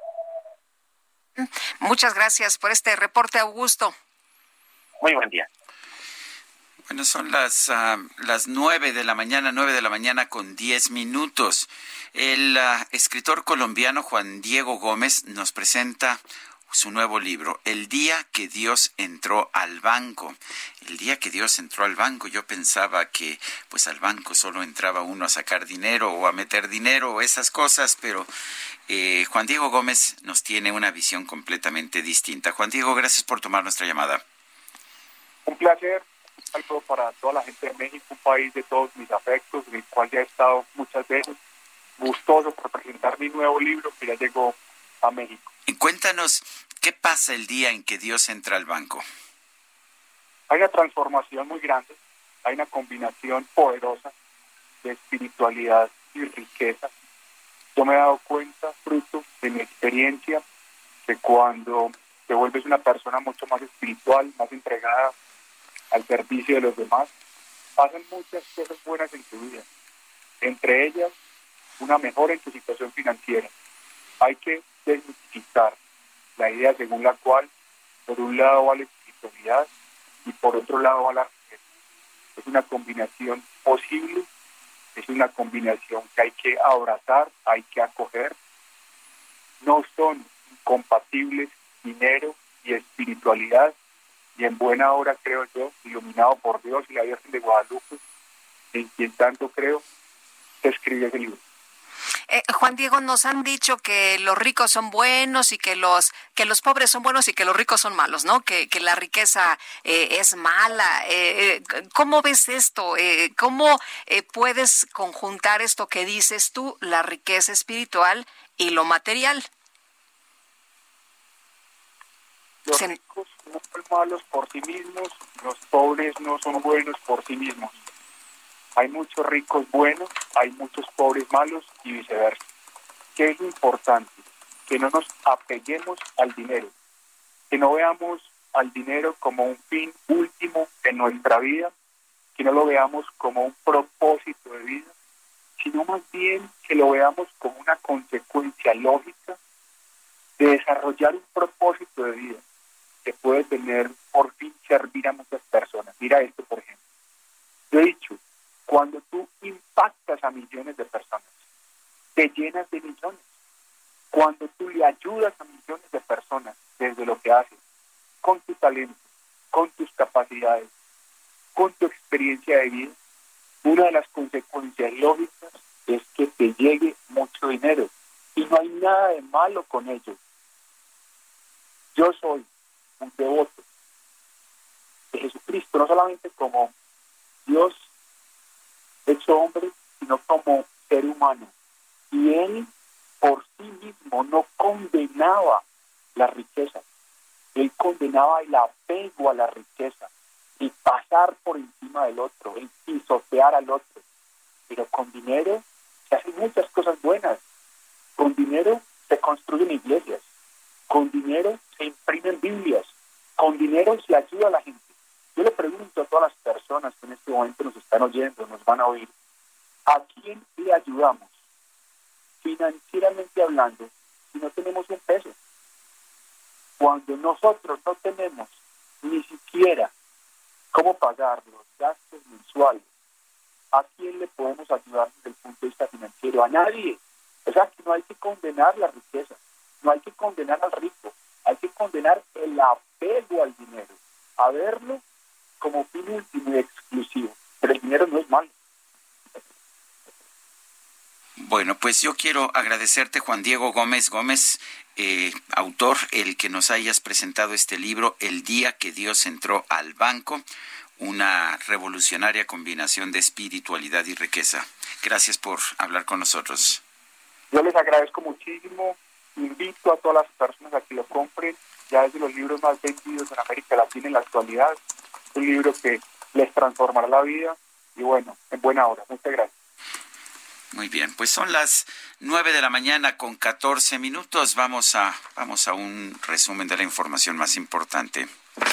Muchas gracias por este reporte, Augusto. Muy buen día. Bueno, son las 9 de la mañana con 10 minutos. El escritor colombiano Juan Diego Gómez nos presenta su nuevo libro, El día que Dios entró al banco. El día que Dios entró al banco, yo pensaba que pues al banco solo entraba uno a sacar dinero o a meter dinero o esas cosas, pero Juan Diego Gómez nos tiene una visión completamente distinta. Juan Diego, gracias por tomar nuestra llamada. Un placer. Algo para toda la gente de México, un país de todos mis afectos, en el cual ya he estado muchas veces, gustoso por presentar mi nuevo libro que ya llegó a México. Y cuéntanos, ¿qué pasa el día en que Dios entra al banco? Hay una transformación muy grande, hay una combinación poderosa de espiritualidad y riqueza. Yo me he dado cuenta, fruto de mi experiencia, que cuando te vuelves una persona mucho más espiritual, más entregada al servicio de los demás, pasan muchas cosas buenas en tu vida. Entre ellas, una mejora en tu situación financiera. Hay que desmitificar la idea según la cual, por un lado va la espiritualidad y por otro lado va la riqueza. Es una combinación posible, es una combinación que hay que abrazar, hay que acoger. No son incompatibles dinero y espiritualidad. Y en buena hora, creo yo, iluminado por Dios y la Virgen de Guadalupe, en quien tanto creo, se escribe ese libro. Juan Diego, nos han dicho que los ricos son buenos y que los pobres son buenos y que los ricos son malos, ¿no? Que la riqueza es mala. ¿Cómo ves esto? ¿Cómo puedes conjuntar esto que dices tú, la riqueza espiritual y lo material? Los ricos no son malos por sí mismos, los pobres no son buenos por sí mismos. Hay muchos ricos buenos, hay muchos pobres malos y viceversa. ¿Qué es lo importante? Que no nos apeguemos al dinero, que no veamos al dinero como un fin último en nuestra vida, que no lo veamos como un propósito de vida, sino más bien que lo veamos como una consecuencia lógica de desarrollar un propósito de vida que puede tener por fin servir a muchas personas. Mira esto, por ejemplo. Yo he dicho, cuando tú impactas a millones de personas, te llenas de millones. Cuando tú le ayudas a millones de personas desde lo que haces, con tu talento, con tus capacidades, con tu experiencia de vida, una de las consecuencias lógicas es que te llegue mucho dinero. Y no hay nada de malo con ello. Yo soy un devoto de Jesucristo, no solamente como Dios hecho hombre, sino como ser humano. Y Él por sí mismo no condenaba la riqueza. Él condenaba el apego a la riqueza, y pasar por encima del otro, el pisotear al otro. Pero con dinero se hacen muchas cosas buenas. Con dinero se construyen iglesias. Con dinero se imprimen Biblias. Con dinero se ayuda a la gente. Yo le pregunto a todas las personas que en este momento nos están oyendo, nos van a oír, ¿a quién le ayudamos? Financieramente hablando, si no tenemos un peso. Cuando nosotros no tenemos ni siquiera cómo pagar los gastos mensuales, ¿a quién le podemos ayudar desde el punto de vista financiero? A nadie. O sea, que no hay que condenar la riqueza, no hay que condenar al rico, hay que condenar el apego al dinero, a verlo como fin último y exclusivo. Pero el dinero no es malo. Bueno, pues yo quiero agradecerte, Juan Diego Gómez, autor, el que nos hayas presentado este libro, El día que Dios entró al banco, una revolucionaria combinación de espiritualidad y riqueza. Gracias por hablar con nosotros. Yo les agradezco muchísimo, invito a todas las personas a que lo compren, ya es de los libros más vendidos en América Latina en la actualidad, es un libro que les transformará la vida, y bueno, en buena hora. Muchas gracias. Muy bien, pues son las 9:14 a.m. Vamos a un resumen de la información más importante.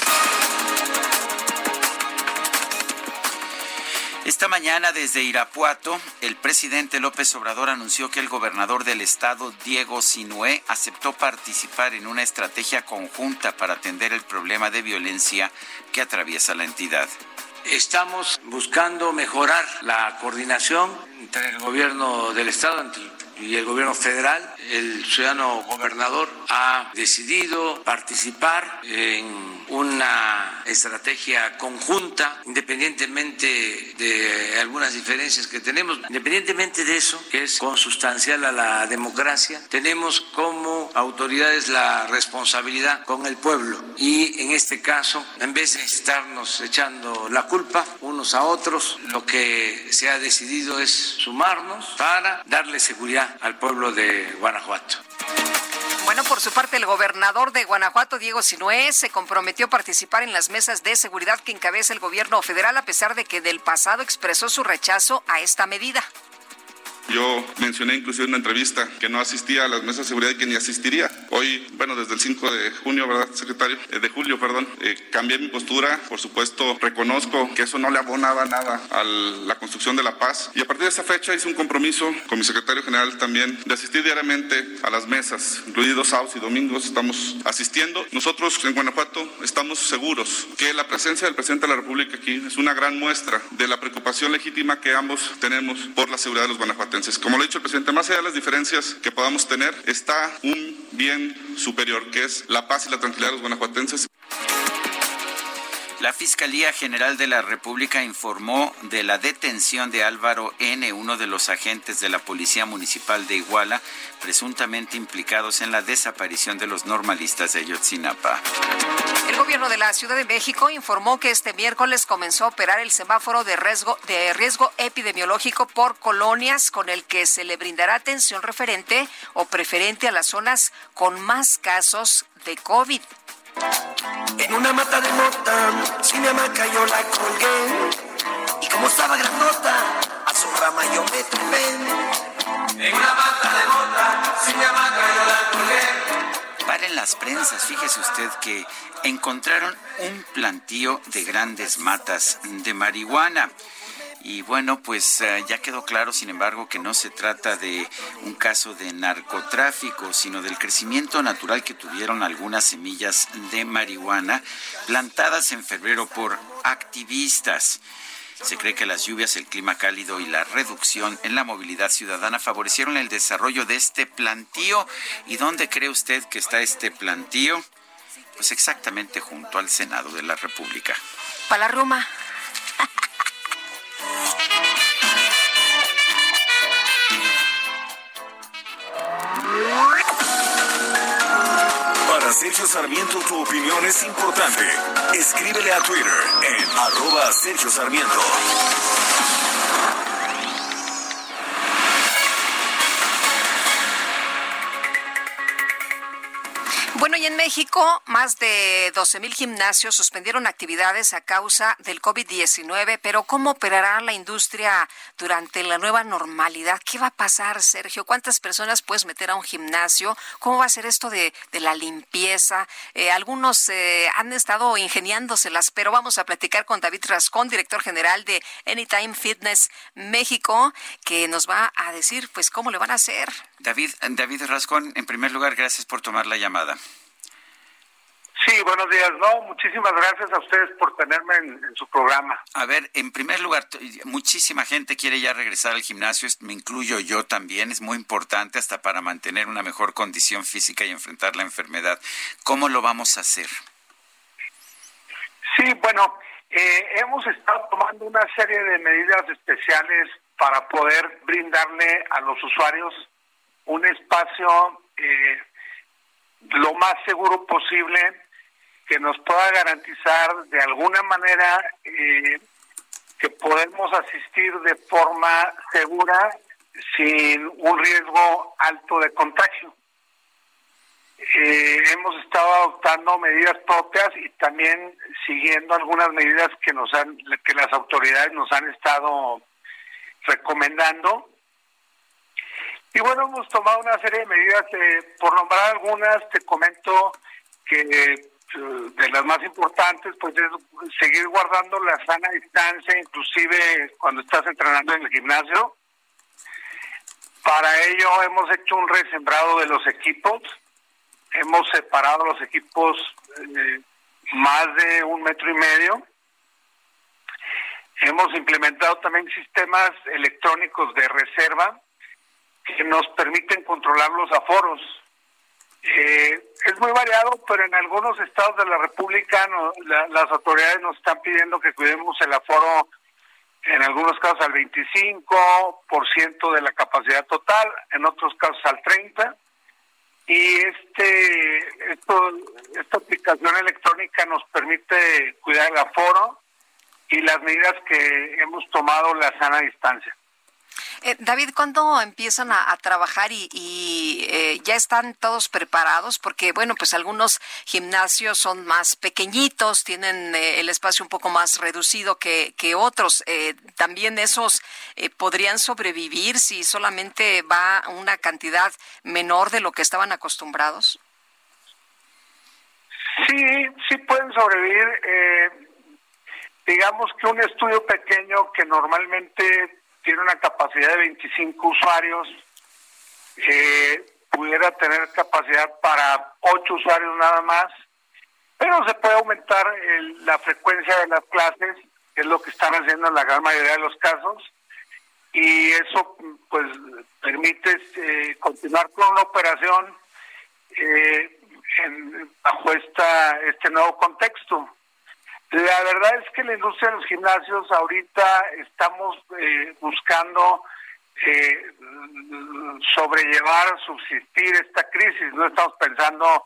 Esta mañana desde Irapuato, el presidente López Obrador anunció que el gobernador del estado, Diego Sinue, aceptó participar en una estrategia conjunta para atender el problema de violencia que atraviesa la entidad. Estamos buscando mejorar la coordinación entre el gobierno del estado y el gobierno federal. El ciudadano gobernador ha decidido participar en una estrategia conjunta, independientemente de algunas diferencias que tenemos, independientemente de eso, que es consustancial a la democracia. Tenemos como autoridades la responsabilidad con el pueblo y en este caso, en vez de estarnos echando la culpa unos a otros, lo que se ha decidido es sumarnos para darle seguridad al pueblo de Guanajuato. Bueno, por su parte, el gobernador de Guanajuato, Diego Sinue, se comprometió a participar en las mesas de seguridad que encabeza el gobierno federal, a pesar de que del pasado expresó su rechazo a esta medida. Yo mencioné inclusive en una entrevista que no asistía a las mesas de seguridad y que ni asistiría. Hoy, bueno, desde el 5 de junio, ¿verdad, secretario? De julio, perdón, cambié mi postura. Por supuesto, reconozco que eso no le abonaba nada a la construcción de la paz. Y a partir de esa fecha hice un compromiso con mi secretario general también de asistir diariamente a las mesas, incluidos sábados y domingos. Estamos asistiendo. Nosotros en Guanajuato estamos seguros que la presencia del presidente de la República aquí es una gran muestra de la preocupación legítima que ambos tenemos por la seguridad de los guanajuatenses. Como lo ha dicho el presidente, más allá de las diferencias que podamos tener, está un bien superior, que es la paz y la tranquilidad de los guanajuatenses. La Fiscalía General de la República informó de la detención de Álvaro N., uno de los agentes de la Policía Municipal de Iguala, presuntamente implicados en la desaparición de los normalistas de Ayotzinapa. El gobierno de la Ciudad de México informó que este miércoles comenzó a operar el semáforo de riesgo epidemiológico por colonias, con el que se le brindará atención referente o preferente a las zonas con más casos de COVID. En una mata de mota, sin mi hamaca yo la colgué. Y como estaba grandota, a su rama yo me trepé. En una mata de mota, sin mi hamaca yo la colgué. Paren las prensas, fíjese usted que encontraron un plantío de grandes matas de marihuana. Y bueno, pues ya quedó claro, sin embargo, que no se trata de un caso de narcotráfico, sino del crecimiento natural que tuvieron algunas semillas de marihuana plantadas en febrero por activistas. Se cree que las lluvias, el clima cálido y la reducción en la movilidad ciudadana favorecieron el desarrollo de este plantío. ¿Y dónde cree usted que está este plantío? Pues exactamente junto al Senado de la República. Para la Roma. Para Sergio Sarmiento tu opinión es importante. Escríbele a Twitter en @Sergio Sarmiento. Bueno, y en México, más de 12,000 gimnasios suspendieron actividades a causa del COVID-19, pero ¿cómo operará la industria durante la nueva normalidad? ¿Qué va a pasar, Sergio? ¿Cuántas personas puedes meter a un gimnasio? ¿Cómo va a ser esto de la limpieza? Algunos han estado ingeniándoselas, pero vamos a platicar con David Rascón, director general de Anytime Fitness México, que nos va a decir pues cómo le van a hacer. David Rascón, en primer lugar, gracias por tomar la llamada. Sí, buenos días. No, muchísimas gracias a ustedes por tenerme en su programa. A ver, en primer lugar, muchísima gente quiere ya regresar al gimnasio, me incluyo yo también, es muy importante hasta para mantener una mejor condición física y enfrentar la enfermedad. ¿Cómo lo vamos a hacer? Sí, bueno, hemos estado tomando una serie de medidas especiales para poder brindarle a los usuarios un espacio lo más seguro posible, que nos pueda garantizar de alguna manera que podemos asistir de forma segura sin un riesgo alto de contagio. Hemos estado adoptando medidas propias y también siguiendo algunas medidas que las autoridades nos han estado recomendando. Y bueno, hemos tomado una serie de medidas, por nombrar algunas, te comento que de las más importantes, pues es seguir guardando la sana distancia, inclusive cuando estás entrenando en el gimnasio. Para ello hemos hecho un resembrado de los equipos, hemos separado los equipos más de 1,5 metros. Hemos implementado también sistemas electrónicos de reserva que nos permiten controlar los aforos. Es muy variado, pero en algunos estados de la República las autoridades nos están pidiendo que cuidemos el aforo, en algunos casos al 25% de la capacidad total, en otros casos al 30%. Y esta aplicación electrónica nos permite cuidar el aforo y las medidas que hemos tomado, la sana distancia. David, ¿cuándo empiezan a trabajar y ya están todos preparados? Porque, bueno, pues algunos gimnasios son más pequeñitos, tienen el espacio un poco más reducido que otros. ¿También esos podrían sobrevivir si solamente va una cantidad menor de lo que estaban acostumbrados? Sí pueden sobrevivir. Digamos que un estudio pequeño que normalmente tiene una capacidad de 25 usuarios, pudiera tener capacidad para 8 usuarios nada más, pero se puede aumentar la frecuencia de las clases, que es lo que están haciendo en la gran mayoría de los casos, y eso pues permite continuar con una operación bajo este nuevo contexto. La verdad es que la industria de los gimnasios ahorita estamos buscando sobrellevar, subsistir esta crisis. No estamos pensando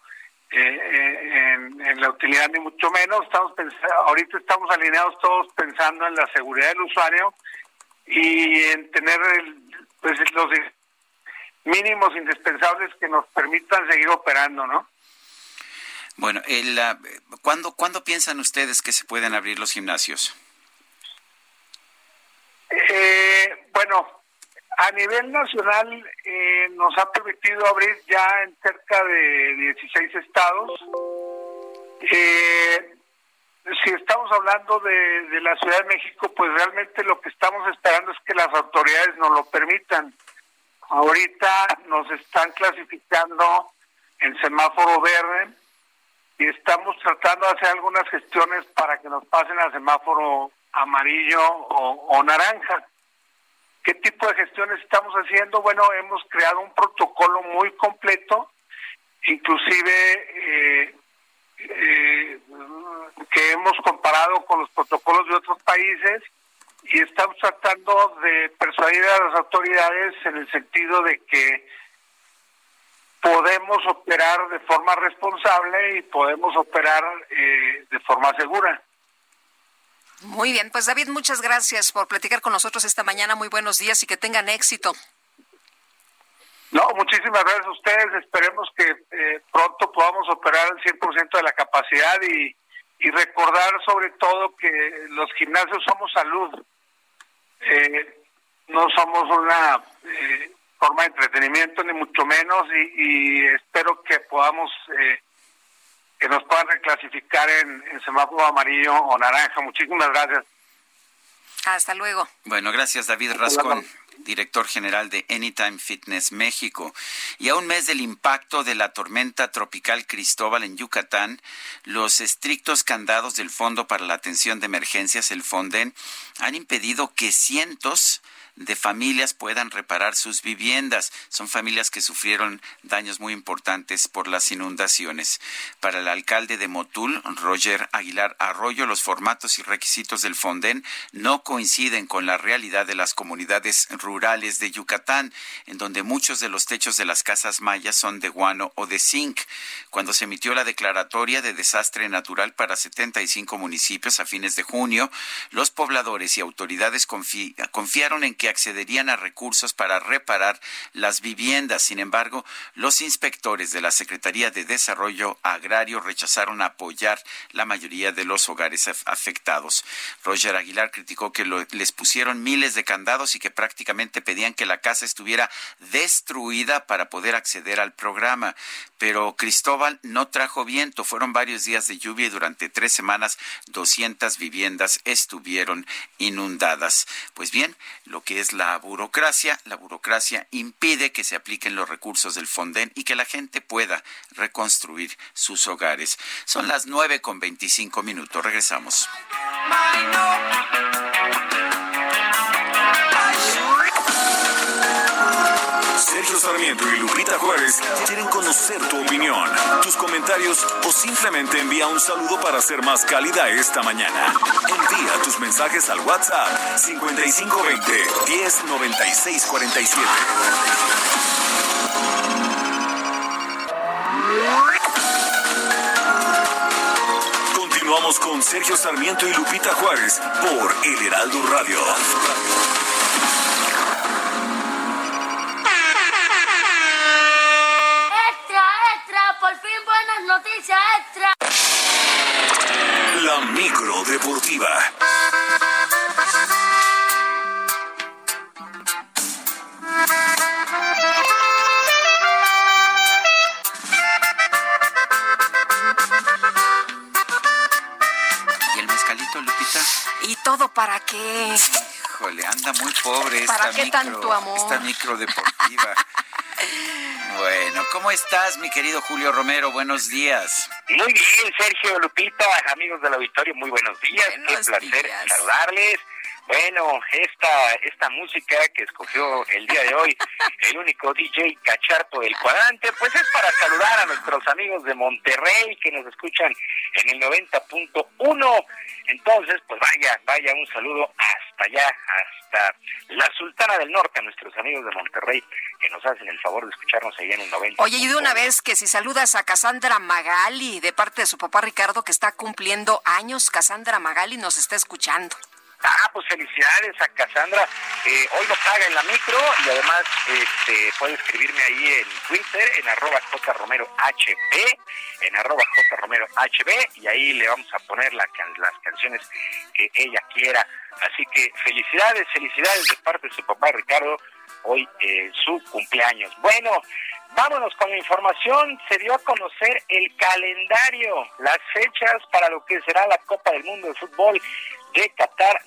en la utilidad ni mucho menos. Ahorita estamos alineados todos pensando en la seguridad del usuario y en tener los mínimos indispensables que nos permitan seguir operando, ¿no? Bueno, ¿cuándo piensan ustedes que se pueden abrir los gimnasios? Bueno, a nivel nacional nos ha permitido abrir ya en cerca de 16 estados. Si estamos hablando de la Ciudad de México, pues realmente lo que estamos esperando es que las autoridades nos lo permitan. Ahorita nos están clasificando en semáforo verde y estamos tratando de hacer algunas gestiones para que nos pasen a semáforo amarillo o naranja. ¿Qué tipo de gestiones estamos haciendo? Bueno, hemos creado un protocolo muy completo, inclusive que hemos comparado con los protocolos de otros países, y estamos tratando de persuadir a las autoridades en el sentido de que podemos operar de forma responsable y podemos operar de forma segura. Muy bien, pues David, muchas gracias por platicar con nosotros esta mañana. Muy buenos días y que tengan éxito. No, muchísimas gracias a ustedes. Esperemos que pronto podamos operar al 100% de la capacidad y recordar sobre todo que los gimnasios somos salud. No somos una forma de entretenimiento ni mucho menos, y espero que podamos que nos puedan reclasificar en semáforo amarillo o naranja. Muchísimas gracias. Hasta luego. Bueno, gracias David Rascón, director general de Anytime Fitness México. Y a un mes del impacto de la tormenta tropical Cristóbal en Yucatán, los estrictos candados del Fondo para la Atención de Emergencias, el Fonden, han impedido que cientos de familias puedan reparar sus viviendas. Son familias que sufrieron daños muy importantes por las inundaciones. Para el alcalde de Motul, Roger Aguilar Arroyo, los formatos y requisitos del Fonden no coinciden con la realidad de las comunidades rurales de Yucatán, en donde muchos de los techos de las casas mayas son de guano o de zinc. Cuando se emitió la declaratoria de desastre natural para 75 municipios a fines de junio, los pobladores y autoridades confiaron en que accederían a recursos para reparar las viviendas. Sin embargo, los inspectores de la Secretaría de Desarrollo Agrario rechazaron apoyar la mayoría de los hogares afectados. Roger Aguilar criticó que les pusieron miles de candados y que prácticamente pedían que la casa estuviera destruida para poder acceder al programa. Pero Cristóbal no trajo viento. Fueron varios días de lluvia y durante 3 semanas 200 viviendas estuvieron inundadas. Pues bien, lo que es la burocracia impide que se apliquen los recursos del Fonden y que la gente pueda reconstruir sus hogares. Son las 9:25. Regresamos. Sergio Sarmiento y Lupita Juárez quieren conocer tu opinión, tus comentarios o simplemente envía un saludo para hacer más cálida esta mañana. Envía tus mensajes al WhatsApp 5520 109647. Continuamos con Sergio Sarmiento y Lupita Juárez por El Heraldo Radio. Noticia extra. La micro deportiva. ¿Y el mezcalito, Lupita? ¿Y todo para qué? Híjole, anda muy pobre ¿Para qué tanto amor? Esta micro deportiva. Bueno, ¿cómo estás, mi querido Julio Romero? Buenos días. Muy bien, Sergio, Lupita, amigos del auditorio, muy buenos días. Qué placer saludarles. Bueno, esta música que escogió el día de hoy el único DJ Cacharpo del Cuadrante, pues es para saludar a nuestros amigos de Monterrey que nos escuchan en el 90.1. Entonces, pues vaya un saludo hasta allá, hasta la Sultana del Norte, a nuestros amigos de Monterrey que nos hacen el favor de escucharnos allá en el 90. Oye, y de una vez que si saludas a Cassandra Magali de parte de su papá Ricardo, que está cumpliendo años. Cassandra Magali nos está escuchando. Pues felicidades a Cassandra. Hoy lo paga en la micro y además puede escribirme ahí en Twitter, en @jromerohb, y ahí le vamos a poner las canciones que ella quiera. Así que felicidades de parte de su papá Ricardo, hoy su cumpleaños. Bueno, vámonos con la información. Se dio a conocer el calendario, las fechas para lo que será la Copa del Mundo de Fútbol de Qatar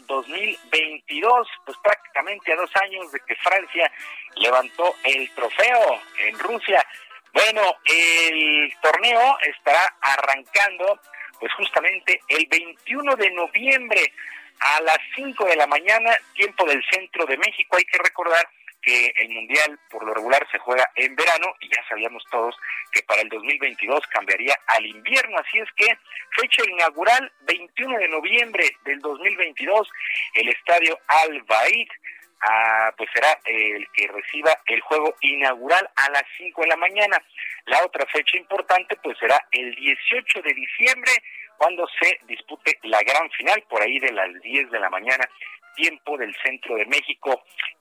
2022, pues prácticamente a 2 años de que Francia levantó el trofeo en Rusia. Bueno, el torneo estará arrancando pues justamente el 21 de noviembre a las 5 de la mañana, tiempo del centro de México. Hay que recordar que el Mundial por lo regular se juega en verano y ya sabíamos todos que para el 2022 cambiaría al invierno, así es que fecha inaugural 21 de noviembre del 2022, el estadio Al Bayt pues será el que reciba el juego inaugural a las 5 de la mañana. La otra fecha importante pues será el 18 de diciembre cuando se dispute la gran final por ahí de las 10 de la mañana, tiempo del centro de México.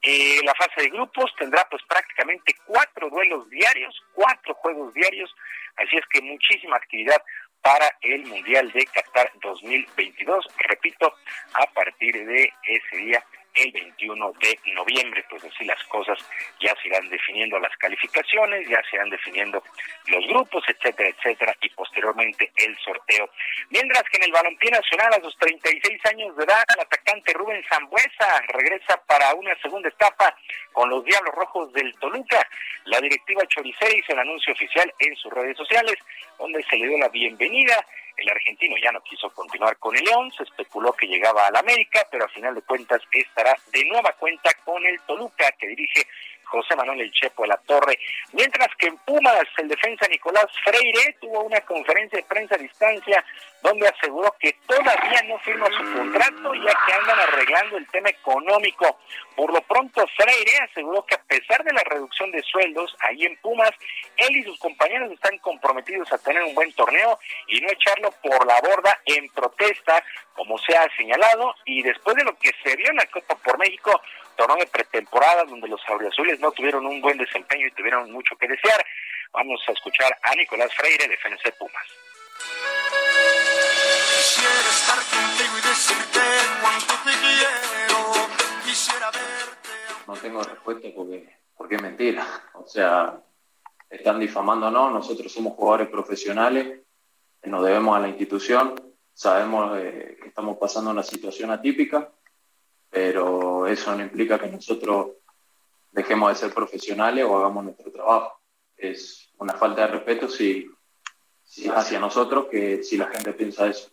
La fase de grupos tendrá pues prácticamente 4 duelos diarios, 4 juegos diarios, así es que muchísima actividad para el Mundial de Qatar 2022, repito, a partir de ese día, el 21 de noviembre, pues así las cosas, ya se irán definiendo las calificaciones, ya se irán definiendo los grupos, etcétera, etcétera, y posteriormente el sorteo. Mientras que en el balompié nacional, a sus 36 años de edad, el atacante Rubén Sambueza regresa para una segunda etapa con los Diablos Rojos del Toluca. La directiva choricera hizo el anuncio oficial en sus redes sociales, donde se le dio la bienvenida. El argentino ya no quiso continuar con el León, se especuló que llegaba al América, pero a final de cuentas estará de nueva cuenta con el Toluca, que dirige José Manuel El Chepo de la Torre. Mientras que en Pumas, el defensa Nicolás Freire tuvo una conferencia de prensa a distancia donde aseguró que todavía no firma su contrato, ya que andan arreglando el tema económico. Por lo pronto, Freire aseguró que a pesar de la reducción de sueldos ahí en Pumas, él y sus compañeros están comprometidos a tener un buen torneo y no echarlo por la borda en protesta, como se ha señalado, y después de lo que se vio en la Copa por México, torneo de pretemporada donde los auriazules no tuvieron un buen desempeño y tuvieron mucho que desear. Vamos a escuchar a Nicolás Freire, defensa de Pumas. Quisiera estar contigo y decirte cuánto te quiero. Quisiera verte. No tengo respuesta porque es mentira. O sea, están difamándonos. Nosotros somos jugadores profesionales, nos debemos a la institución. Sabemos que estamos pasando una situación atípica, pero eso no implica que nosotros dejemos de ser profesionales o hagamos nuestro trabajo. Es una falta de respeto hacia nosotros que si la gente piensa eso.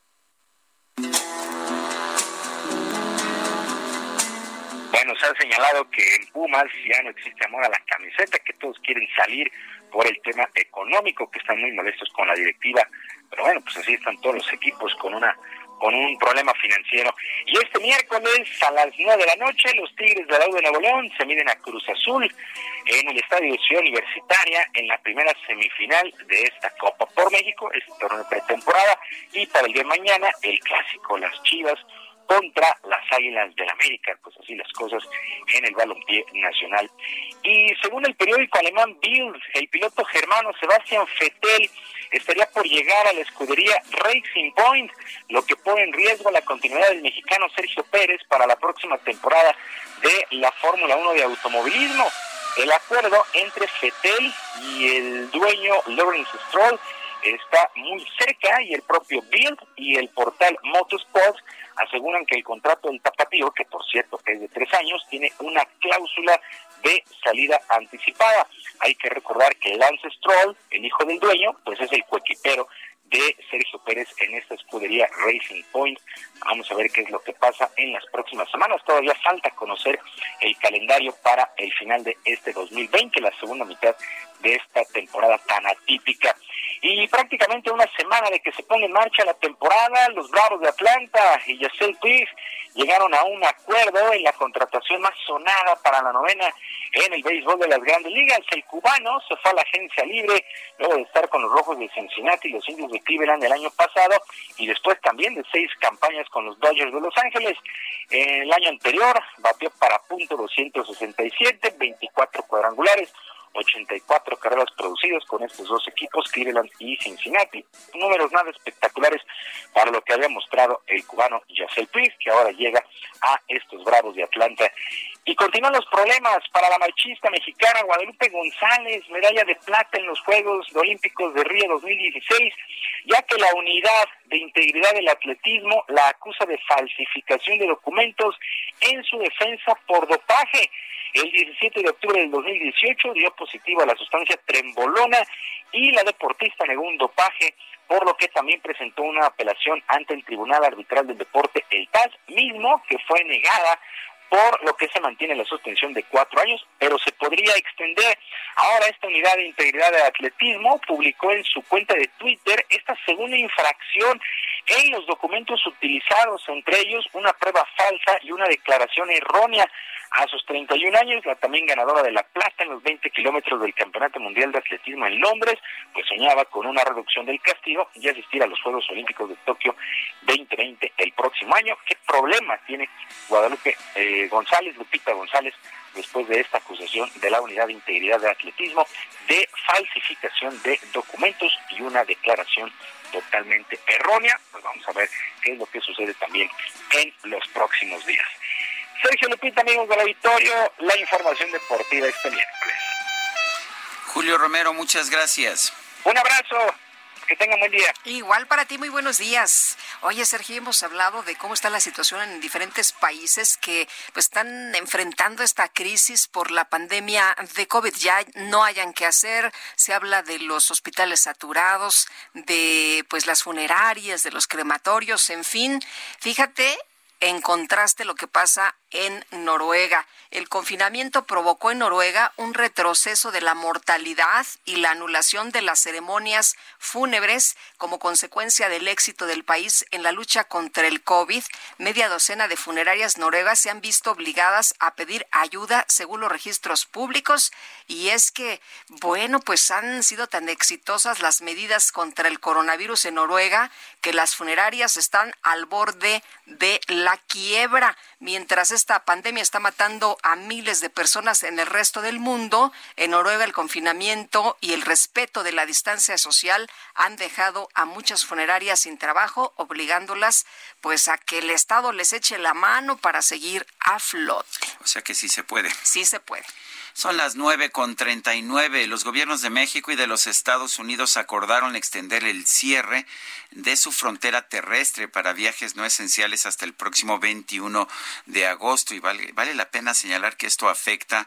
Bueno, se ha señalado que en Pumas ya no existe amor a la camiseta, que todos quieren salir por el tema económico, que están muy molestos con la directiva, pero bueno, pues así están todos los equipos con un problema financiero. Y este miércoles a las 9 de la noche, los Tigres de la U de Nuevo León se miden a Cruz Azul en el Estadio Ciudad Universitaria en la primera semifinal de esta Copa por México, este torneo de pretemporada, y para el día de mañana el clásico, las Chivas contra las Águilas del América, pues así las cosas en el balompié nacional. Y según el periódico alemán Bild, el piloto germano Sebastian Vettel estaría por llegar a la escudería Racing Point, lo que pone en riesgo la continuidad del mexicano Sergio Pérez para la próxima temporada de la Fórmula 1 de automovilismo. El acuerdo entre Vettel y el dueño Lawrence Stroll está muy cerca, y el propio Bild y el portal Motorsports aseguran que el contrato del tapatío, que por cierto es de 3 años, tiene una cláusula de salida anticipada. Hay que recordar que Lance Stroll, el hijo del dueño, pues es el coequipero de Sergio Pérez en esta escudería Racing Point. Vamos a ver qué es lo que pasa en las próximas semanas. Todavía falta conocer el calendario para el final de este 2020, la segunda mitad de esta temporada tan atípica. Y prácticamente una semana de que se pone en marcha la temporada, los Bravos de Atlanta y Yasiel Puig llegaron a un acuerdo en la contratación más sonada para la novena en el béisbol de las Grandes Ligas. El cubano se fue a la agencia libre luego de estar con los Rojos de Cincinnati y los Indios de Cleveland el año pasado, y después también de 6 campañas con los Dodgers de Los Ángeles. En el año anterior batió para .267, 24 cuadrangulares, 84 carreras producidas con estos dos equipos, Cleveland y Cincinnati. Números nada espectaculares para lo que había mostrado el cubano Yasiel Puig, que ahora llega a estos Bravos de Atlanta. Y continúan los problemas para la marchista mexicana Guadalupe González, medalla de plata en los Juegos Olímpicos de Río 2016, ya que la Unidad de Integridad del Atletismo la acusa de falsificación de documentos en su defensa por dopaje. El 17 de octubre del 2018 dio positivo a la sustancia trembolona y la deportista negó un dopaje, por lo que también presentó una apelación ante el Tribunal Arbitral del Deporte, el TAS, mismo que fue negada, por lo que se mantiene la suspensión de 4 años, pero se podría extender. Ahora esta Unidad de Integridad de Atletismo publicó en su cuenta de Twitter esta segunda infracción en los documentos utilizados, entre ellos una prueba falsa y una declaración errónea. A sus 31 años, la también ganadora de la plata en los 20 kilómetros del Campeonato Mundial de Atletismo en Londres, pues soñaba con una reducción del castigo y asistir a los Juegos Olímpicos de Tokio 2020 el próximo año. ¿Qué problema tiene Guadalupe González, Lupita González, después de esta acusación de la Unidad de Integridad de Atletismo de falsificación de documentos y una declaración totalmente errónea? Pues vamos a ver qué es lo que sucede también en los próximos días. Sergio, Lupita, amigos del auditorio, la información deportiva este miércoles. Julio Romero, muchas gracias. Un abrazo, que tengan buen día. Igual para ti, muy buenos días. Oye, Sergio, hemos hablado de cómo está la situación en diferentes países que pues están enfrentando esta crisis por la pandemia de COVID. Ya no hayan qué hacer. Se habla de los hospitales saturados, de pues las funerarias, de los crematorios, en fin. Fíjate, en contraste, lo que pasa en Noruega. El confinamiento provocó en Noruega un retroceso de la mortalidad y la anulación de las ceremonias fúnebres como consecuencia del éxito del país en la lucha contra el COVID. Media docena de funerarias noruegas se han visto obligadas a pedir ayuda según los registros públicos, y es que, bueno, pues han sido tan exitosas las medidas contra el coronavirus en Noruega que las funerarias están al borde de la quiebra. Mientras esta pandemia está matando a miles de personas en el resto del mundo, en Noruega el confinamiento y el respeto de la distancia social han dejado a muchas funerarias sin trabajo, obligándolas pues a que el Estado les eche la mano para seguir a flote. O sea que sí se puede. Sí se puede. Son las 9:39. Los gobiernos de México y de los Estados Unidos acordaron extender el cierre de su frontera terrestre para viajes no esenciales hasta el próximo 21 de agosto. Y vale la pena señalar que esto afecta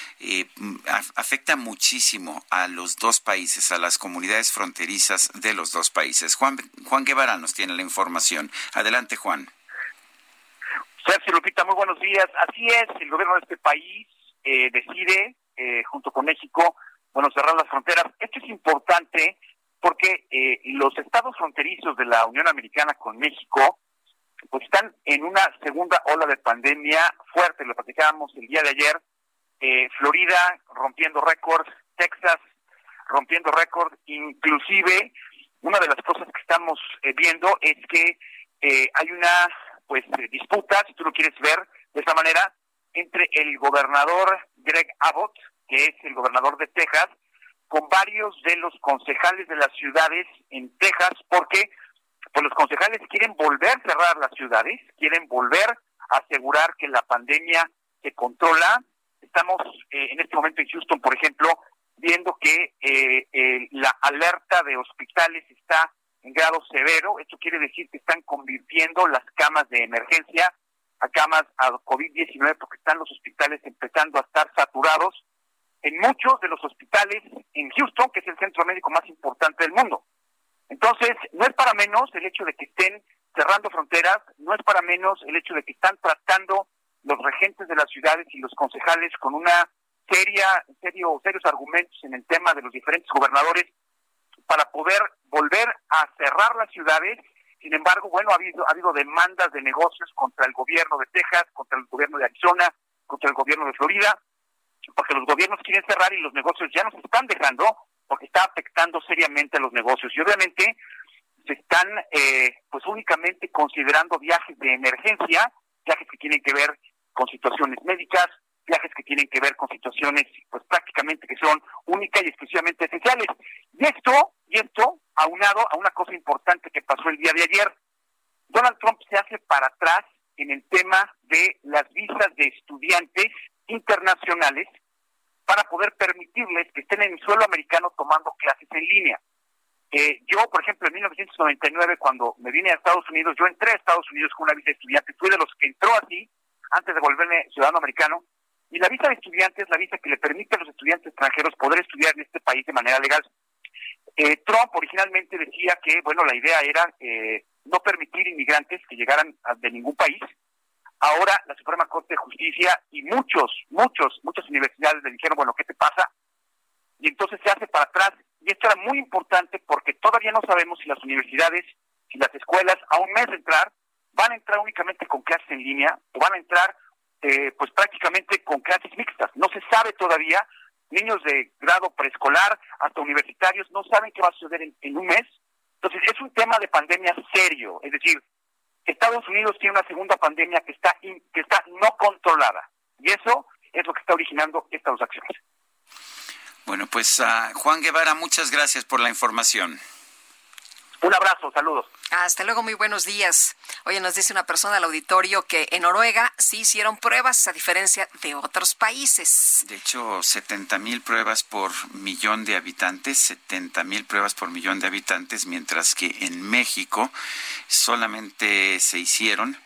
muchísimo a los dos países, a las comunidades fronterizas de los dos países. Juan Guevara nos tiene la información. Adelante, Juan. Sergio, Lupita, muy buenos días. Así es, el gobierno de este país decide, junto con México, cerrar las fronteras. Esto es importante porque los estados fronterizos de la Unión Americana con México pues están en una segunda ola de pandemia fuerte. Lo platicábamos el día de ayer. Florida rompiendo récords, Texas rompiendo récords. Inclusive, una de las cosas que estamos viendo es que hay una disputa, si tú lo quieres ver de esa manera, entre el gobernador Greg Abbott, que es el gobernador de Texas, con varios de los concejales de las ciudades en Texas, porque pues los concejales quieren volver a cerrar las ciudades, quieren volver a asegurar que la pandemia se controla. Estamos en este momento en Houston, por ejemplo, viendo que la alerta de hospitales está en grado severo. Esto quiere decir que están convirtiendo las camas de emergencia a camas a COVID-19 porque están los hospitales empezando a estar saturados en muchos de los hospitales en Houston, que es el centro médico más importante del mundo. Entonces, no es para menos el hecho de que estén cerrando fronteras, no es para menos el hecho de que están tratando los regentes de las ciudades y los concejales con una serios argumentos en el tema de los diferentes gobernadores para poder volver a cerrar las ciudades. Sin embargo, bueno, ha habido demandas de negocios contra el gobierno de Texas, contra el gobierno de Arizona, contra el gobierno de Florida, porque los gobiernos quieren cerrar y los negocios ya nos están dejando, porque está afectando seriamente a los negocios. Y obviamente se están pues únicamente considerando viajes de emergencia, viajes que tienen que ver con situaciones médicas, viajes que tienen que ver con situaciones pues prácticamente que son únicas y exclusivamente esenciales. Y esto aunado a una cosa importante que pasó el día de ayer. Donald Trump se hace para atrás en el tema de las visas de estudiantes internacionales para poder permitirles que estén en el suelo americano tomando clases en línea. Yo, por ejemplo, en 1999, cuando me vine a Estados Unidos, yo entré a Estados Unidos con una visa de estudiante, fui de los que entró así, antes de volverme ciudadano americano, y la visa de estudiante es la visa que le permite a los estudiantes extranjeros poder estudiar en este país de manera legal. Trump originalmente decía que, bueno, la idea era no permitir inmigrantes que llegaran de ningún país. Ahora la Suprema Corte de Justicia y muchas universidades le dijeron, bueno, ¿qué te pasa? Y entonces se hace para atrás. Y esto era muy importante porque todavía no sabemos si las universidades, si las escuelas, a un mes de entrar, van a entrar únicamente con clases en línea o van a entrar pues prácticamente con clases mixtas. No se sabe todavía. Niños de grado preescolar hasta universitarios no saben qué va a suceder en un mes. Entonces es un tema de pandemia serio. Es decir, Estados Unidos tiene una segunda pandemia que está no controlada. Y eso es lo que está originando estas dos acciones. Bueno, pues Juan Guevara, muchas gracias por la información. Un abrazo, saludos. Hasta luego, muy buenos días. Oye, nos dice una persona al auditorio que en Noruega sí hicieron pruebas, a diferencia de otros países. De hecho, 70,000 pruebas por millón de habitantes, 70,000 pruebas por millón de habitantes, mientras que en México solamente se hicieron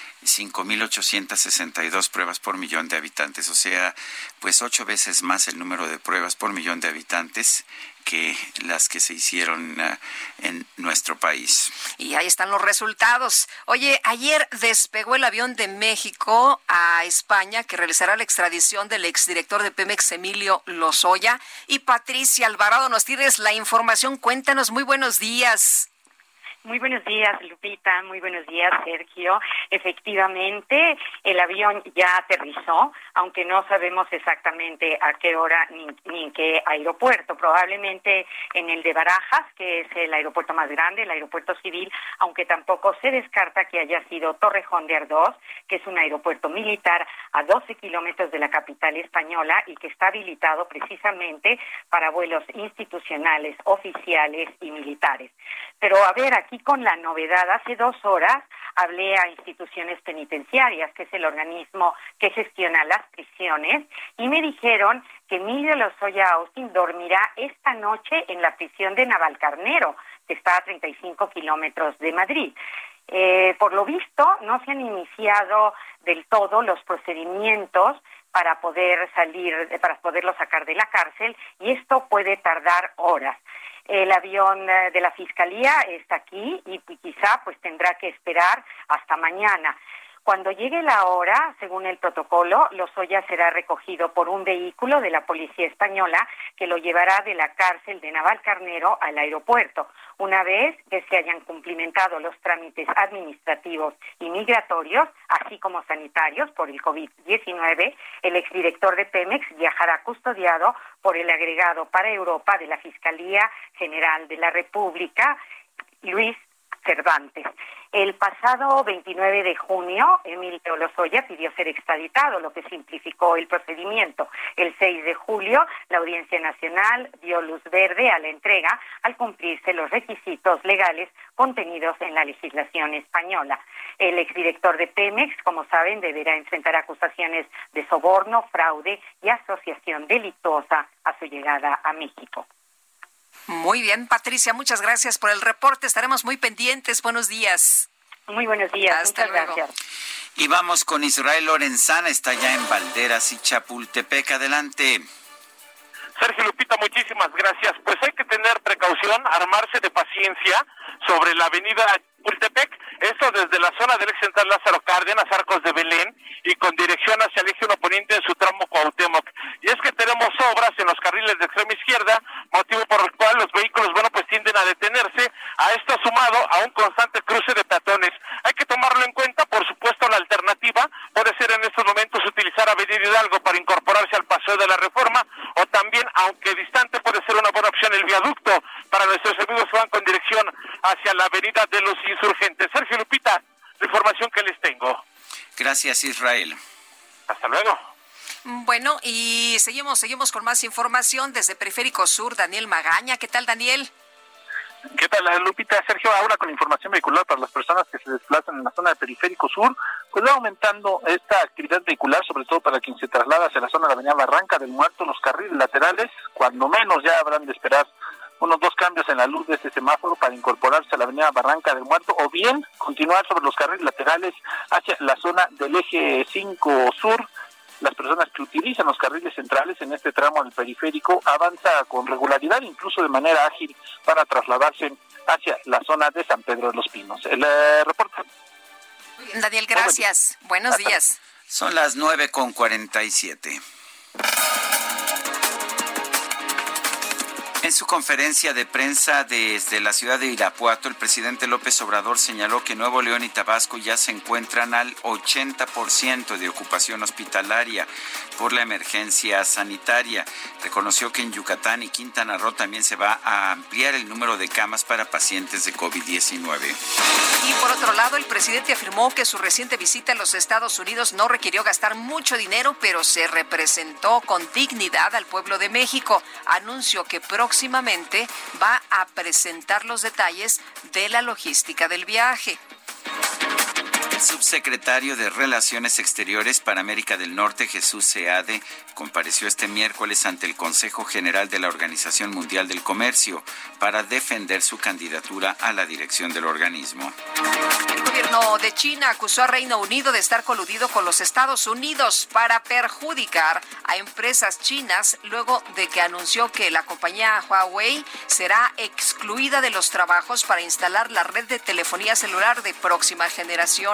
5,862 pruebas por millón de habitantes, o sea, pues 8 veces más el número de pruebas por millón de habitantes que las que se hicieron en nuestro país. Y ahí están los resultados. Oye, ayer despegó el avión de México a España que realizará la extradición del exdirector de Pemex, Emilio Lozoya. Y Patricia Alvarado, nos tienes la información. Cuéntanos, muy buenos días. Muy buenos días, Lupita. Muy buenos días, Sergio. Efectivamente, el avión ya aterrizó, aunque no sabemos exactamente a qué hora ni en qué aeropuerto. Probablemente en el de Barajas, que es el aeropuerto más grande, el aeropuerto civil, aunque tampoco se descarta que haya sido Torrejón de Ardoz, que es un aeropuerto militar a 12 kilómetros de la capital española y que está habilitado precisamente para vuelos institucionales, oficiales y militares. Pero a ver, aquí con la novedad, hace 2 horas hablé a Instituciones Penitenciarias, que es el organismo que gestiona las prisiones, y me dijeron que Emilio Lozoya Austin dormirá esta noche en la prisión de Navalcarnero, que está a 35 kilómetros de Madrid. Por lo visto, no se han iniciado del todo los procedimientos para poderlo sacar de la cárcel, y esto puede tardar horas. El avión de la Fiscalía está aquí y quizá pues tendrá que esperar hasta mañana. Cuando llegue la hora, según el protocolo, Lozoya será recogido por un vehículo de la Policía Española que lo llevará de la cárcel de Navalcarnero al aeropuerto. Una vez que se hayan cumplimentado los trámites administrativos y migratorios, así como sanitarios por el COVID-19, el exdirector de Pemex viajará custodiado por el agregado para Europa de la Fiscalía General de la República, Luis Cervantes. El pasado 29 de junio, Emilio Lozoya pidió ser extraditado, lo que simplificó el procedimiento. El 6 de julio, la Audiencia Nacional dio luz verde a la entrega al cumplirse los requisitos legales contenidos en la legislación española. El exdirector de Pemex, como saben, deberá enfrentar acusaciones de soborno, fraude y asociación delictuosa a su llegada a México. Muy bien, Patricia, muchas gracias por el reporte. Estaremos muy pendientes. Buenos días. Muy buenos días. Hasta muchas luego. Gracias. Y vamos con Israel Lorenzana, está ya en Valderas y Chapultepec. Adelante. Sergio, Lupita, muchísimas gracias. Pues hay que tener precaución, armarse de paciencia sobre la avenida Chapultepec, esto desde la zona del ex central Lázaro Cárdenas, Arcos de Belén, y con dirección hacia el eje 1 poniente en su tramo Cuauhtémoc. Y es que tenemos obras en los carriles de extrema izquierda, motivo por el cual los vehículos, bueno, pues tienen utilizar Avenida Hidalgo para incorporarse al Paseo de la Reforma, o también, aunque distante, puede ser una buena opción el viaducto para nuestros amigos que van con dirección hacia la Avenida de los Insurgentes. Sergio, Lupita, la información que les tengo. Gracias, Israel. Hasta luego. Bueno, y seguimos con más información desde Periférico Sur. Daniel Magaña, ¿qué tal, Daniel? ¿Qué tal, Lupita? Sergio, ahora con información vehicular para las personas que se desplazan en la zona de Periférico Sur, pues va aumentando esta actividad vehicular, sobre todo para quien se traslada hacia la zona de la avenida Barranca del Muerto. Los carriles laterales, cuando menos ya habrán de esperar unos 2 cambios en la luz de este semáforo para incorporarse a la avenida Barranca del Muerto, o bien continuar sobre los carriles laterales hacia la zona del eje 5 Sur. Las personas que utilizan los carriles centrales en este tramo del periférico avanza con regularidad, incluso de manera ágil, para trasladarse hacia la zona de San Pedro de los Pinos. El reporte. Daniel, gracias. Buenos días. Son las 9:47. En su conferencia de prensa desde la ciudad de Irapuato, el presidente López Obrador señaló que Nuevo León y Tabasco ya se encuentran al 80% de ocupación hospitalaria por la emergencia sanitaria. Reconoció que en Yucatán y Quintana Roo también se va a ampliar el número de camas para pacientes de COVID-19. Y por otro lado, el presidente afirmó que su reciente visita a los Estados Unidos no requirió gastar mucho dinero, pero se representó con dignidad al pueblo de México. Anunció que próximamente va a presentar los detalles de la logística del viaje. El subsecretario de Relaciones Exteriores para América del Norte, Jesús Seade, compareció este miércoles ante el Consejo General de la Organización Mundial del Comercio para defender su candidatura a la dirección del organismo. El gobierno de China acusó a Reino Unido de estar coludido con los Estados Unidos para perjudicar a empresas chinas luego de que anunció que la compañía Huawei será excluida de los trabajos para instalar la red de telefonía celular de próxima generación.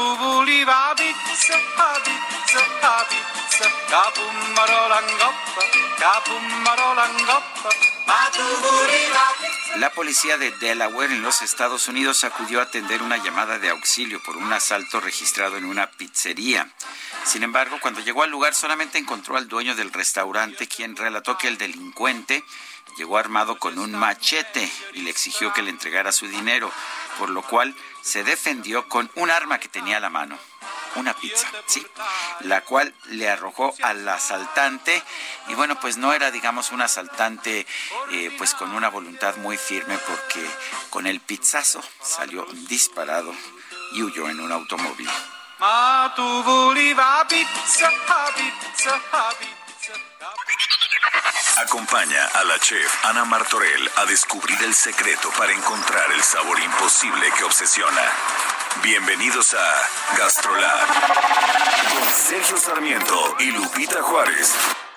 La policía de Delaware en los Estados Unidos acudió a atender una llamada de auxilio por un asalto registrado en una pizzería. Sin embargo, cuando llegó al lugar solamente encontró al dueño del restaurante, quien relató que el delincuente llegó armado con un machete y le exigió que le entregara su dinero, por lo cual se defendió con un arma que tenía a la mano, una pizza, sí, la cual le arrojó al asaltante. Y bueno, pues no era, digamos, un asaltante pues con una voluntad muy firme, porque con el pizzazo salió disparado y huyó en un automóvil. Acompaña a la chef Ana Martorell a descubrir el secreto para encontrar el sabor imposible que obsesiona. Bienvenidos a Gastrolab con Sergio Sarmiento y Lupita Juárez.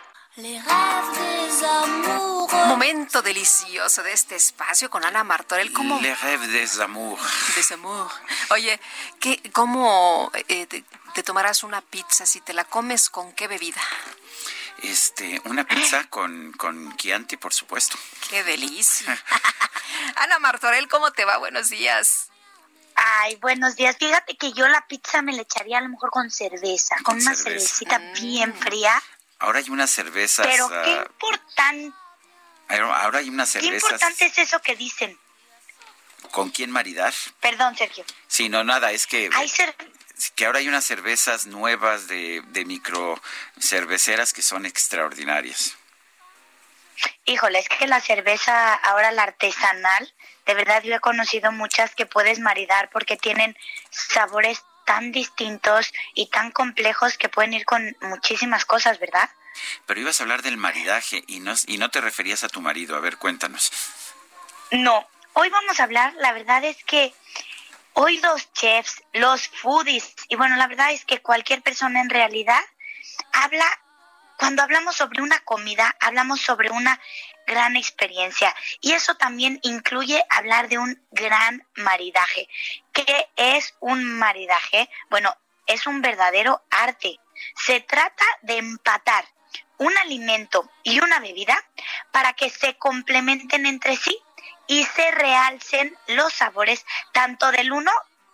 Momento delicioso de este espacio con Ana Martorell. ¿Cómo? Le rêve des amours. Des amours. Oye, ¿cómo te tomarás una pizza si te la comes con qué bebida? Una pizza con Chianti, por supuesto. ¡Qué delicia! Ana Martorell, ¿cómo te va? Buenos días. Ay, buenos días. Fíjate que yo la pizza me la echaría a lo mejor con cerveza, con una cervecita bien fría. Ahora hay unas cervezas... Pero qué importante... Ahora hay unas cervezas... Qué importante es eso que dicen. ¿Con quién maridar? Perdón, Sergio. Sí, no, nada, es que... que ahora hay unas cervezas nuevas de micro cerveceras que son extraordinarias. Híjole, es que la cerveza, ahora la artesanal, de verdad yo he conocido muchas que puedes maridar porque tienen sabores tan distintos y tan complejos que pueden ir con muchísimas cosas, ¿verdad? Pero ibas a hablar del maridaje y no te referías a tu marido. A ver, cuéntanos. No, hoy vamos a hablar, la verdad es que hoy los chefs, los foodies, y bueno, la verdad es que cualquier persona en realidad cuando hablamos sobre una comida, hablamos sobre una gran experiencia. Y eso también incluye hablar de un gran maridaje. ¿Qué es un maridaje? Bueno, es un verdadero arte. Se trata de empatar un alimento y una bebida para que se complementen entre sí y se realcen los sabores tanto del uno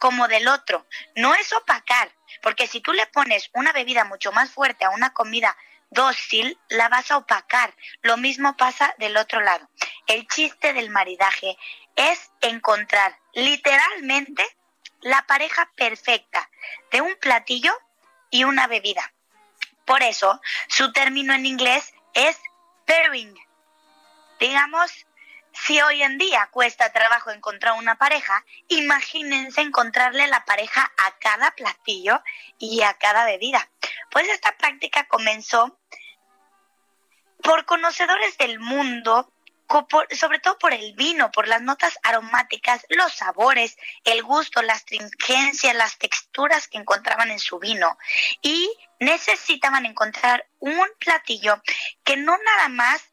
como del otro. No es opacar, porque si tú le pones una bebida mucho más fuerte a una comida dócil, la vas a opacar. Lo mismo pasa del otro lado. El chiste del maridaje es encontrar literalmente la pareja perfecta de un platillo y una bebida. Por eso, su término en inglés es pairing. Digamos, si hoy en día cuesta trabajo encontrar una pareja, imagínense encontrarle la pareja a cada platillo y a cada bebida. Pues esta práctica comenzó por conocedores del mundo, sobre todo por el vino, por las notas aromáticas, los sabores, el gusto, la astringencia, las texturas que encontraban en su vino. Y necesitaban encontrar un platillo que no nada más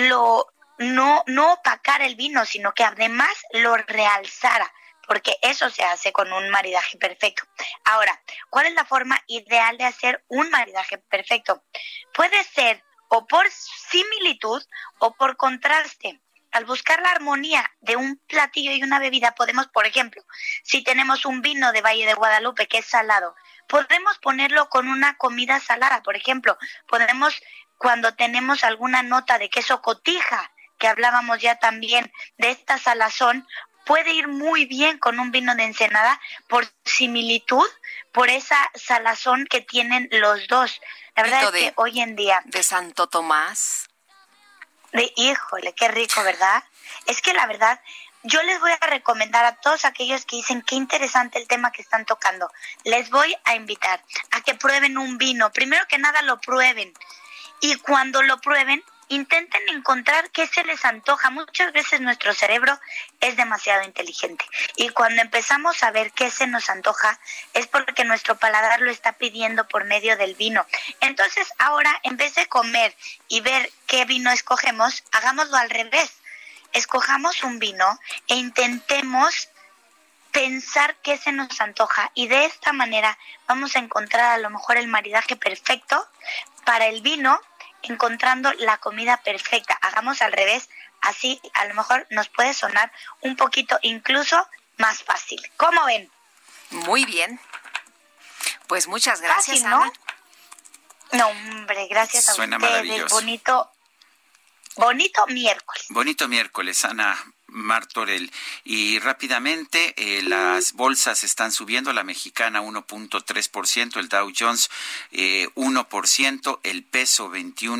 no opacara el vino, sino que además lo realzara, porque eso se hace con un maridaje perfecto. Ahora, ¿cuál es la forma ideal de hacer un maridaje perfecto? Puede ser o por similitud o por contraste. Al buscar la armonía de un platillo y una bebida, podemos, por ejemplo, si tenemos un vino de Valle de Guadalupe que es salado, podemos ponerlo con una comida salada. Por ejemplo, cuando tenemos alguna nota de queso cotija, que hablábamos ya también de esta salazón, puede ir muy bien con un vino de Ensenada por similitud, por esa salazón que tienen los dos. La verdad es que hoy en día... De Santo Tomás. Híjole, qué rico, ¿verdad? Es que la verdad, yo les voy a recomendar a todos aquellos que dicen qué interesante el tema que están tocando. Les voy a invitar a que prueben un vino. Primero que nada lo prueben. Y cuando lo prueben, intenten encontrar qué se les antoja. Muchas veces nuestro cerebro es demasiado inteligente y cuando empezamos a ver qué se nos antoja es porque nuestro paladar lo está pidiendo por medio del vino. Entonces ahora, en vez de comer y ver qué vino escogemos, hagámoslo al revés. Escojamos un vino e intentemos pensar qué se nos antoja y de esta manera vamos a encontrar a lo mejor el maridaje perfecto para el vino, encontrando la comida perfecta. Hagamos al revés, así a lo mejor nos puede sonar un poquito incluso más fácil. ¿Cómo ven? Muy bien. Pues muchas gracias, fácil, ¿no? Ana. No, hombre, gracias a ustedes. Suena maravilloso. Bonito miércoles. Bonito miércoles, Ana Martorell. Y rápidamente, las bolsas están subiendo, la mexicana 1.3%, el Dow Jones 1%, el peso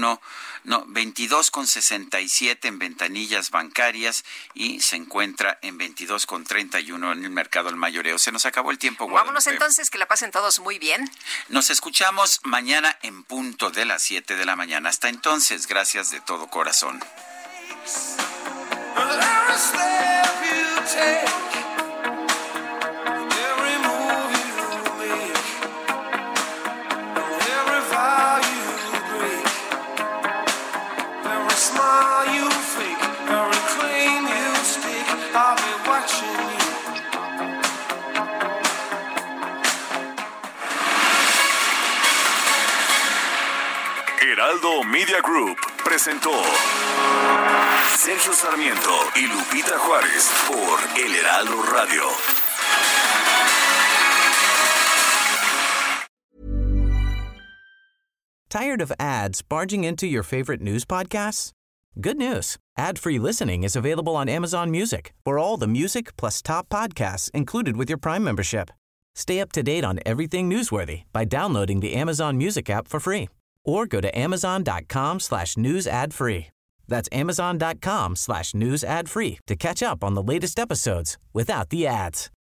22.67 en ventanillas bancarias y se encuentra en 22.31 en el mercado al mayoreo. Se nos acabó el tiempo, Guadalupe. Vámonos entonces, que la pasen todos muy bien. Nos escuchamos mañana en punto de las 7 de la mañana. Hasta entonces, gracias de todo corazón. Every step you take, every move you make, every vow you break, every smile you fake, every claim you stake, I'll be watching you. Heraldo Media Group presentó Sergio Sarmiento y Lupita Juárez por El Heraldo Radio. Tired of ads barging into your favorite news podcasts? Good news. Ad-free listening is available on Amazon Music for all the music plus top podcasts included with your Prime membership. Stay up to date on everything newsworthy by downloading the Amazon Music app for free or go to amazon.com/news ad free. That's amazon.com/news ad free to catch up on the latest episodes without the ads.